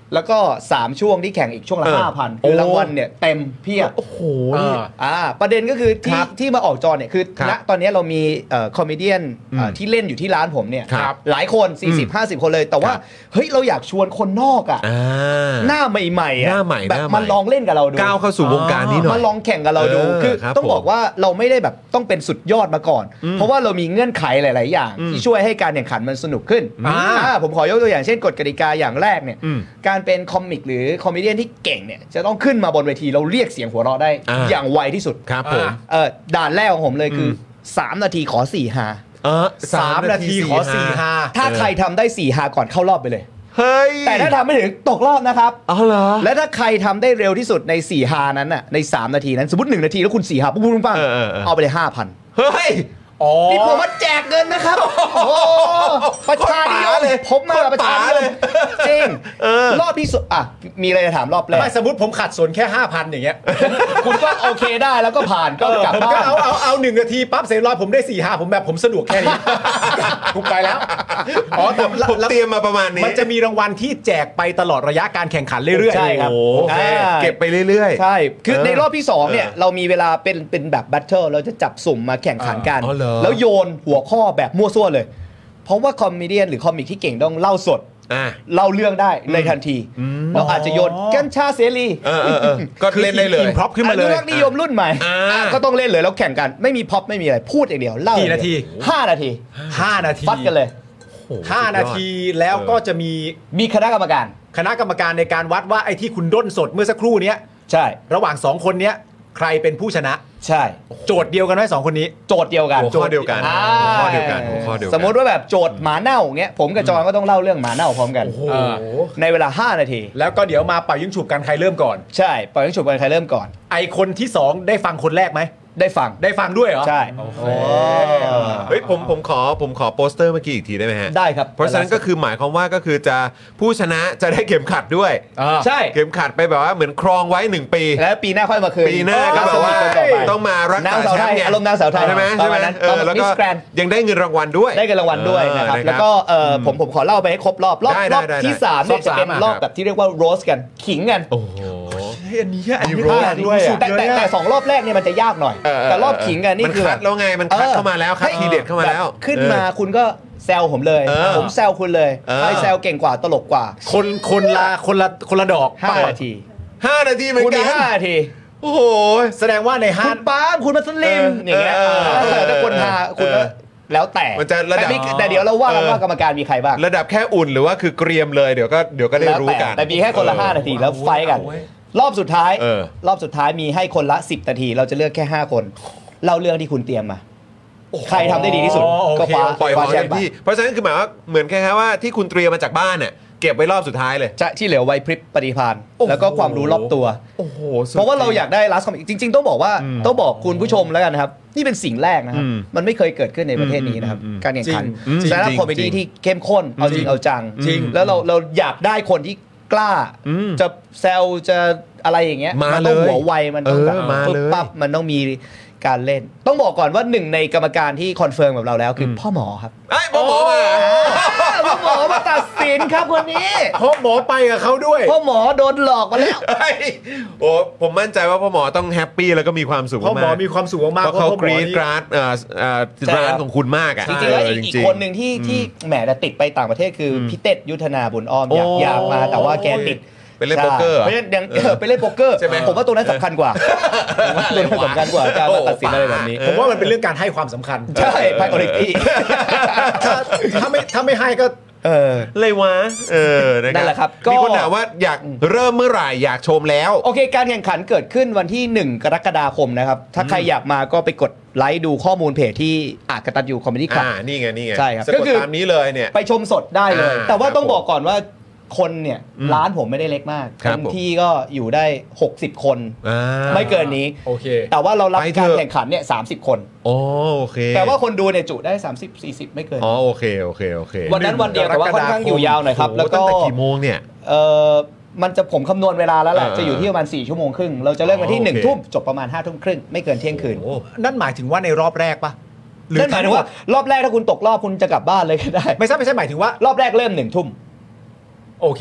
แล้วก็สามช่วงที่แข่งอีกช่วงละ ห้าพัน คือรางวัลเนี่ยเต็มเพียบโอ้โหอ่าประเด็นก็คือที่ที่มาออกจอเนี่ยคือณตอนนี้เรามีเอ่อคอมเมเดี้ที่เล่นอยู่ที่ร้านผมเนี่ยหลายคน สี่สิบ ห้าสิบ คนเลยแต่ว่าเฮ้ยเราอยากชวนคนนอกอ่ะหน้าใหม่ๆอ่ะแบบมาลองเล่นกับเราดูก้าวเข้าสู่วงการนี้หน่อยมาลองแข่งกับเราดูคือต้องบอกว่าเราไม่ได้แบบต้องเป็นสุดยอดมาก่อนเพราะว่าเรามีเงื่อนไขหลายๆอย่างที่ช่วยให้การแข่งขันมันสนุกขึ้นผมขอยกตัวอย่างเช่นกฎกติกาอย่างแรกเนี่ยการเป็นคอมิกหรือคอมเมเดี้ที่เก่งเนี่ยจะต้องขึ้นมาบนเวทีเราเรียกเสียงหัวเราะได้อย่างไวที่สุดครับผมเออด่านแรกของผมเลยคือสามนาทีขอสี่ฮาสามนาทีขอสี่ฮาถ้าใครทำได้สี่ฮาก่อนเข้ารอบไปเลยเฮ้ยแต่ถ้าทำไม่ถึงตกรอบนะครับอ๋อเหรอและถ้าใครทำได้เร็วที่สุดในสี่ฮานั้นน่ะในสามนาทีนั้นสมมติหนึ่งนาทีแล้วคุณสี่ฮาปุ๊บปุ๊บปั๊บเอาไปเลย ห้าพันเฮ้ยนี่ผมมาแจกเงินนะครับโอ้ประชานิยมเลยผมมาประชานิยมจริงรอบที่สุดอ่ะมีอะไรจะถามรอบแรกไม่สมมติผมขัดสนแค่ ห้าพัน อย่างเงี้ยคุณก็โอเคได้แล้วก็ผ่านก็กลับบ้านเอาเอาเอาหนึ่งนาทีปั๊บเสร็จรอยผมได้สี่ห้าผมแบบผมสะดวกแค่นี้กูไปแล้วอ๋อแต่ผมเตรียมมาประมาณนี้มันจะมีรางวัลที่แจกไปตลอดระยะการแข่งขันเรื่อยๆใช่ครับเก็บไปเรื่อยๆใช่คือในรอบที่สองเนี่ยเรามีเวลาเป็นเป็นแบบแบทเทิลเราจะจับสุ่มมาแข่งขันกันแล้วโยนหัวข้อแบบมั่วซั่วเลยเพราะว่าคอมเมเดี้หรือคอมิกที่เก่งต้องเล่าสดเล่าเรื่องได้ในทันทีเราอาจจะโยนกัญชาเสรีก็เล่นได้เลยอินพร็อพขึ้นมาเลยอนุรักษ์นิยมรุ่นใหม่ก็ต้องเล่นเลยแล้วแข่งกันไม่มีพ็อปไม่มีอะไรพูดอย่างเดียวเล่ากี่นาทีห้านาทีห้านาทีฟัดกันเลยห้านาทีแล้วก็จะมีมีคณะกรรมการคณะกรรมการในการวัดว่าไอ้ที่คุณด้นสดเมื่อสักครู่นี้ใช่ระหว่างสองคนนี้ใครเป็นผู้ชนะใช่โจทย์เดียวกันไหมสองคนนี้โจทย์เดียวกันหัวข้อเดียวกันหัวข้อเดียวกันหัวข้อเดียวกันสมมติว่าแบบโจทย์หมาเน่าอย่างเงี้ยผมกับจอนก็ต้องเล่าเรื่องหมาเน่าพร้อมกันในเวลาห้านาทีแล้วก็เดี๋ยวมาเป่ายิงฉุบกันใครเริ่มก่อนใช่เป่ายิงฉุบกันใครเริ่มก่อนไอคนที่สองได้ฟังคนแรกไหมได้ฟังได้ฟังด้วยเหรอใช่เฮ้ยผมผมขอผมขอโปสเตอร์เมื่อกี้อีกทีได้ไหมฮะได้ครับเพราะฉะนั้นก็คือหมายความว่าก็คือจะผู้ชนะจะได้เข็มขัดด้วยใช่เข็มขัดไปแบบว่าเหมือนครองไว้หนึ่งปีแล้วปีหน้าค่อยมาคืนปีหน้าก็แบบว่าต้องมารักษาแชมป์ไงอารมณ์นางสาวไทยใช่ไหมใช่ไหมแล้วก็ยังได้เงินรางวัลด้วยได้เงินรางวัลด้วยนะครับแล้วก็ผมผมขอเล่าไปให้ครบรอบรอบรอบที่สามเนี่ยจะเป็นรอบแบบที่เรียกว่าโรสกันขิงกันโอ้โหอันนี้อันนี้ด้วยแต่แต่สองรอบแรกเนี่ยมันจะยากหน่อยแต่รอบขิงกันนี่คือแล้วไงมันคัดเข้ามาแล้วคัดทีเด็ดเข้ามาแล้วขึ้นมาคุณก็แซวผมเลยผมแซวคุณเลยใครแซวเก่งกว่าตลกกว่าคนคนละคนละคนละดอกห้านาทีห้านาทีเหมือนกันห้านาทีโอ้โหแสดงว่าในห้าคุณป้าคุณมาสลิมอย่างเงี้ยถ้าคนหาคุณแล้วแต่มันจะระดับแต่เดี๋ยวเราว่ากันว่ากรรมการมีใครบ้างระดับแค่อุ่นหรือว่าคือเกรียมเลยเดี๋ยวก็เดี๋ยวก็ได้รู้กันแต่มีแค่คนละห้านาทีแล้วไฟกันรอบสุดท้ายรอบสุดท้ายมีให้คนละสิบนาทีเราจะเลือกแค่ห้าคนเล่าเรื่องที่คุณเตรียมมาใครทำได้ดีที่สุดก็คว้าปล่อยของที่เพราะฉะนั้นคือหมายว่าเหมือนแค่ว่าที่คุณเตรียมมาจากบ้านเนี่ยเก็บไว้รอบสุดท้ายเลยจะที่เหลือไว้พริบปฏิภาณแล้วก็ความรู้รอบตัวโอ้โหเพราะว่าเราอยากได้ last comic จริงๆต้องบอกว่าต้องบอกคุณผู้ชมแล้วกันนะครับนี่เป็นสิ่งแรกนะครับมันไม่เคยเกิดขึ้นในประเทศนี้นะครับการแข่งขันสารคอมเมดี้ที่เข้มข้นเอาจริงเอาจังแล้วเราเราอยากได้คนที่กล้าจะแซวจะอะไรอย่างเงี้ยมันต้องหัวไวมันต้องแบบปึ๊บปั๊บมันต้องมีการเล่นต้องบอกก่อนว่าหนึ่งในกรรมการที่คอนเฟิร์มกับเราแล้วคือพ่อหมอครับไอ้พ่อหมอมาพ่อหมอมาตัดสินครับคนนี้พ่อหมอไปกับเขาด้วยพ่อหมอโดนหลอกมาแล้วโอ้ผมมั่นใจว่าพ่อหมอต้องแฮปปี้แล้วก็มีความสุขมากพ่อหมอมีความสุขมากเพราะเขากรี๊ดกราดร้านของคุณมากอ่ะจริงๆแล้วอีกคนหนึ่งที่ที่แหมแต่ติดไปต่างประเทศคือพี่เต็ดยุทธนาบุญอ้อมอยากอยากมาแต่ว่าแกติดไปเล่นโป๊กเกอร์ไปเล่นไปเล่นโป๊กเกอร์ผมว่าตัวนั้นสำคัญกว่าตัวนั้นสำคัญกว่าการตัดสินอะไรแบบนี้ผมว่ามันเป็นเรื่องการให้ความสำคัญใช่ priority ถ้าไม่ถ้าไม่ให้ก็เออเลยวะเออนั่นแหละครับมีคนถามว่าอยากเริ่มเมื่อไหร่อยากชมแล้วโอเคการแข่งขันเกิดขึ้นวันที่หนึ่งกรกฎาคมนะครับถ้าใครอยากมาก็ไปกดไลค์ดูข้อมูลเพจที่อากตันยูคอมเมดี้คลับอ่านี่ไงนี่ไงใช่ครับก็คือตามนี้เลยเนี่ยไปชมสดได้เลยแต่ว่าต้องบอกก่อนว่าคนเนี่ยร้านผมไม่ได้เล็กมากเต็มที่ก็อยู่ได้หกสิบคนไม่เกินนี้โอเคแต่ว่าเรารับการแข่งขันเนี่ยสามสิบคนโอ้โอเคแต่ว่าคนดูเนี่ยจุได้สามสิบ สี่สิบไม่เกินอ๋อโอเคโอเคโอเควันนั้นวันเดียวแต่ว่าค่อนข้างอยู่ยาวหน่อยครับแล้วก็ตั้งแต่กี่โมงเนี่ยเออมันจะผมคำนวณเวลาแล้วแหละจะอยู่ที่ประมาณสี่ชั่วโมงครึ่งเราจะเริ่มกันที่หนึ่งทุ่มจบประมาณห้าทุ่มครึ่งไม่เกินเที่ยงคืนนั่นหมายถึงว่าในรอบแรกปะนั่นหมายถึงว่ารอบแรกถ้าคุณตกรอบคุณจะกลับบ้านเลยก็ได้ไม่ใช่ไม่ใช่หมายถึงว่ารอบแรกเริ่มหนึ่งทุ่มโอเค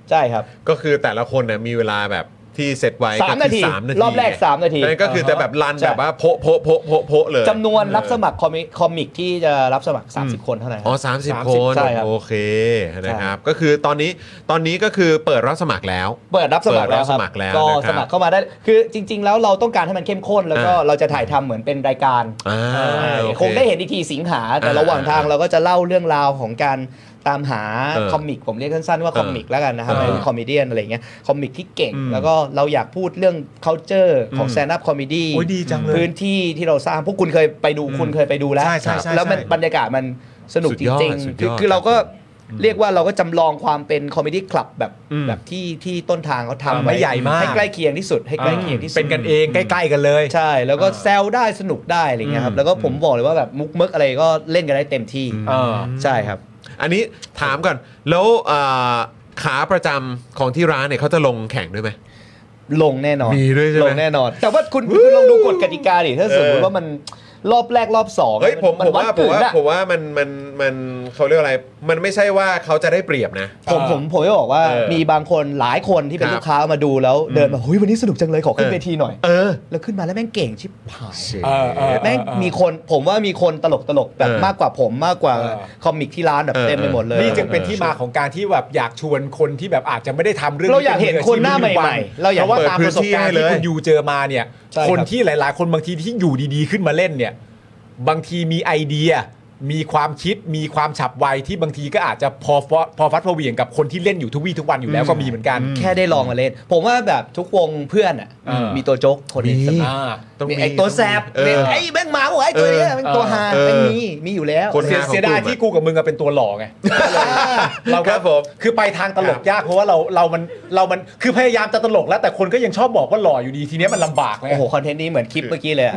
ใช่ครับก็คือแต่ละคนเนี่ยมีเวลาแบบที่เซตไว้ก็คือสามนาทีรอบแรกสามนาทีนั่นก็คือแต่แบบรันแบบว่าโพะโพะโพะโพะโพะเลยจำนวนรับสมัครคอมิคอมิกที่จะรับสมัครสามสิบคนเท่านั้นอ๋อสามสิบคนโอเคนะครับก็คือตอนนี้ตอนนี้ก็คือเปิดรับสมัครแล้วเปิดรับสมัครแล้วครับก็สมัครเข้ามาได้คือจริง ๆ แล้วเราต้องการให้มันเข้มข้นแล้วก็เราจะถ่ายทำเหมือนเป็นรายการคงได้เห็นอีกทีสิงหาแต่ระหว่างทางเราก็จะเล่าเรื่องราวของการตามหาคอมิกผมเรียกสั้นๆว่าคอมิกแล้วกันนะครับเป็นคอมเมเดียนอะไรเงี้ยคอมิกที่เก่งแล้วก็เราอยากพูดเรื่อง culture ของ stand up comedy พื้นที่ที่เราสร้างพวกคุณเคยไปดูคุณเคยไปดูแล้วแล้วมันบรรยากาศมันสนุกจริงๆคือคือเราก็เรียกว่าเราก็จำลองความเป็นคอมเมดี้คลับแบบแบบที่ที่ต้นทางเขาทำไม่ใหญ่มากให้ใกล้เคียงที่สุดให้ใกล้เคียงที่สุดเป็นกันเองใกล้ๆกันเลยใช่แล้วก็แซวได้สนุกได้อะไรเงี้ยครับแล้วก็ผมบอกเลยว่าแบบมุกมึกอะไรก็เล่นกันได้เต็มที่ใช่ครับอันนี้ถามก่อนแล้วขาประจำของที่ร้านเนี่ยเขาจะลงแข่งด้วยไหมลงแน่นอนมีด้วยใช่ไหมลงแน่นอนแต่ว่าคุณคุณลองดูกฎกติกาดิถ้าสมมติว่ามันรอบแรกรอบสองเฮ้ยผมผมว่าผมว่าผมว่ามันมันมันเขาเรียกอะไรมันไม่ใช่ว่าเขาจะได้เปรียบนะผมผมผมจะบอกว่ามีบางคนหลายคนที่เป็นลูกค้ามาดูแล้วเดินมาเฮ้ยวันนี้สนุกจังเลยขอขึ้นเวทีหน่อยเออแล้วขึ้นมาแล้วแม่งเก่งชิบหายแม่งมีคนผมว่ามีคนตลกตลกแบบมากกว่าผมมากกว่าคอมิกที่ร้านแบบเต็มไปหมดเลยนี่จึงเป็นที่มาของการที่แบบอยากชวนคนที่แบบอาจจะไม่ได้ทำเรื่องเราอยากเห็นคนหน้าใหม่ๆเราอยากว่าตามประสบการณ์ที่คุณยูเจอมาเนี่ยคนที่หลายๆคนบางทีที่อยู่ดีๆขึ้นมาเล่นเนี่ยบางทีมีไอเดียมีความคิดมีความฉับไวที่บางทีก็อาจจะพอพอฟัดพอเหวี่ยงกับคนที่เล่นอยู่ทุกวี่ทุกวันอยู่แล้วก็มีเหมือนกันแค่ได้ลองมาเล่นผมว่าแบบทุกวงเพื่อนอ่ะมีตัวโจ๊กคนนึงมีไอตัวแซบไอ้แม่งมาบอกไอ้ตัวนี้เป็นตัวฮาเป็นมีมีอยู่แล้วเสียดายที่กูกับมึงเป็นตัวหล่อไงเราครับผมคือไปทางตลกยากเพราะว่าเราเรามันเรามันคือพยายามจะตลกแล้วแต่คนก็ยังชอบบอกว่าหล่ออยู่ดีทีนี้มันลำบากเลยโอ้โหคอนเทนต์นี้เหมือนคลิปเมื่อกี้เลย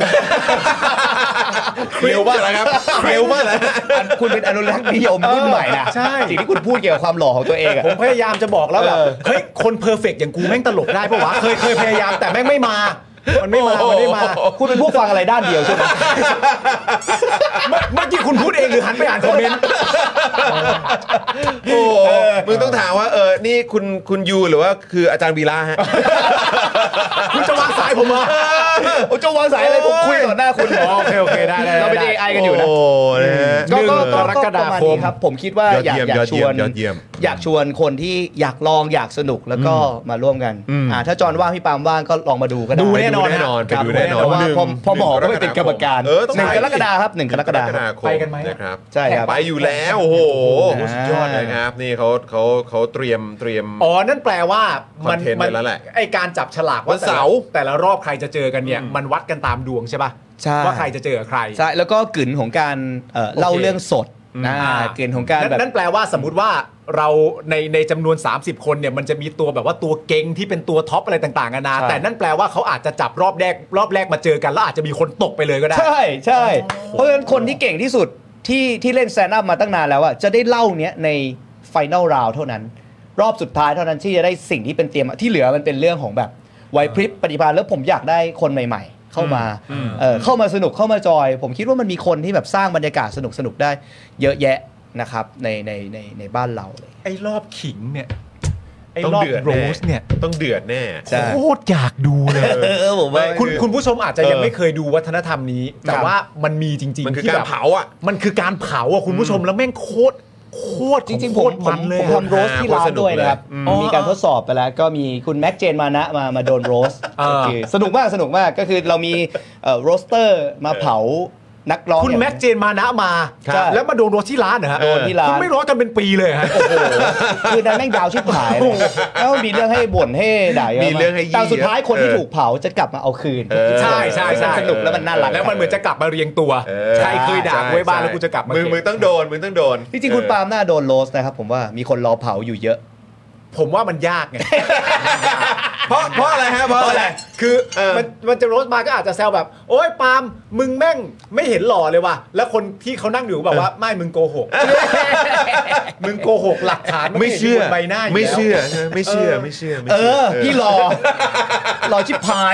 เร็วมากนะครับเร็วมากเลยคุณเป็นอนุรักษ์นิยมรุ่นใหม่นะสิ่งที่คุณพูดเกี่ยวกับความหล่อของตัวเองผมพยายามจะบอกแล้วแบบเฮ้ยคนเพอร์เฟกต์อย่างกูแม่งตลกได้ปะวะเคยเคยพยายามแต่แม่งไม่มามันไม่มามันไม่มาคุณเป็นผู้ฟังอะไรด้านเดียวใช่ไหมเมื่อกี้คุณพูดเองหรือหันไปอ่านคอมเมนต์โอ้มึงต้องถามว่าเออนี่คุณคุณยูหรือว่าคืออาจารย์วีระฮะคุณจะวางสายผมเหรอโอ้จะวางสายอะไรผมคุยต่อหน้าคุณโอเคโอเคได้เราเป็น เอ ไอ กันอยู่นะก็ก็กรกฎาคมครับผมคิดว่าอยากอยากชวนอยากชวนคนที่อยากลองอยากสนุกแล้วก็มาร่วมกันอ่าถ้าจอนว่างพี่ปาล์มว่างก็ลองมาดูก็ได้ดูแน่นอนแน่นอนไปดูแน่นอนว่าพอบอกก็ไม่ติดกรรมการหนึ่งกรกฎาคมครับหนึ่งกรกฎาคมไปกันไหมนะครับใช่ครับไปอยู่แล้วโอ้โหสุดยอดเลยครับนี่เขาเขาเขาเตรียมเตรียมอ๋อนั่นแปลว่ามันมันไอการจับฉลากว่าเสาร์แต่ละรอบใครจะเจอกันเนี่ยมันวัดกันตามดวงใช่ป่ะว่าใครจะเจอใครใช่แล้วก็กลิ่นของการเล่าเรื่องสดนะเกณฑ์ของการแบบนั่นแปลว่าสมมุติว่าเราในในจำนวนสามสิบคนเนี่ยมันจะมีตัวแบบว่าตัวเก่งที่เป็นตัวท็อปอะไรต่างๆกันานาแต่นั่นแปลว่าเขาอาจจะจับรอบแรกรอบแรกมาเจอกันแล้วอาจจะมีคนตกไปเลยก็ได้ใช่ใช่เพราะฉะนั้นคนที่เก่งที่สุดที่ที่เล่นแซนด์อัพมาตั้งนานแล้วอ่ะจะได้เล่าเนี้ยในไฟนอลราวด์เท่านั้นรอบสุดท้ายเท่านั้นที่จะได้สิ่งที่เป็นเตรียมที่เหลือมันเป็นเรื่องของแบบไหวพริบปฏิภาณแล้วผมอยากได้คนใหม่ๆเข้ามาเออเข้ามาสนุกเข้ามาจอยผมคิดว่ามันมีคนที่แบบสร้างบรรยากาศสนุกสนุกได้เยอะแยะนะครับในในในในบ้านเราเลยไอ้รอบขิงเนี่ยไอ้รอบโรสเนี่ยต้องเดือดแน่โคตรอยากดูเลยเออผมว่าคุณคุณผู้ชมอาจจะยังไม่เคยดูวัฒนธรรมนี้แต่ว่ามันมีจริงๆมันคือการเผาอ่ะมันคือการเผาอ่ะคุณผู้ชมแล้วแม่งโคตรโคตรจริงๆผมผมผมทำโรสที่ร้านด้วยนะครับมีการทดสอบไปแล้วก็มีคุณแม็กเจนมานะมามาโดนโรสคือสนุกมากสนุกมากก็คือเรามีโรสเตอร์มาเผานักร้องคุณแม็กเจนมานะมาแล้วมาโดนโรสที่ร้านเหรอฮะโดนที่ร้านไม่ร้องกันเป็นปีเลยฮะโอ้โหคือนั้นแม่งดาวชิบหายแล้วมีเรื่องให้บ่นให้ด่าเยอะมีเรื่องให้แต่สุดท้ายคนที่ถูกเผาจะกลับมาเอาคืนใช่ใช่ใช่สนุกแล้วมันน่ารักแล้วมันเหมือนจะกลับมาเรียงตัวใครเคยด่าไว้บ้างแล้วกูจะกลับมามึงมึงต้องโดนมึงต้องโดนจริงๆคุณปาล์มน่าโดนโรสนะครับผมว่ามีคนรอเผาอยู่เยอะผมว่ามันยากไงเพราะเพราะอะไรฮะเพราะอะไรคือมันมันจะโรสมาก็อาจจะแซวแบบโอ๊ยปาล์มมึงแม่งไม่เห็นหล่อเลยว่ะแล้วคนที่เขานั่งอยู่แบบว่าไม่มึงโกหกมึงโกหกหลักฐานไม่เชื่อใบหน้าไม่เชื่อไม่เชื่อไม่เชื่อเออพี่หล่อหล่อชิบหาย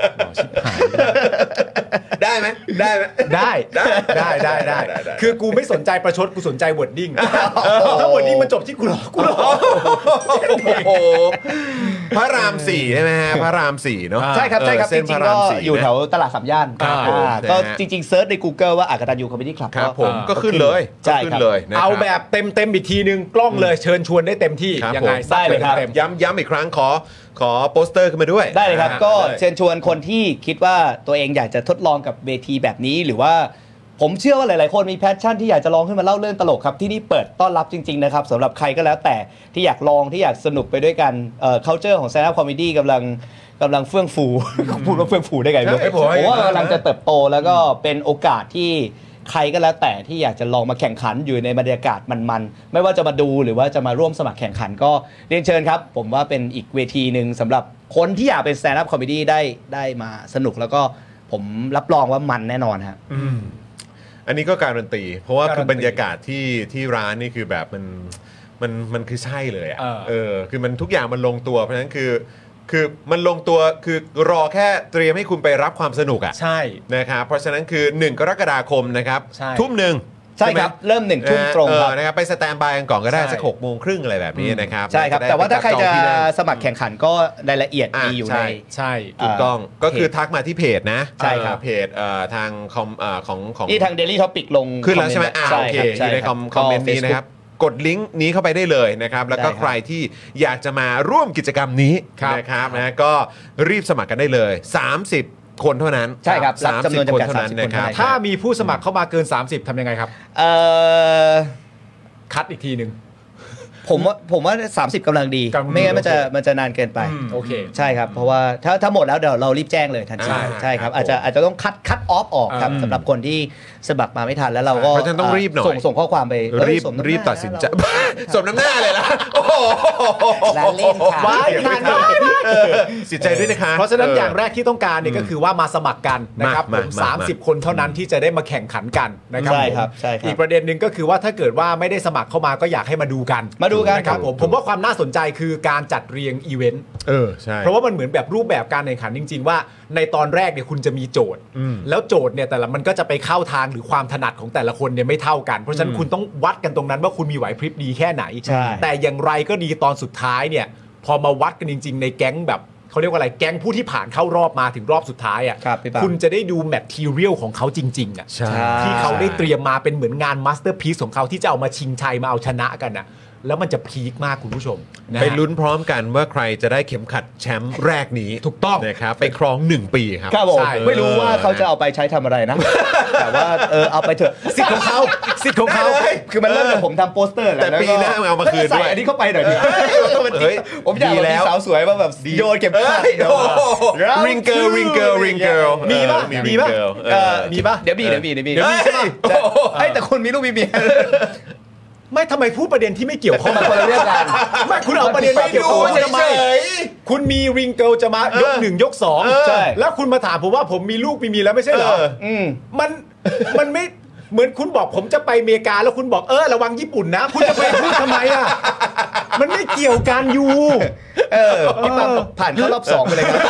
ได้ไหมได้ไหมได้ได้ได้ได้คือกูไม่สนใจประชดกูสนใจวอร์ดดิ้งถ้าวอร์ดดิ้งมันจบที่กูหล่อกูหล่อโอ้พระรามสี่ใช่ไหมฮะพระรามสี่เนาะใช่ครับใช่ครับจริงๆก็อยู่แถวตลาดสามย่านก็จริงๆเซิร์ชใน Google ว่าอากตันยูคอมเมดี้คลับครับผมก็ขึ้นเลยใช่ครับเอาแบบเต็มเต็มอีกทีนึงกล้องเลยเชิญชวนได้เต็มที่ยังไงได้เลยครับย้ำย้ำอีกครั้งขอขอโปสเตอร์ขึ้นมาด้วยได้เลยครับก็เชิญชวนคนที่คิดว่าตัวเองอยากจะทดลองกับเวทีแบบนี้หรือว่าผมเชื่อว่าหลายๆคนมีแพชชั่นที่อยากจะลองขึ้นมาเล่าเรื่องตลกครับที่นี่เปิดต้อนรับจริงๆนะครับสำหรับใครก็แล้วแต่ที่อยากลองที่อยากสนุกไปด้วยกันเอ่อ culture ของ stand up comedy กำลังกำลังเฟื่องฟูพูดว่าเฟื่องฟูได้ไงไม่รู้ผมว่ากำลังจะเติบโตแล้วก็เป็นโอกาสที่ใครก็แล้วแต่ที่อยากจะลองมาแข่งขันอยู่ในบรรยากาศมันๆไม่ว่าจะมาดูหรือว่าจะมาร่วมสมัครแข่งขันก็เรียนเชิญครับผมว่าเป็นอีกเวทีนึงสำหรับคนที่อยากเป็น stand up comedy ได้ได้มาสนุกแล้วก็ผมรับรองว่ามันแน่นอนฮะอันนี้ก็การันตีเพราะว่าคือบรรยากาศที่ที่ร้านนี่คือแบบมันมันมันคือใช่เลยอ่ะเออคือมันทุกอย่างมันลงตัวเพราะฉะนั้นคือคือมันลงตัวคือรอแค่เตรียมให้คุณไปรับความสนุกอ่ะใช่นะครับเพราะฉะนั้นคือหนึ่งกรกฎาคมนะครับทุ่มหนึ่งใช่ครับเริ่มหนึ่งทุ่มตรงครับนะครับไปสแตนบายกันก่อนก็ได้สักหกโมงครึ่งอะไรแบบนี้นะครับใช่ครับแต่ว่าถ้าใครจะสมัครแข่งขันก็รายละเอียดมีอยู่ในใช่ถูกต้องก็คือทักมาที่เพจนะใช่ครับเพจทางคอมของของที่ทาง Daily Topic ลงขึ้นแล้วใช่ไหมโอเคอยู่ในคอมเมนต์นี้นะครับกดลิงก์นี้เข้าไปได้เลยนะครับแล้วก็ใครที่อยากจะมาร่วมกิจกรรมนี้นะครับนะก็รีบสมัครกันได้เลยสามสิบคนเท่านั้นใช่ครับสามสิบคนเท่านั้นนะครับถ้ามีผู้สมัครเข้ามาเกินสามสิบทำยังไงครับเอ่อคัดอีกทีนึงผมว่าผมว่าสามสิบกำลังดีไม่งั้นมันจะมันจะนานเกินไปโอเคใช่ครับเพราะว่าถ้าถ้าหมดแล้วเดี๋ยวเรารีบแจ้งเลยทันทีใช่ครับอาจจะอาจจะต้องคัดคัดออฟออกครับสำหรับคนที่สมัครมาไม่ทันแล้วเราก็เพราะฉะนั้นต้องรีบหน่อยส่งส่งข้อความไปรีบรีบตัดสินใจสมน้ำหน้าเลยนะโอ้โหเล่นค่ะว้ายนานมากเสียใจด้วยนะคะเพราะฉะนั้นอย่างแรกที่ต้องการเนี่ยก็คือว่ามาสมัครกันนะครับผมสามสิบคนเท่านั้นที่จะได้มาแข่งขันกันนะครับใช่ครับใช่ครับอีกประเด็นหนึ่งก็คือว่าถ้าเกิดว่าไม่ได้สมัครเข้ามาก็อยากให้มาดูกันมาดูกันครับผมผมว่าความน่าสนใจคือการจัดเรียงอีเวนต์เออใช่เพราะว่ามันเหมือนแบบรูปแบบการแข่งขันจริงๆว่าในตอนแรกเนี่ยคุณจะมีโจทย์แล้วโจทย์เนี่ยแต่ละมันก็จะไปเข้าทางหรือความถนัดของแต่ละคนเนี่ยไม่เท่ากันเพราะฉะนั้นคุณต้องวัดกันตรงนั้นว่าคุณมีไหวพริบดีแค่ไหนแต่อย่างไรก็ดีตอนสุดท้ายเนี่ยพอมาวัดกันจริงๆในแก๊งแบบเขาเรียกว่าอะไรแก๊งผู้ที่ผ่านเข้ารอบมาถึงรอบสุดท้ายอ่ะคุณจะได้ดูแมททีเรียลของเขาจริงๆอ่ะที่เขาได้เตรียมมาเป็นเหมือนงานมาสเตอร์พีซของเขาที่จะเอามาชิงชัยมาเอาชนะกันอ่ะแล้วมันจะพีคมากคุณผู้ชมไปลุ้นพร้อมกันว่าใครจะได้เข็มขัดแชมป์แรกนี้ถูกต้องนะครับไปครองหนึ่งปีครับครับผมไม่รู้ว่าเขาจะเอาไปใช้ทำอะไรนะแต่ว่าเออเอาไปเถอะสิทธิ์ของเขาสิทธิ์ของเขาคือมันเริ่มจากผมทำโปสเตอร์แต่ปีหน้าเอามาคืนด้วยอันนี้เข้าไปหน่อยดิผมอยากมีสาวสวยมาแบบโยนเก็บขัดริงเกิลริงเกิลริงเกิลมีป่ะมีป่ะมีป่ะเดี๋ยวมีเดี๋ยวมีเดี๋ยวมีใช่ป่ะแต่คนมีลูกมีเมียไม่ทำไมพูดประเด็นที่ไม่เกี่ยวข้องกับคนละเรื่องกันไม่คุณเอาประเด็นไม่เกี่ยวข้องทำไมคุณมีริงเกิลจะมายกหนึ่งยกสองใช่แล้วคุณมาถามผมว่าผมมีลูกมีเมียแล้วไม่ใช่เหรอมันมันไม่เหมือนคุณบอกผมจะไปอเมริกาแล้วคุณบอกเออระวังญี่ปุ่นนะคุณจะไปพูดทำไมอ่ะมันไม่เกี่ยวกันอยู่เออพี่ปั๊มผ่านเข้ารอบสองไปเลยครับ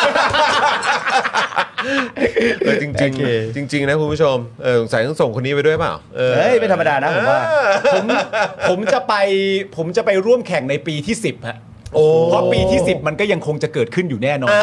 เออจริงจริงจริงๆนะคุณผู้ชมเออสงสัยต้องส่งคนนี้ไปด้วยเปล่าเฮ้ยไม่ธรรมดานะผมว่าผมผมจะไปผมจะไปร่วมแข่งในปีที่สิบฮะเพราะปีที่สิบมันก็ยังคงจะเกิดขึ้นอยู่แน่นอน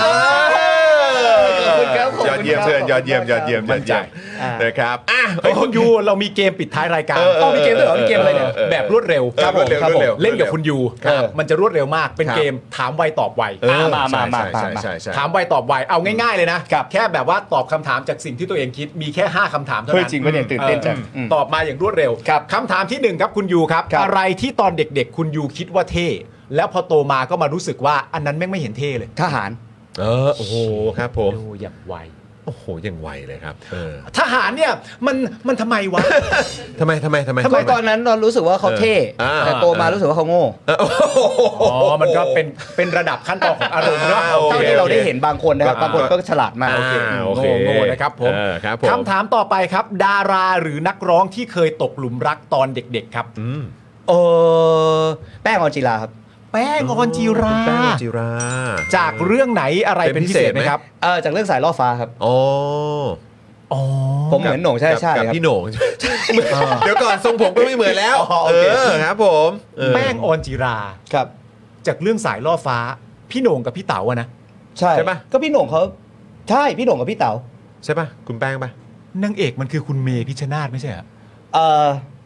ยอดเยี่ยมเพื่อนยอดเยี่ยมยอดเยี่ยมยอดเยี่ยมนะครับอ่ะไอ้คุณยูเรามีเกมปิดท้ายรายการต้องมีเกมด้วยเหรอมีเกมอะไรเนี่ยแบบรวดเร็วครับผมเล่นกับคุณยูมันจะรวดเร็วมากเป็นเกมถามไวตอบไวมามามาถามไวตอบไวเอาง่ายๆเลยนะแค่แบบว่าตอบคำถามจากสิ่งที่ตัวเองคิดมีแค่ห้าคำถามเท่านั้นจริงปะเนี่ยตื่นเต้นจังตอบมาอย่างรวดเร็วคำถามที่หนึ่งครับคุณยูครับอะไรที่ตอนเด็กๆคุณยูคิดว่าเท่แล้วพอโตมาก็มารู้สึกว่าอันนั้นแม่งไม่เห็นเท่เลยทหารเออโอ้โหครับผมดูอย่างไวโอ้โหยังไวเลยครับเออทหารเนี่ยมันมันทำไมวะทำไมทำไมทำไมทำไมตอนนั้นเรารู้สึกว่าเขาเท่อ่าแต่โตมารู้สึกว่าเขาโง่อ๋อมันก็เป็นเป็นระดับขั้นตอนของอารมณ์เนาะโอเคเท่าที่เราได้เห็นบางคนนะครับบางคนก็ฉลาดมากโอเคโอเคโง่ๆนะครับผมเออครับผมคำถามต่อไปครับ ดาราหรือนักร้องที่เคยตกหลุมรักตอนเด็กๆครับอืมเออแป้งออนจิราครับแป้งออนจีราแป้งออนจิราจากเรื่องไหนอะไรเป็นพิเศษไหมครับเออจากเรื่องสายล่อฟ้าครับโอ้อ๋อผมเหมือนโหน่งใช่ใช่กับครับพี่โหน่งเดี๋ยวก่อนทรงผมก็ไม่เหมือนแล้วอ๋อโอเอเคอครับผมเออแป้งออนจีราครับจากเรื่องสายล่อฟ้า พี่โหน่งกับพี่เต๋าอะนะใช่ใช่ปะก็พี่โหน่งเขาใช่พี่โหน่งกับพี่เต๋าใช่ป่ะคุณแป้งป่ะนางเอกมันคือคุณเมย์พิชชนาธิ์ไม่ใช่เหรอเออ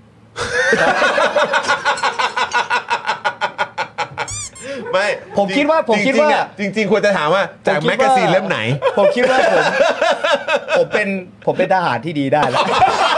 ไม่ผมคิดว่าผมคิดว่าจริงๆอะจริง ๆ ควรจะถามว่าจากแมกกาซีนเล่มไหนผมคิดว่าผมผมเป็นผมเป็นทหารที่ดีได้แล้ว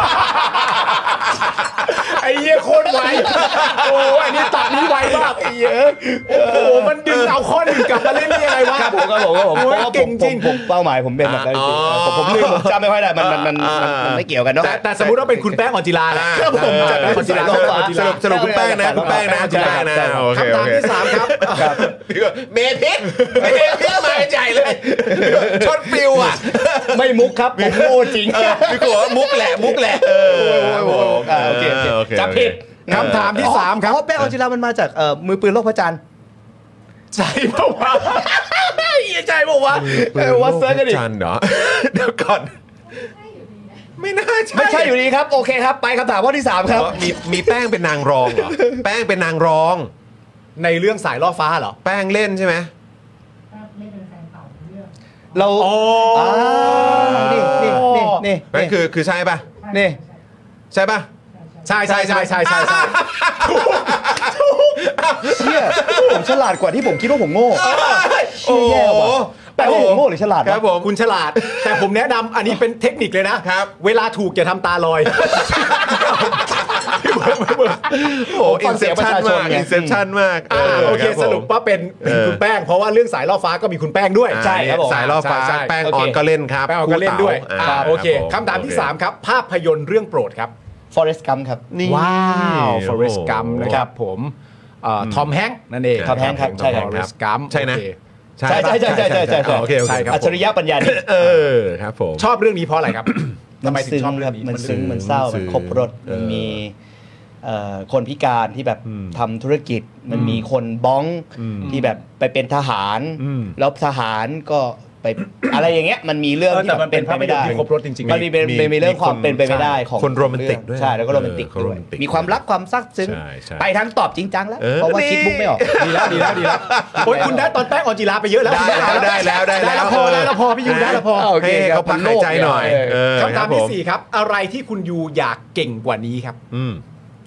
ไอ้เหี้ยโคตรไวโอ้อันนี้ตัดนี้ไวมากไอ้เหี้ยโอ้โหมันดึงเอาข้อหนึ่งกลับมาเล่นได้ยังไงวะครับผมครับผมครับผมโอ้ยพราะว่าเก่งจริงผมผมเป้าหมายผมเป็นแบบนั้นจริงๆผมผมลืมผมจำไม่ค่อยได้มันมันมันมันมันไม่เกี่ยวกันเนาะแต่แต่สมมติว่าเป็นคุณแป้งออนจิราแหละครับผมจากนั้นสจิรุราปสรุปสรุปคุณแป้งนะคุณแป้งนะคุณแป้งนะโอเคคำโอถามเคที่สามครับเมพิษเมพิษมาใหญ่เลยชนฟิวอ่ะไม่มุกครับผมโง่จริงพี่กูว่ามุกแหละมุกแหละเออครับผมอ่าโอเคโอเคจับผิดคำถามที่สามครับอ๋อแป้งออนจิรามันมาจากเอ่อมือปืนโลกพระจันทร์ใช่เปล่าวะเหี้ยใจบอกว่าเออว่าเซิร์ชกันดิจันเหรอเดี๋ยวก่อนไม่น่าใช่ไม่ใช่อยู่ดีครับ โอเคครับ ไปคำถามข้อที่สามครับมีมีแป้งเป็นนางรองเหรอแป้งเป็นนางรองในเรื่องสายล่อฟ้าเหรอแป้งเล่นใช่ไหมเราอ๋ออ่านี่นี่นี่นี่แป้งคือคือใช่ป่ะนี่ใช่ป่ะใช่ใช่ใช่ใช่ใช่ใช่เชี่ยผมฉลาดกว่าที่ผมคิดว่าผมโง่เชี่ยแย่ว่ะแต่ว่าผมโง่หรือฉลาดครับผมคุณฉลาด แต่ผมแนะนำอันนี้เป็นเทคนิคเลยนะครับ เวลาถูกอย่าทำตาลอยโอ้อินเซปชั่นมากอินเซปชั่นมากอ่าโอเครับผมสรุปว่าเป็นเป็นคุณแป้ง เพราะว่าเรื่องสายล่อฟ้าก็มีคุณแป้งด้วยใช่ครับผมสายล่อฟ้าใช่ใช่แป้งโออนก็เล่นครับแป้งออนก็เล่นด้วยคู่อ่าเต๋าโอเครับผคำถามที่สามครับ ภาพยนตร์เรื่องโปรดครับ Forrest Gump ครับนี่ว้าว Forrest โอ้โห Gump นะครับผมทอมแฮงค์นั่นเอง Tom Hanks ครับใช่ครับ Forrest Gump ใช่นะโอเคใช่ใช่ใช่ใช่ใช่ใช่ใช่โอเคโอเคใช่ครับอัจฉริยะปัญญานิเออครับผมชอบเรื่องนี้เพราะอะไรครับ ทำไมมันถึงซึ้งชอบคเรื่รัอบ งนี้มันซึ้งมันเศร้าซึ้มันงครบรถเออมันมีเอ่อคนพิการที่แบบทำธุรกิจ มันมีคนบ้องที่แบบไปเป็นทหาร แล้วทหารก็ไปอะไรอย่างเงี้ยมันมีเรื่องเออที่แต่แบบมันเป็นเป็นไปไม่ได้ภาพยนตร์ที่ครบรสจริงๆมันมีเป็นมีเป็นมีเรื่องมีความคนเป็นไปไม่ได้ของคนโรแมนติกด้วยใช่แล้วก็โรแมนติกเออด้วยโรแมนติกมีความรักความซักซึ้งใช่ใช่ไปทั้งตอบจริงจังแล้วเออเพราะว่านี่คิดมุกไม่ออกดีแล้วดีแล้วดีแล้วโอ้ยคุณได้ตอนแป้งออนจิราไปเยอะแล้วได้แล้วได้แล้วได้แล้วได้แล้วพอได้แล้วพอพี่ยูได้แล้วพอโอเคให้เขาพักหายใจหน่อยเออคำถามรับที่ผสี่ครับ อะไรที่คุณยูอยากเก่งกว่านี้ครับอืม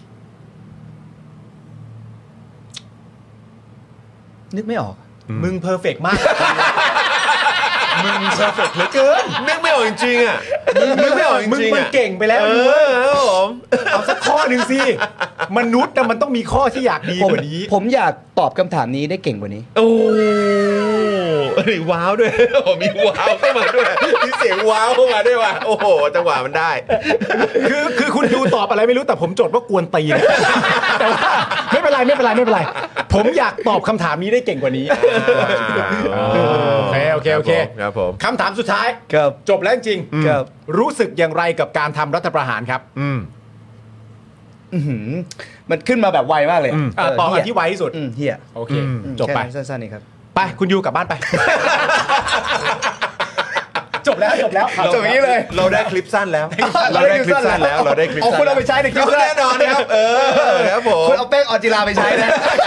นึกไม่ออกมึงเพอร์เฟกต์มาก มึงเพอร์เฟกต์เหลือเกินนึกไม่ออกจริงๆอ่ะนึกไม่ออกจมึงริงๆมันอ่ะเก่งไปแล้วเอมึงอครับผมเอาสักข้อหนึ่งสิ มนุษย์น่ะมันต้องมีข้อที่อยากดีผมกว่านี้ผมอยากตอบคำถามนี้ได้เก่งกว่านี้โอ้มีว้าวด้วยโอ้มีว้าวเข้ามาด้วยมีเสียงว้าวเข้ามาด้วยว่ะโอ้โหจังหวะมันได้คือคือคุณยูตอบอะไรไม่รู้แต่ผมจดว่ากวนตีนแต่ว่าไม่เป็นไรไม่เป็นไรไม่เป็นไร ผมอยากตอบคำถามนี้ได้เก่งกว่านี้โอเคโอเคโอเคครับผมคำถามสุดท้ายครับจบแล้วจริงครับรู้สึกอย่างไรกับการทำรัฐประหารครับอืมอื้อหือมันขึ้นมาแบบไวมากเลยอ่ะเตอบอันที่ไวที่สุดอืมเฮียโอเคอืมอืมจบไปแค่นั้นสั้นๆนี่ครับไปคุณยูกลับบ้านไป จบแล้วจบแล้วจบอย่างนี้เลยเราได้คลิปสั้นแล้ว เราได้คลิปสั้นแล้วเราได้คลิปเอาสั้นคุณเอาไปใช้ในคลิปแน่นอนครับเออครับผมคุณเอาแป้งออนจิราไปใช้นะ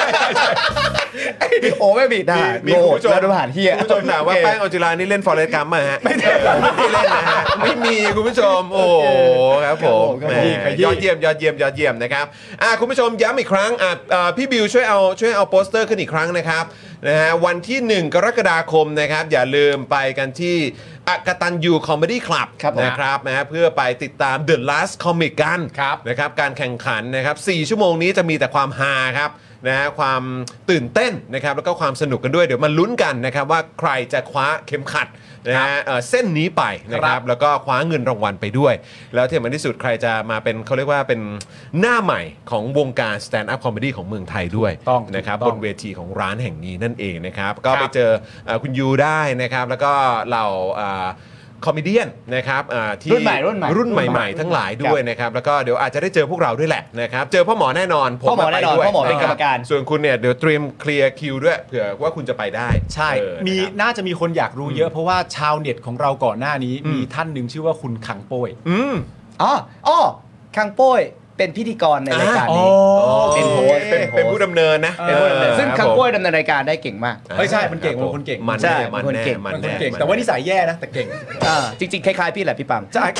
โอ้ไม่บิดได้มีโง่คุณผู้ชมแล้วดูผ่านเฮียคุณผู้ชมถามว่าแป้งออนจิรานี่เล่นฟอเรสต์กัมป์มาฮะไม่ได้ไม่ได้เล่นนะฮะไม่มีคุณผู้ชมโอ้โหครับผมแหมยอดเยี่ยมยอดเยี่ยมยอดเยี่ยมนะครับอ่ะคุณผู้ชมย้ำอีกครั้งอ่ะอ่ะพี่บิวช่วยเอาช่วยเอาโปสเตอร์ขึ้นอีกครั้งนะครับนะฮะวันที่หนึ่งกรกฎาคมนะครับอย่าลืมไปกันที่อกตัญญูคอมเมดี้คลับนะครับนะฮะเพื่อไปติดตาม The Last Comic กันนะครับการแข่งขันนะครับสี่ชั่วโมงนี้จะมีแต่ความฮาครับนะฮะความตื่นเต้นนะครับแล้วก็ความสนุกกันด้วยเดี๋ยวมาลุ้นกันนะครับว่าใครจะคว้าเข็มขัดนะฮะเส้นนี้ไปนะครับแล้วก็คว้าเงินรางวัลไปด้วยแล้วที่สำคัญที่สุดใครจะมาเป็นเขาเรียกว่าเป็นหน้าใหม่ของวงการสแตนด์อัพคอมเมดี้ของเมืองไทยด้วยนะครับบนเวทีของร้านแห่งนี้นั่นเองนะครับก็ไปเจอคุณยูได้นะครับแล้วก็เหล่าคอมเมเดี้นะครับที่รุ่นใหม่รุ่นใหม่รุ่นใหม่ๆทั้งหลายด้วยนะครับแล้วก็เดี๋ยวอาจจะได้เจอพวกเราด้วยแหละนะครับเจอพ่อหมอแน่นอนผมพ่อหมอแน่นอนพ่อหมอเป็นกรรมการส่วนคุณเนี่ยเดี๋ยวเตรียมเคลียร์คิวด้วยเผื่อว่าคุณจะไปได้ใช่มีน่าจะมีคนอยากรู้เยอะเพราะว่าชาวเน็ตของเราก่อนหน้านี้มีท่านหนึ่งชื่อว่าคุณขังโป้ยอืมอ๋ออ๋อขังโป้ยเป็นพิธีกรในรายการนี้เป็นโฮสเป็นผู้ดำเนินนะเป็นผู้ดำเนินซึ่งขังโป้ยดำเนินรายการได้เก่งมากไม่ใช่มันเก่งมันคนเก่งมันใช่มันคนเก่งมันเก่งแต่ว่านิสัยแย่นะแต่เก่งจริงๆคล้ายๆพี่แหละพี่ปั๊มใช่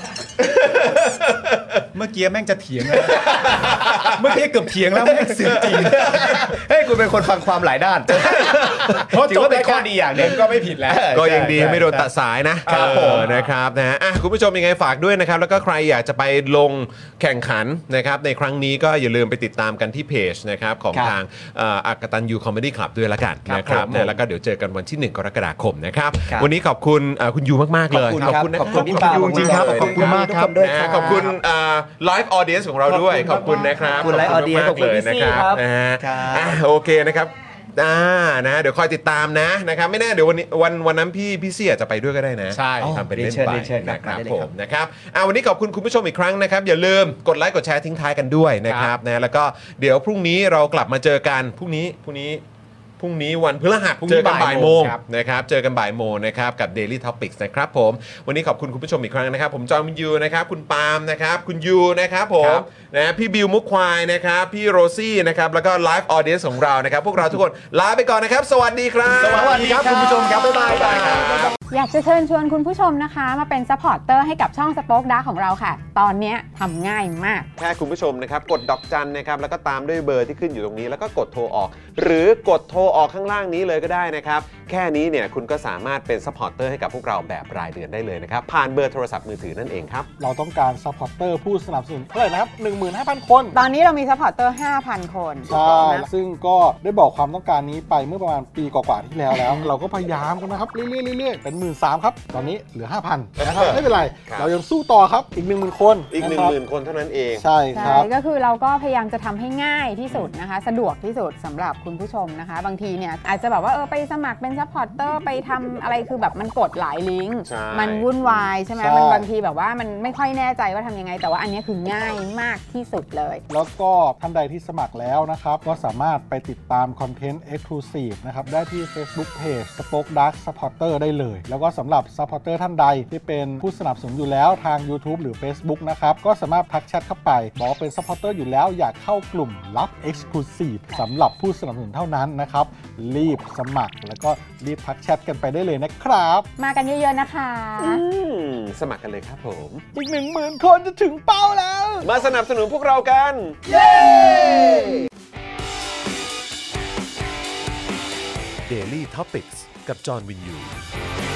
เมื่อกี้แม่งจะเถียงแล้วเมื่อกี้เกือบเถียงแล้วแม่งเสือกจริงเฮ้ยคุณเป็นคนฟังความหลายด้านเพราะถือว่าเป็นข้อดีอย่างนึงก็ไม่ผิดแล้วก็ยังดีไม่โดนตัดสายนะครับผมนะครับนะฮะคุณผู้ชมยังไงฝากด้วยนะครับแล้วก็ใครอยากจะไปลงแข่งขันนะครับในครั้งนี้ก็อย่าลืมไปติดตามกันที่เพจนะครับของทางอกตัญญูคอมเมดี้คลับด้วยละกันนะครับนะแล้วก็เดี๋ยวเจอกันวันที่หนึ่งกรกฎาคมนะครับวันนี้ขอบคุณคุณยูมากๆเลยขอบคุณนะขอบคุณพี่ยูจริงครับขอบคุณมากครับขอบคุณไลฟ์ออเดียนซ์ของเราด้วยขอบคุณนะครับขอบคุณไลฟ์ออเดียนซ์ขอบคุณเลยนะครับนะฮะโอเคนะครับอ่านะเดี๋ยวคอยติดตามนะนะครับไม่แน่เดี๋ยววันนี้วันวันนั้นพี่พี่เสี่ยจะไปด้วยก็ได้นะใช่ทำเป็นเล่นไปนะครับผมนะครับอ่าวันนี้ขอบคุณคุณผู้ชมอีกครั้งนะครับอย่าลืมกดไลค์กดแชร์ทิ้งท้ายกันด้วยนะครับนะแล้วก็เดี๋ยวพรุ่งนี้เรากลับมาเจอกันพรุ่งนี้พรุ่งนี้พรุ่งนี้วันพฤหัสเจอกันบ่ายโมงนะครับเจอกันบ่ายโมงนะครับกับ Daily Topics นะครับผมวันนี้ขอบคุณคุณผู้ชมอีกครั้งนะครับผมจอห์นวินยูนะครับคุณปาล์มนะครับคุณยูนะครับผมนะพี่บิวมุกควายนะครับพี่โรซี่นะครับแล้วก็ไลฟ์ออเดียนซ์ของเรานะครับพวกเราทุกคนลาไปก่อนนะครับสวัสดีครับสวัสดีครับคุณผู้ชมครับบ๊ายบายครับอยากจะเชิญชวนคุณผู้ชมนะคะมาเป็นซัพพอร์ตเตอร์ให้กับช่องสป็อคดาร์กของเราค่ะตอนนี้ทำง่ายมากแค่คุณผู้ชมนะครับกดดอกจันนะครับแล้วก็ตามด้วยเบอร์ที่ขึ้นอยู่ตรงนี้แล้วก็กดโทรออกหรือกดโทรออกข้างล่างนี้เลยก็ได้นะครับแค่นี้เนี่ยคุณก็สามารถเป็นซัพพอร์ตเตอร์ให้กับพวกเราแบบรายเดือนได้เลยนะครับผ่านเบอร์โทรศัพท์มือถือนั่นเองครับเราต้องการซัพพอร์ตเตอร์ผู้สนับสนุนเท่าไหร่นะครับ หนึ่งหมื่นห้าพัน คนตอนนี้เรามีซัพพอร์ตเตอร์ ห้าพัน คนใช่ซึ่งก็ได้บอกความต้องการนี้ไปเมื่อประมาณปีกว่าๆที่แล้วแล้วเราก็พยายามกันนะครับเรื่อยๆๆเป็น หนึ่งหมื่นสามพัน ครับตอนนี้เหลือ ห้าพัน นะครับไม่เป็นไรเรายังสู้ต่อครับอีก หนึ่งหมื่น คนอีก หนึ่งหมื่น คนเท่านั้นเองใช่ครับก็คือเราก็พยายามจะทำให้ง่ายที่สุดนะคะสะดวกที่สุดสำหรับคุณผู้ชมนะคะบางทีเนี่ยอาจจะแบบว่าเออไปสมัครเป็นซัพพอร์ตเตอร์ไปทำอะไรคือแบบมันกดหลายลิงก์มันวุ่นวายใช่ไหมมันบางทีแบบว่ามันไม่ค่อยแน่ใจว่าทำยังไงแต่ว่าอันนี้คือง่ายมากที่สุดเลยแล้วก็ท่านใดที่สมัครแล้วนะครับก็สามารถไปติดตามคอนเทนต์ Exclusive นะครับได้ที่ Facebook Page Spoke Dark Supporter ได้เลยแล้วก็สำหรับ Supporter ท่านใดที่เป็นผู้สนับสนุนอยู่แล้วทาง YouTube หรือ Facebook นะครับก็สามารถทักแชทเข้าไปบอกว่าเป็น Supporter อยู่แล้วอยากเข้ากลุ่มลับ Exclusive สำหรับผู้สนับสนุนเท่านั้นนะครับรีบสมัครแล้วก็รีบทักแชทกันไปได้เลยนะครับมากันเยอะๆนะคะสมัครกันเลยครับผมอีก หนึ่งหมื่น คนจะถึงเป้าแล้วมาสนับสนุนพวกเรากันเย้ Daily Topics กับจอห์นวินยู